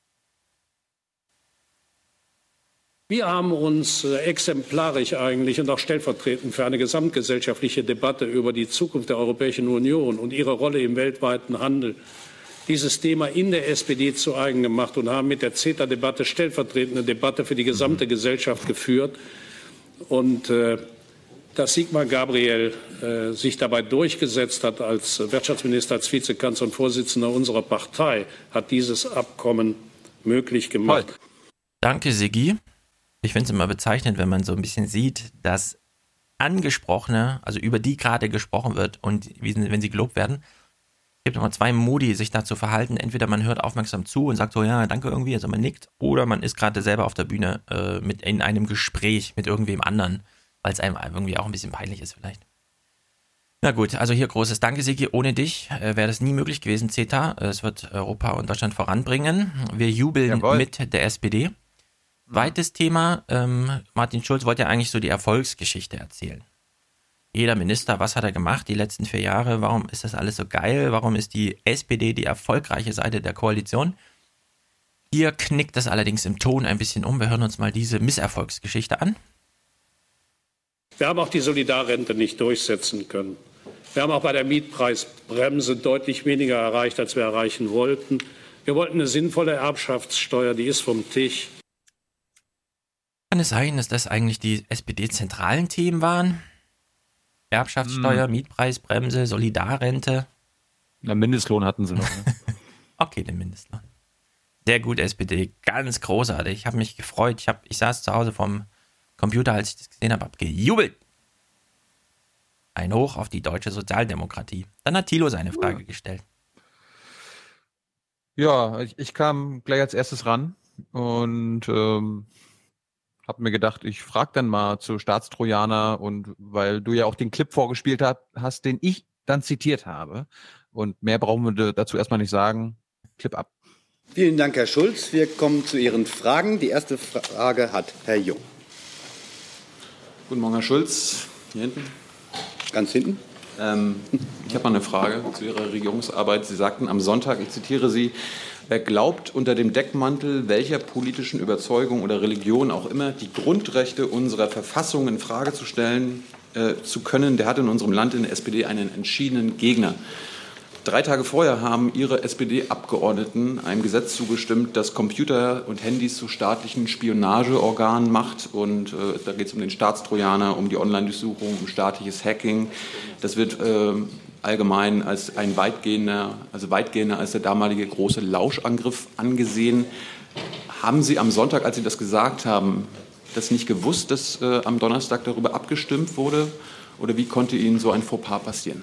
Wir haben uns äh, exemplarisch eigentlich und auch stellvertretend für eine gesamtgesellschaftliche Debatte über die Zukunft der Europäischen Union und ihre Rolle im weltweiten Handel dieses Thema in der S P D zu eigen gemacht und haben mit der CETA-Debatte stellvertretende Debatte für die gesamte Gesellschaft geführt. Und äh, dass Sigmar Gabriel äh, sich dabei durchgesetzt hat als Wirtschaftsminister, als Vizekanzler und Vorsitzender unserer Partei, hat dieses Abkommen möglich gemacht. Danke, Siggi. Ich finde es immer bezeichnend, wenn man so ein bisschen sieht, dass angesprochene, also über die gerade gesprochen wird und wie, wenn sie gelobt werden, gibt immer zwei Modi, sich da zu verhalten. Entweder man hört aufmerksam zu und sagt so, ja, danke irgendwie, also man nickt, oder man ist gerade selber auf der Bühne äh, mit in einem Gespräch mit irgendwem anderen, weil es einem irgendwie auch ein bisschen peinlich ist vielleicht. Na gut, also hier großes Danke, Sigi. Ohne dich äh, wäre das nie möglich gewesen, CETA. Es wird Europa und Deutschland voranbringen. Wir jubeln Jawohl. mit der S P D. Zweites Thema, ähm, Martin Schulz wollte ja eigentlich so die Erfolgsgeschichte erzählen. Jeder Minister, was hat er gemacht die letzten vier Jahre? Warum ist das alles so geil? Warum ist die S P D die erfolgreiche Seite der Koalition? Hier knickt das allerdings im Ton ein bisschen um. Wir hören uns mal diese Misserfolgsgeschichte an. Wir haben auch die Solidarrente nicht durchsetzen können. Wir haben auch bei der Mietpreisbremse deutlich weniger erreicht, als wir erreichen wollten. Wir wollten eine sinnvolle Erbschaftssteuer, die ist vom Tisch. Kann es sein, dass das eigentlich die S P D-zentralen Themen waren? Erbschaftssteuer, hm. Mietpreisbremse, Solidarrente. Na, Mindestlohn hatten sie noch. Ne? Okay, den Mindestlohn. Sehr gut, S P D, ganz großartig. Ich habe mich gefreut. Ich, hab, ich saß zu Hause vom Computer, als ich das gesehen habe, habe gejubelt. Ein Hoch auf die deutsche Sozialdemokratie. Dann hat Thilo seine Frage ja. gestellt. Ja, ich, ich kam gleich als erstes ran und ähm, habe mir gedacht, ich frage dann mal zu Staatstrojaner, und weil du ja auch den Clip vorgespielt hat, hast, den ich dann zitiert habe. Und mehr brauchen wir dazu erstmal nicht sagen. Clip ab. Vielen Dank, Herr Schulz. Wir kommen zu Ihren Fragen. Die erste Frage hat Herr Jung. Guten Morgen, Herr Schulz. Hier hinten. Ganz hinten. Ähm, ich habe mal eine Frage zu Ihrer Regierungsarbeit. Sie sagten am Sonntag, ich zitiere Sie, wer glaubt, unter dem Deckmantel welcher politischen Überzeugung oder Religion auch immer die Grundrechte unserer Verfassung in Frage zu stellen äh, zu können, der hat in unserem Land in der S P D einen entschiedenen Gegner. Drei Tage vorher haben Ihre S P D-Abgeordneten einem Gesetz zugestimmt, das Computer und Handys zu staatlichen Spionageorganen macht. Und äh, da geht es um den Staatstrojaner, um die Online-Durchsuchung, um staatliches Hacking. Das wird äh, allgemein als ein weitgehender, also weitgehender als der damalige große Lauschangriff angesehen. Haben Sie am Sonntag, als Sie das gesagt haben, das nicht gewusst, dass äh, am Donnerstag darüber abgestimmt wurde? Oder wie konnte Ihnen so ein Fauxpas passieren?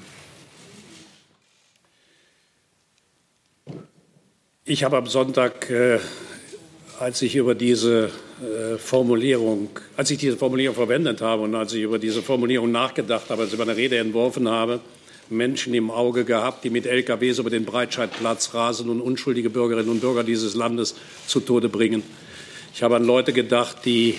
Ich habe am Sonntag, äh, als ich über diese äh, Formulierung, als ich diese Formulierung verwendet habe und als ich über diese Formulierung nachgedacht habe, als ich meine Rede entworfen habe, Menschen im Auge gehabt, die mit L K Ws über den Breitscheidplatz rasen und unschuldige Bürgerinnen und Bürger dieses Landes zu Tode bringen. Ich habe an Leute gedacht, die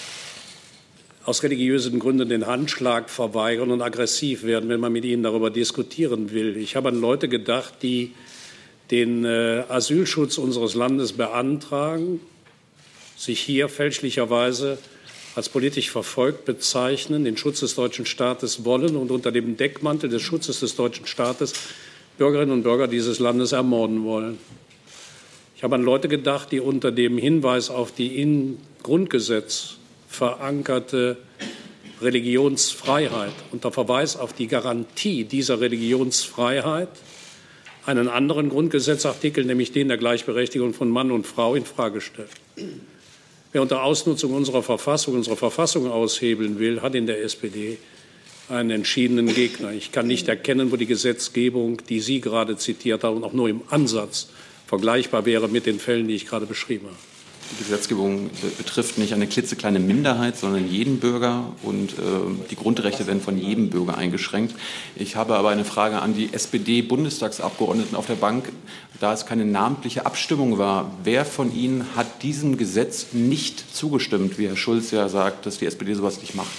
aus religiösen Gründen den Handschlag verweigern und aggressiv werden, wenn man mit ihnen darüber diskutieren will. Ich habe an Leute gedacht, die den äh, Asylschutz unseres Landes beantragen, sich hier fälschlicherweise als politisch verfolgt bezeichnen, den Schutz des deutschen Staates wollen und unter dem Deckmantel des Schutzes des deutschen Staates Bürgerinnen und Bürger dieses Landes ermorden wollen. Ich habe an Leute gedacht, die unter dem Hinweis auf die im Grundgesetz verankerte Religionsfreiheit, unter Verweis auf die Garantie dieser Religionsfreiheit, einen anderen Grundgesetzartikel, nämlich den der Gleichberechtigung von Mann und Frau, in Frage stellt. Wer unter Ausnutzung unserer Verfassung unsere Verfassung aushebeln will, hat in der S P D einen entschiedenen Gegner. Ich kann nicht erkennen, wo die Gesetzgebung, die Sie gerade zitiert haben, auch nur im Ansatz vergleichbar wäre mit den Fällen, die ich gerade beschrieben habe. Die Gesetzgebung betrifft nicht eine klitzekleine Minderheit, sondern jeden Bürger, und äh, die Grundrechte werden von jedem Bürger eingeschränkt. Ich habe aber eine Frage an die S P D-Bundestagsabgeordneten auf der Bank. Da es keine namentliche Abstimmung war, wer von Ihnen hat diesem Gesetz nicht zugestimmt, wie Herr Schulz ja sagt, dass die S P D sowas nicht macht?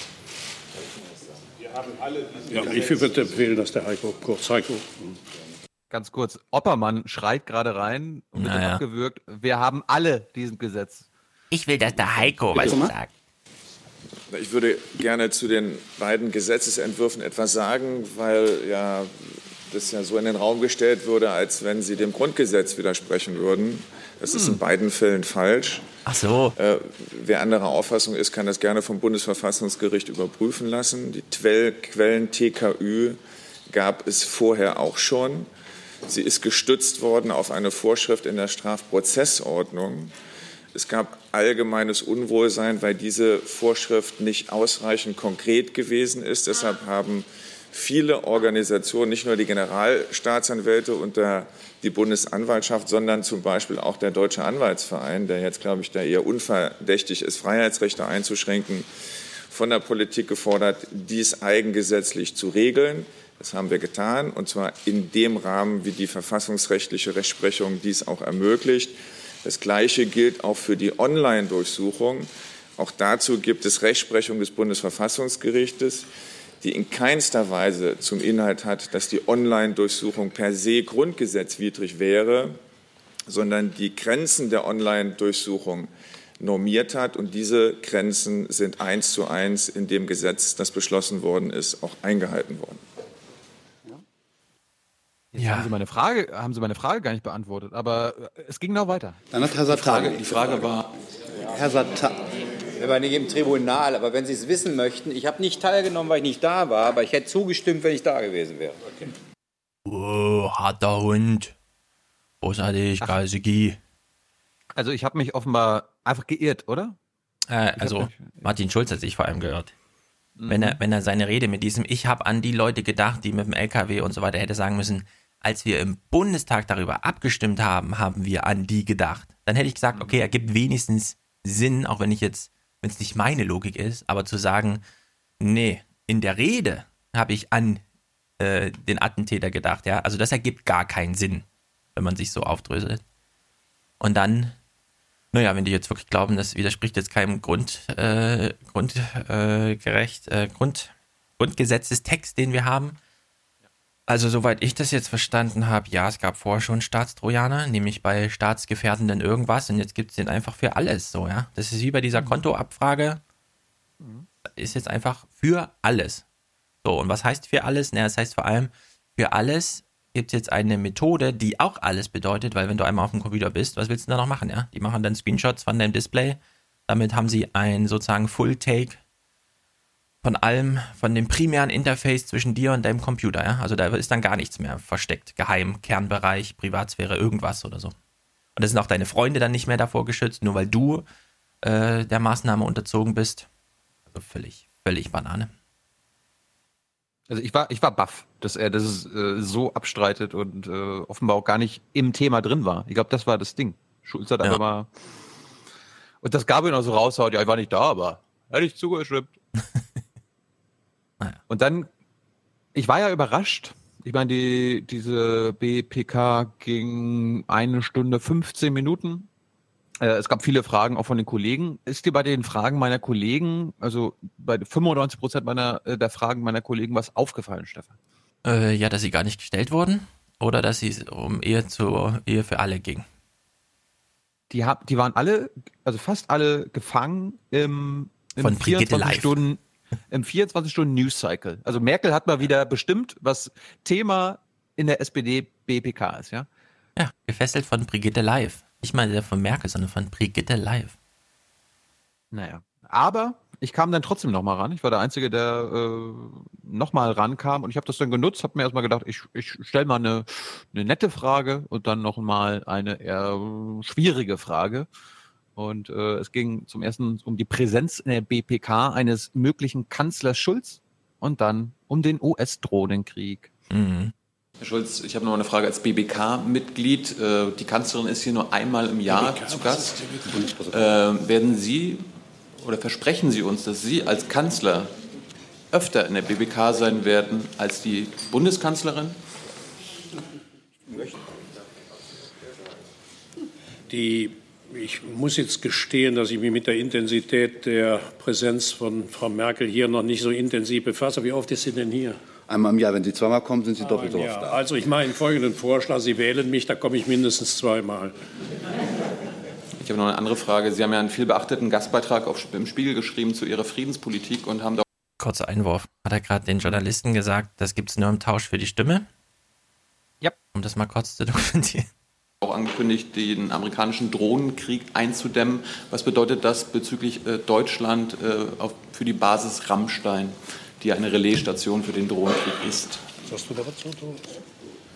Wir haben alle ja, ich würde empfehlen, dass der Heiko kurz Heiko. Ganz kurz, Oppermann schreit gerade rein und wird Naja. abgewürgt. Wir haben alle diesen Gesetz. Ich will, dass der Heiko was sagt. Ich würde gerne zu den beiden Gesetzesentwürfen etwas sagen, weil ja das ja so in den Raum gestellt wurde, als wenn sie dem Grundgesetz widersprechen würden. Das ist in beiden Fällen falsch. Ach so. Äh, wer anderer Auffassung ist, kann das gerne vom Bundesverfassungsgericht überprüfen lassen. Die Quell Quellen T K Ü gab es vorher auch schon. Sie ist gestützt worden auf eine Vorschrift in der Strafprozessordnung, Es gab allgemeines Unwohlsein, weil diese Vorschrift nicht ausreichend konkret gewesen ist. Deshalb haben viele Organisationen, nicht nur die Generalstaatsanwälte und der, die Bundesanwaltschaft, sondern zum Beispiel auch der Deutsche Anwaltsverein, der jetzt, glaube ich, da eher unverdächtig ist, Freiheitsrechte einzuschränken, von der Politik gefordert, dies eigengesetzlich zu regeln. Das haben wir getan, und zwar in dem Rahmen, wie die verfassungsrechtliche Rechtsprechung dies auch ermöglicht. Das Gleiche gilt auch für die Online-Durchsuchung. Auch dazu gibt es Rechtsprechung des Bundesverfassungsgerichtes, die in keinster Weise zum Inhalt hat, dass die Online-Durchsuchung per se grundgesetzwidrig wäre, sondern die Grenzen der Online-Durchsuchung normiert hat. Und diese Grenzen sind eins zu eins in dem Gesetz, das beschlossen worden ist, auch eingehalten worden. Jetzt ja. haben, Sie meine Frage, haben Sie meine Frage gar nicht beantwortet, aber es ging noch weiter. Dann hat Herr Sattar. Die Frage war, Herr Sattar. Wir waren nicht im Tribunal, aber wenn Sie es wissen möchten, ich habe nicht teilgenommen, weil ich nicht da war, aber ich hätte zugestimmt, wenn ich da gewesen wäre. Okay. Oh, harter Hund. Großartig, Gasigi. Also ich habe mich offenbar einfach geirrt, oder? Äh, also Martin Schulz hat sich vor allem geirrt. Mhm. Wenn er, wenn er seine Rede mit diesem Ich habe an die Leute gedacht, die mit dem L K W und so weiter, hätte sagen müssen, als wir im Bundestag darüber abgestimmt haben, haben wir an die gedacht. Dann hätte ich gesagt, okay, er gibt wenigstens Sinn, auch wenn ich jetzt, wenn es nicht meine Logik ist, aber zu sagen, nee, in der Rede habe ich an äh, den Attentäter gedacht, ja, also das ergibt gar keinen Sinn, wenn man sich so aufdröselt. Und dann, naja, wenn die jetzt wirklich glauben, das widerspricht jetzt keinem Grund, äh, Grundgerecht, äh, Grund, Grundgesetzestext, den wir haben. Also soweit ich das jetzt verstanden habe, ja, es gab vorher schon Staatstrojaner, nämlich bei staatsgefährdenden irgendwas, und jetzt gibt es den einfach für alles so, ja. Das ist wie bei dieser Kontoabfrage, ist jetzt einfach für alles. So, und was heißt für alles? Naja, das heißt vor allem, für alles gibt es jetzt eine Methode, die auch alles bedeutet, weil wenn du einmal auf dem Computer bist, was willst du da noch machen, ja? Die machen dann Screenshots von deinem Display, damit haben sie ein sozusagen Full-Take von allem, von dem primären Interface zwischen dir und deinem Computer, ja? Also da ist dann gar nichts mehr versteckt, geheim, Kernbereich, Privatsphäre, irgendwas oder so. Und das sind auch deine Freunde dann nicht mehr davor geschützt, nur weil du äh, der Maßnahme unterzogen bist. Also völlig, völlig Banane. Also ich war, ich war baff, dass er das äh, so abstreitet und äh, offenbar auch gar nicht im Thema drin war. Ich glaube, das war das Ding. Schulz hat ja. einfach mal... Und das Gabriel noch so raushaut, ja, ich war nicht da, aber hätte ich zugestimmt. Naja. Und dann, ich war ja überrascht. Ich meine, die, diese B P K ging eine Stunde fünfzehn Minuten. Äh, es gab viele Fragen auch von den Kollegen. Ist dir bei den Fragen meiner Kollegen, also bei fünfundneunzig Prozent meiner, der Fragen meiner Kollegen, was aufgefallen, Stefan? Äh, ja, dass sie gar nicht gestellt wurden oder dass es um Ehe, zur Ehe für alle ging. Die, hab, die waren alle, also fast alle gefangen im, im von vierundzwanzig Stunden im vierundzwanzig Stunden News Cycle. Also Merkel hat mal wieder bestimmt, was Thema in der S P D B P K ist, ja? Ja, gefesselt von Brigitte Live. Nicht mal der von Merkel, sondern von Brigitte Live. Naja, aber ich kam dann trotzdem nochmal ran. Ich war der Einzige, der äh, nochmal rankam, und ich habe das dann genutzt, habe mir erstmal gedacht, ich, ich stelle mal eine, eine nette Frage und dann nochmal eine eher schwierige Frage. Und äh, es ging zum ersten um die Präsenz in der B P K eines möglichen Kanzlers Schulz und dann um den U S-Drohnenkrieg. Mhm. Herr Schulz, ich habe noch eine Frage als B B K-Mitglied. Die Kanzlerin ist hier nur einmal im Jahr B B K zu Gast. Äh, werden Sie oder versprechen Sie uns, dass Sie als Kanzler öfter in der B B K sein werden als die Bundeskanzlerin? Die Ich muss jetzt gestehen, dass ich mich mit der Intensität der Präsenz von Frau Merkel hier noch nicht so intensiv befasse. Wie oft ist sie denn hier? Einmal im Jahr. Wenn Sie zweimal kommen, sind Sie doppelt so oft da. Also ich mache Ihnen folgenden Vorschlag. Sie wählen mich, da komme ich mindestens zweimal. Ich habe noch eine andere Frage. Sie haben ja einen viel beachteten Gastbeitrag auf, im Spiegel geschrieben zu Ihrer Friedenspolitik und haben da... Kurzer Einwurf. Hat er gerade den Journalisten gesagt, das gibt es nur im Tausch für die Stimme? Ja. Um das mal kurz zu dokumentieren. Auch angekündigt, den amerikanischen Drohnenkrieg einzudämmen. Was bedeutet das bezüglich äh, Deutschland äh, auf, für die Basis Rammstein, die eine Relaisstation für den Drohnenkrieg ist? Hast du da was zu tun?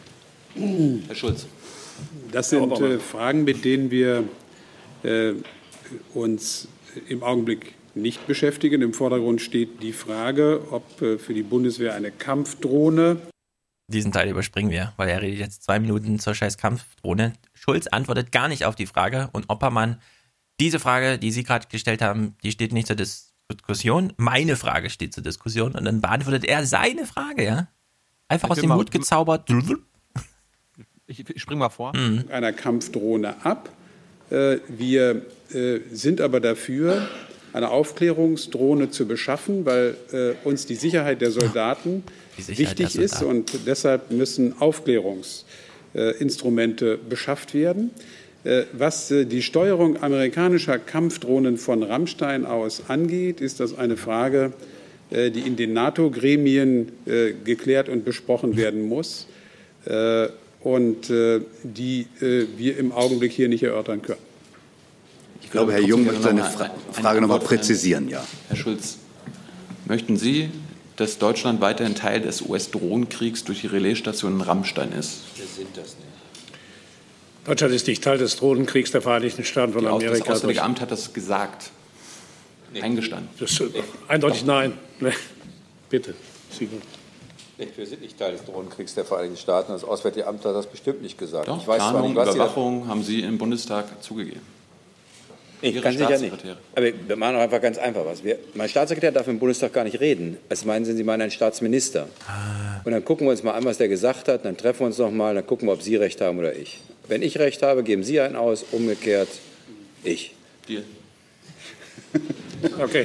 Herr Schulz. Das sind äh, Fragen, mit denen wir äh, uns im Augenblick nicht beschäftigen. Im Vordergrund steht die Frage, ob äh, für die Bundeswehr eine Kampfdrohne. Diesen Teil überspringen wir, weil er redet jetzt zwei Minuten zur scheiß Kampfdrohne. Schulz antwortet gar nicht auf die Frage und Oppermann, diese Frage, die Sie gerade gestellt haben, die steht nicht zur Diskussion. Meine Frage steht zur Diskussion und dann beantwortet er seine Frage, ja? Einfach Ich aus will dem mal- Hut gezaubert. Ich, ich spring mal vor. Mhm. Einer Kampfdrohne ab. Äh, Wir äh, sind aber dafür, eine Aufklärungsdrohne zu beschaffen, weil äh, uns die Sicherheit der Soldaten Die Sicherheit wichtig der ist Soldaten. und deshalb müssen Aufklärungsinstrumente beschafft werden. Äh, Was äh, die Steuerung amerikanischer Kampfdrohnen von Rammstein aus angeht, ist das eine Frage, äh, die in den NATO-Gremien äh, geklärt und besprochen werden muss äh, und äh, die äh, wir im Augenblick hier nicht erörtern können. Ich glaube, Herr Jung möchte seine Fra Frage noch mal präzisieren. Ja. Herr Schulz, möchten Sie, dass Deutschland weiterhin Teil des U S-Drohnenkriegs durch die Relaisstation in Rammstein ist? Wir sind das nicht. Deutschland ist nicht Teil des Drohnenkriegs der Vereinigten Staaten von Die Aus- Amerika. Das Auswärtige Amt hat das gesagt. Eingestanden. Das, äh, eindeutig nein. Nee. Bitte. Simon. Nicht, wir sind nicht Teil des Drohnenkriegs der Vereinigten Staaten. Das Auswärtige Amt hat das bestimmt nicht gesagt. Doch, ich weiß zwar Planung, nicht, was Sie da- Überwachung haben Sie im Bundestag zugegeben. Ich Ihre kann sicher nicht. Staatssekretäre. Aber wir machen doch einfach ganz einfach was. Wir, mein Staatssekretär darf im Bundestag gar nicht reden. Es meinen Sie, Sie meinen einen Staatsminister. Und dann gucken wir uns mal an, was der gesagt hat. Dann treffen wir uns noch mal. Dann gucken wir, ob Sie recht haben oder ich. Wenn ich recht habe, geben Sie einen aus. Umgekehrt ich. Deal. Okay.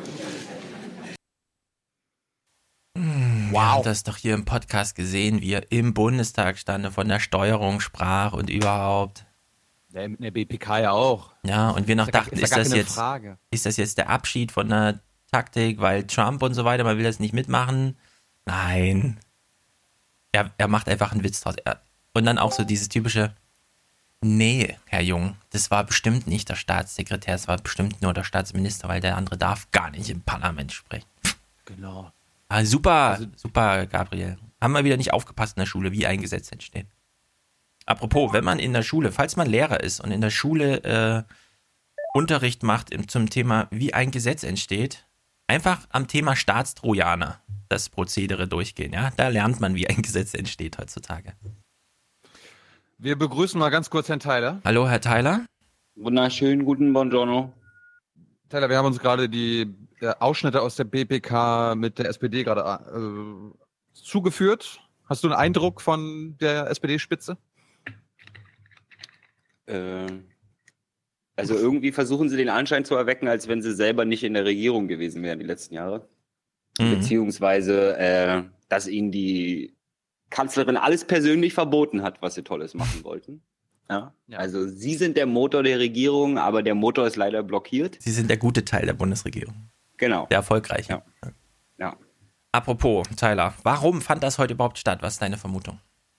Wow. Wir haben das doch hier im Podcast gesehen, wie er im Bundestag stand, von der Steuerung sprach und überhaupt. Der, in der B P K ja auch. Ja, und wir noch Ist ja gar- dachten, ist ja ist gar das, keine jetzt, Frage. ist das jetzt der Abschied von der Taktik, weil Trump und so weiter, man will das nicht mitmachen? Nein. Er, er macht einfach einen Witz draus. Er, und dann auch so dieses typische, nee, Herr Jung, das war bestimmt nicht der Staatssekretär, es war bestimmt nur der Staatsminister, weil der andere darf gar nicht im Parlament sprechen. Genau. Ah, super, super, Gabriel. Haben wir wieder nicht aufgepasst in der Schule, wie ein Gesetz entsteht. Apropos, wenn man in der Schule, falls man Lehrer ist und in der Schule äh, Unterricht macht im, zum Thema, wie ein Gesetz entsteht, einfach am Thema Staatstrojaner das Prozedere durchgehen. Ja, da lernt man, wie ein Gesetz entsteht heutzutage. Wir begrüßen mal ganz kurz Herrn Tyler. Hallo, Herr Tyler. Wunderschönen guten Buongiorno. Tyler, wir haben uns gerade die äh, Ausschnitte aus der B P K mit der S P D gerade äh, zugeführt. Hast du einen Eindruck von der S P D-Spitze? Äh, also irgendwie versuchen sie den Anschein zu erwecken, als wenn sie selber nicht in der Regierung gewesen wären die letzten Jahre. Mhm. Beziehungsweise, äh, dass ihnen die Kanzlerin alles persönlich verboten hat, was sie Tolles machen wollten. Ja? Ja. Also sie sind der Motor der Regierung, aber der Motor ist leider blockiert. Sie sind der gute Teil der Bundesregierung. Genau. Der erfolgreiche. Ja. Ja. Apropos, Tyler, warum fand das heute überhaupt statt? Was ist deine Vermutung?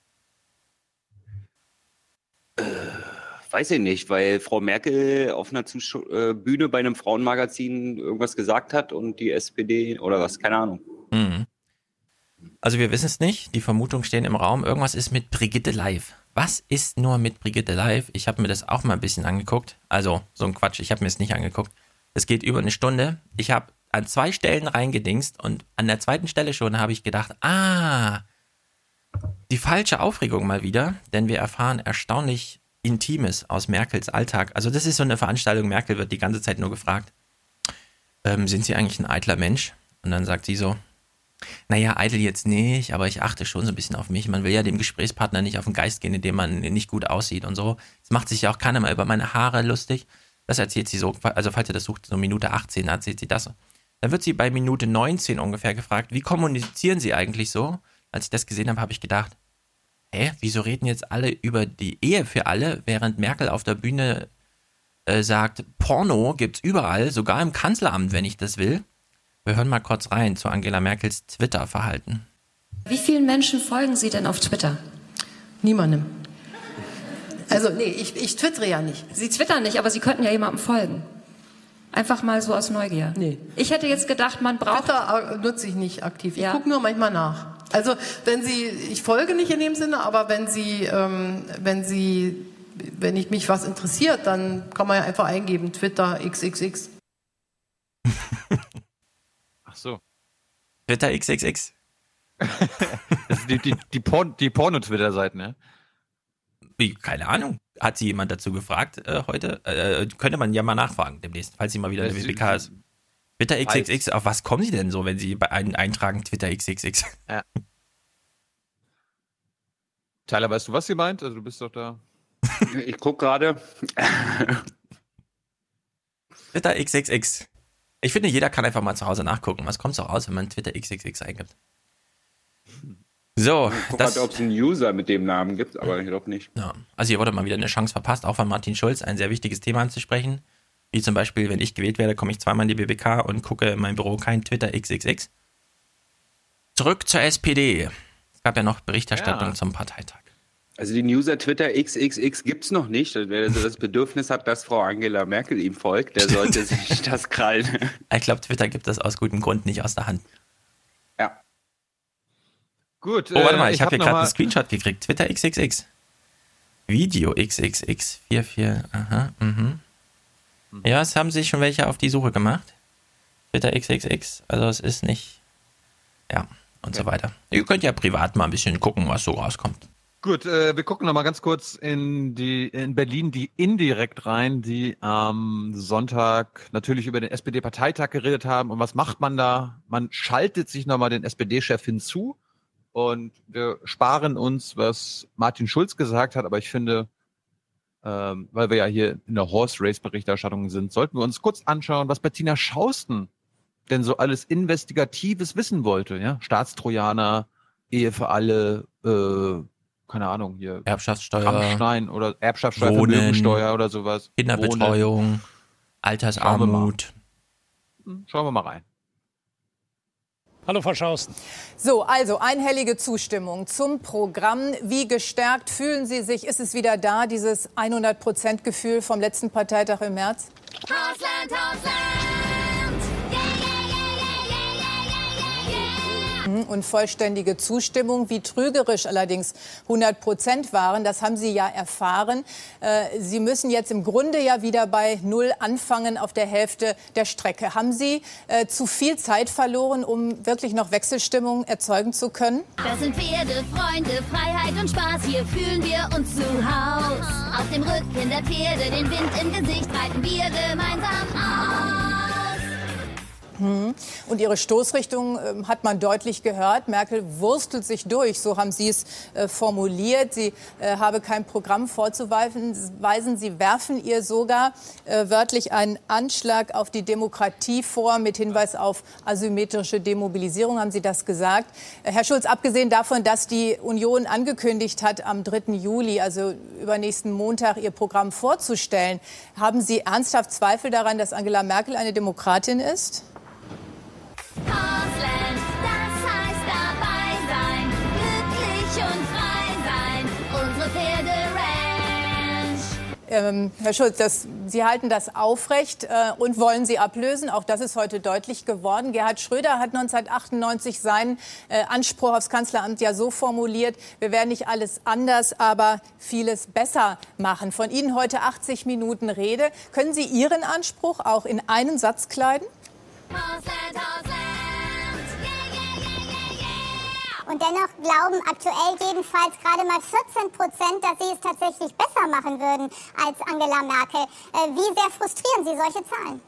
Äh, weiß ich nicht, weil Frau Merkel auf einer Zusch äh, Bühne bei einem Frauenmagazin irgendwas gesagt hat und die S P D oder was, keine Ahnung. Mhm. Also wir wissen es nicht, die Vermutungen stehen im Raum, irgendwas ist mit Brigitte Live. Was ist nur mit Brigitte Live? Ich habe mir das auch mal ein bisschen angeguckt. Also so ein Quatsch, ich habe mir es nicht angeguckt. Es geht über eine Stunde. Ich habe an zwei Stellen reingedingst und an der zweiten Stelle schon habe ich gedacht, ah, die falsche Aufregung mal wieder, denn wir erfahren erstaunlich Intimes aus Merkels Alltag. Also das ist so eine Veranstaltung, Merkel wird die ganze Zeit nur gefragt, ähm, sind Sie eigentlich ein eitler Mensch? Und dann sagt sie so, naja, eitel jetzt nicht, aber ich achte schon so ein bisschen auf mich. Man will ja dem Gesprächspartner nicht auf den Geist gehen, indem man nicht gut aussieht und so. Es macht sich ja auch keiner mal über meine Haare lustig. Das erzählt sie so, also falls ihr das sucht, so Minute achtzehn erzählt sie das. Dann wird sie bei Minute neunzehn ungefähr gefragt, wie kommunizieren Sie eigentlich so? Als ich das gesehen habe, habe ich gedacht, hä, wieso reden jetzt alle über die Ehe für alle, während Merkel auf der Bühne äh, sagt, Porno gibt's überall, sogar im Kanzleramt, wenn ich das will. Wir hören mal kurz rein zu Angela Merkels Twitter-Verhalten. Wie vielen Menschen folgen Sie denn auf Twitter? Niemandem. Also nee, ich, ich twittere ja nicht. Sie twittern nicht, aber Sie könnten ja jemandem folgen. Einfach mal so aus Neugier. Nee. Ich hätte jetzt gedacht, man braucht... Twitter nutze ich nicht aktiv. Ich Ja. gucke nur manchmal nach. Also wenn Sie, ich folge nicht in dem Sinne, aber wenn Sie, ähm, wenn Sie wenn ich mich was interessiert, dann kann man ja einfach eingeben, Twitter X X X. Ach so. Twitter X X X. Das ist die, die, die, Porn, die Porno-Twitter-Seiten, ja? Wie, keine Ahnung. Hat sie jemand dazu gefragt äh, heute? Äh, könnte man ja mal nachfragen demnächst, falls sie mal wieder Ja, eine sie- W P K ist. Twitter X X X, auf was kommen sie denn so, wenn sie bei einem eintragen Twitter X X X? Ja. Tyler, weißt du, was sie meint? Also du bist doch da. Ich guck gerade. Twitter X X X. Ich finde, jeder kann einfach mal zu Hause nachgucken. Was kommt so raus, wenn man Twitter X X X eingibt? So, Ich guck das, gerade, ob es einen User mit dem Namen gibt, aber ich glaube nicht. ja. Also hier wurde mal wieder eine Chance verpasst, auch von Martin Schulz, ein sehr wichtiges Thema anzusprechen. Wie zum Beispiel, wenn ich gewählt werde, komme ich zweimal in die B B K und gucke in meinem Büro kein Twitter X X X. Zurück zur S P D. Es gab ja noch Berichterstattung Ja. zum Parteitag. Also den User Twitter X X X gibt es noch nicht. Also wer so das Bedürfnis hat, dass Frau Angela Merkel ihm folgt, der sollte sich das krallen. Ich glaube, Twitter gibt das aus gutem Grund nicht aus der Hand. Ja. Gut. Oh, warte mal, äh, ich habe hab hier noch gerade mal- einen Screenshot gekriegt. Twitter X X X. Video X X X vierundvierzig. Aha, mhm. Ja, es haben sich schon welche auf die Suche gemacht. Twitter X X X. Also es ist nicht... Ja, und so weiter. Ihr könnt ja privat mal ein bisschen gucken, was so rauskommt. Gut, äh, wir gucken noch mal ganz kurz in die in Berlin die indirekt rein, die am Sonntag natürlich über den S P D-Parteitag geredet haben. Und was macht man da? Man schaltet sich noch mal den S P D-Chef hinzu und wir sparen uns, was Martin Schulz gesagt hat. Aber ich finde, ähm, weil wir ja hier in der Horse-Race-Berichterstattung sind, sollten wir uns kurz anschauen, was Bettina Schausten denn so alles Investigatives wissen wollte. Ja, Staatstrojaner, Ehe für alle, äh, keine Ahnung, hier. Erbschaftssteuer. Rammstein oder Erbschaftssteuer, Wohnen, Vermögensteuer oder sowas. Kinderbetreuung, Wohnen. Altersarmut. Schauen wir mal rein. Hallo, Frau Schausten. So, also einhellige Zustimmung zum Programm. Wie gestärkt fühlen Sie sich? Ist es wieder da, dieses hundert Prozent Gefühl vom letzten Parteitag im März? Hausland, Hausland! Und vollständige Zustimmung. Wie trügerisch allerdings hundert Prozent waren, das haben Sie ja erfahren. Äh, Sie müssen jetzt im Grunde ja wieder bei Null anfangen auf der Hälfte der Strecke. Haben Sie äh, zu viel Zeit verloren, um wirklich noch Wechselstimmung erzeugen zu können? Das sind Pferde, Freunde, Freiheit und Spaß. Hier fühlen wir uns zu Haus. Auf dem Rücken der Pferde, den Wind im Gesicht, reiten wir gemeinsam aus. Und Ihre Stoßrichtung äh, hat man deutlich gehört. Merkel wurstelt sich durch, so haben Sie es äh, formuliert. Sie äh, habe kein Programm vorzuweisen. Sie werfen ihr sogar äh, wörtlich einen Anschlag auf die Demokratie vor, mit Hinweis auf asymmetrische Demobilisierung, haben Sie das gesagt. Äh, Herr Schulz, abgesehen davon, dass die Union angekündigt hat, am dritten Juli, also übernächsten Montag, ihr Programm vorzustellen, haben Sie ernsthaft Zweifel daran, dass Angela Merkel eine Demokratin ist? Hausland, das heißt dabei sein, glücklich und frei sein, unsere Pferde-Ranch. Ähm, Herr Schulz, das, Sie halten das aufrecht äh, und wollen Sie ablösen. Auch das ist heute deutlich geworden. Gerhard Schröder hat neunzehnhundertachtundneunzig seinen äh, Anspruch aufs Kanzleramt ja so formuliert: Wir werden nicht alles anders, aber vieles besser machen. Von Ihnen heute achtzig Minuten Rede. Können Sie Ihren Anspruch auch in einen Satz kleiden? Hausland, Hausland. Und dennoch glauben aktuell jedenfalls gerade mal vierzehn Prozent, dass sie es tatsächlich besser machen würden als Angela Merkel. Äh, wie sehr frustrieren Sie solche Zahlen?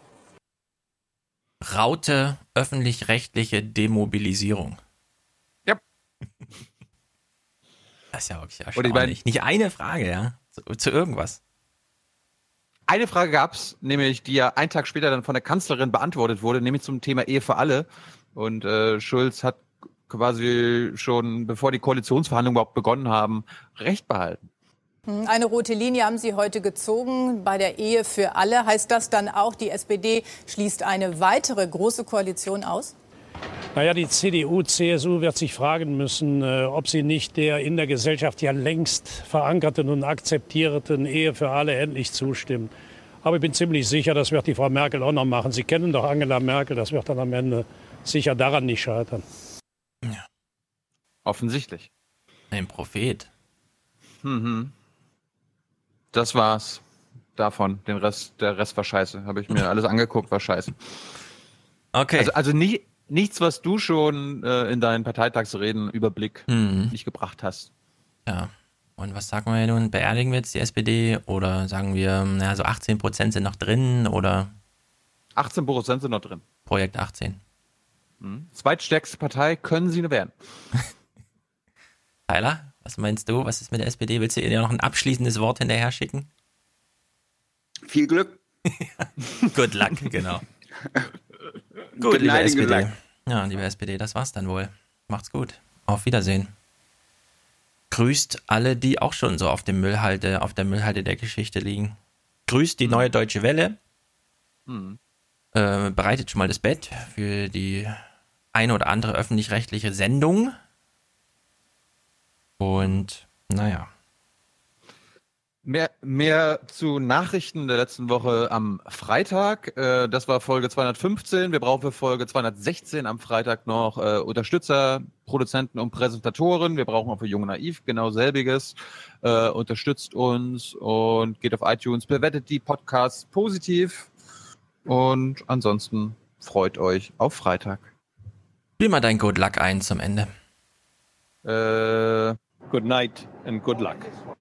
Raute öffentlich-rechtliche Demobilisierung. Ja. Das ist ja wirklich Und ich erstaunlich. mein- Nicht eine Frage, ja, zu, zu irgendwas. Eine Frage gab's, nämlich die ja einen Tag später dann von der Kanzlerin beantwortet wurde, nämlich zum Thema Ehe für alle. Und äh, Schulz hat quasi schon, bevor die Koalitionsverhandlungen überhaupt begonnen haben, Recht behalten. Eine rote Linie haben Sie heute gezogen bei der Ehe für alle. Heißt das dann auch, die S P D schließt eine weitere große Koalition aus? Naja, die C D U, C S U wird sich fragen müssen, äh, ob sie nicht der in der Gesellschaft ja längst verankerten und akzeptierten Ehe für alle endlich zustimmen. Aber ich bin ziemlich sicher, das wird die Frau Merkel auch noch machen. Sie kennen doch Angela Merkel, das wird dann am Ende sicher daran nicht scheitern. Ja. Offensichtlich. Ein Prophet. Mhm. Das war's davon. Den Rest, der Rest war scheiße. Habe ich mir alles angeguckt, war scheiße. Okay. Also, also nie, nichts, was du schon äh, in deinen Parteitagsreden Überblick Mhm. nicht gebracht hast. Ja. Und was sagen wir nun? Beerdigen wir jetzt die S P D oder sagen wir, naja, so achtzehn Prozent sind noch drin oder achtzehn Prozent sind noch drin. Projekt achtzehn? Mhm. Zweitstärkste Partei können sie werden. Tyler, was meinst du? Was ist mit der S P D? Willst du ihr noch ein abschließendes Wort hinterher schicken? Viel Glück. Good luck, genau. Gut, Good liebe night, S P good D. luck. Ja, liebe S P D, das war's dann wohl. Macht's gut. Auf Wiedersehen. Grüßt alle, die auch schon so auf dem Müllhalde, auf der Müllhalde der Geschichte liegen. Grüßt die neue Deutsche Welle. Mhm. Äh, bereitet schon mal das Bett für die eine oder andere öffentlich-rechtliche Sendung. Und naja. Mehr, mehr zu Nachrichten der letzten Woche am Freitag. Äh, das war Folge zweihundertfünfzehn. Wir brauchen für Folge zweihundertsechzehn am Freitag noch äh, Unterstützer, Produzenten und Präsentatoren. Wir brauchen auch für Jung und Naiv genau selbiges. Äh, unterstützt uns und geht auf iTunes, bewertet die Podcasts positiv. Und ansonsten freut euch auf Freitag. Spiel mal dein Good Luck ein zum Ende. Äh, Good night and good luck.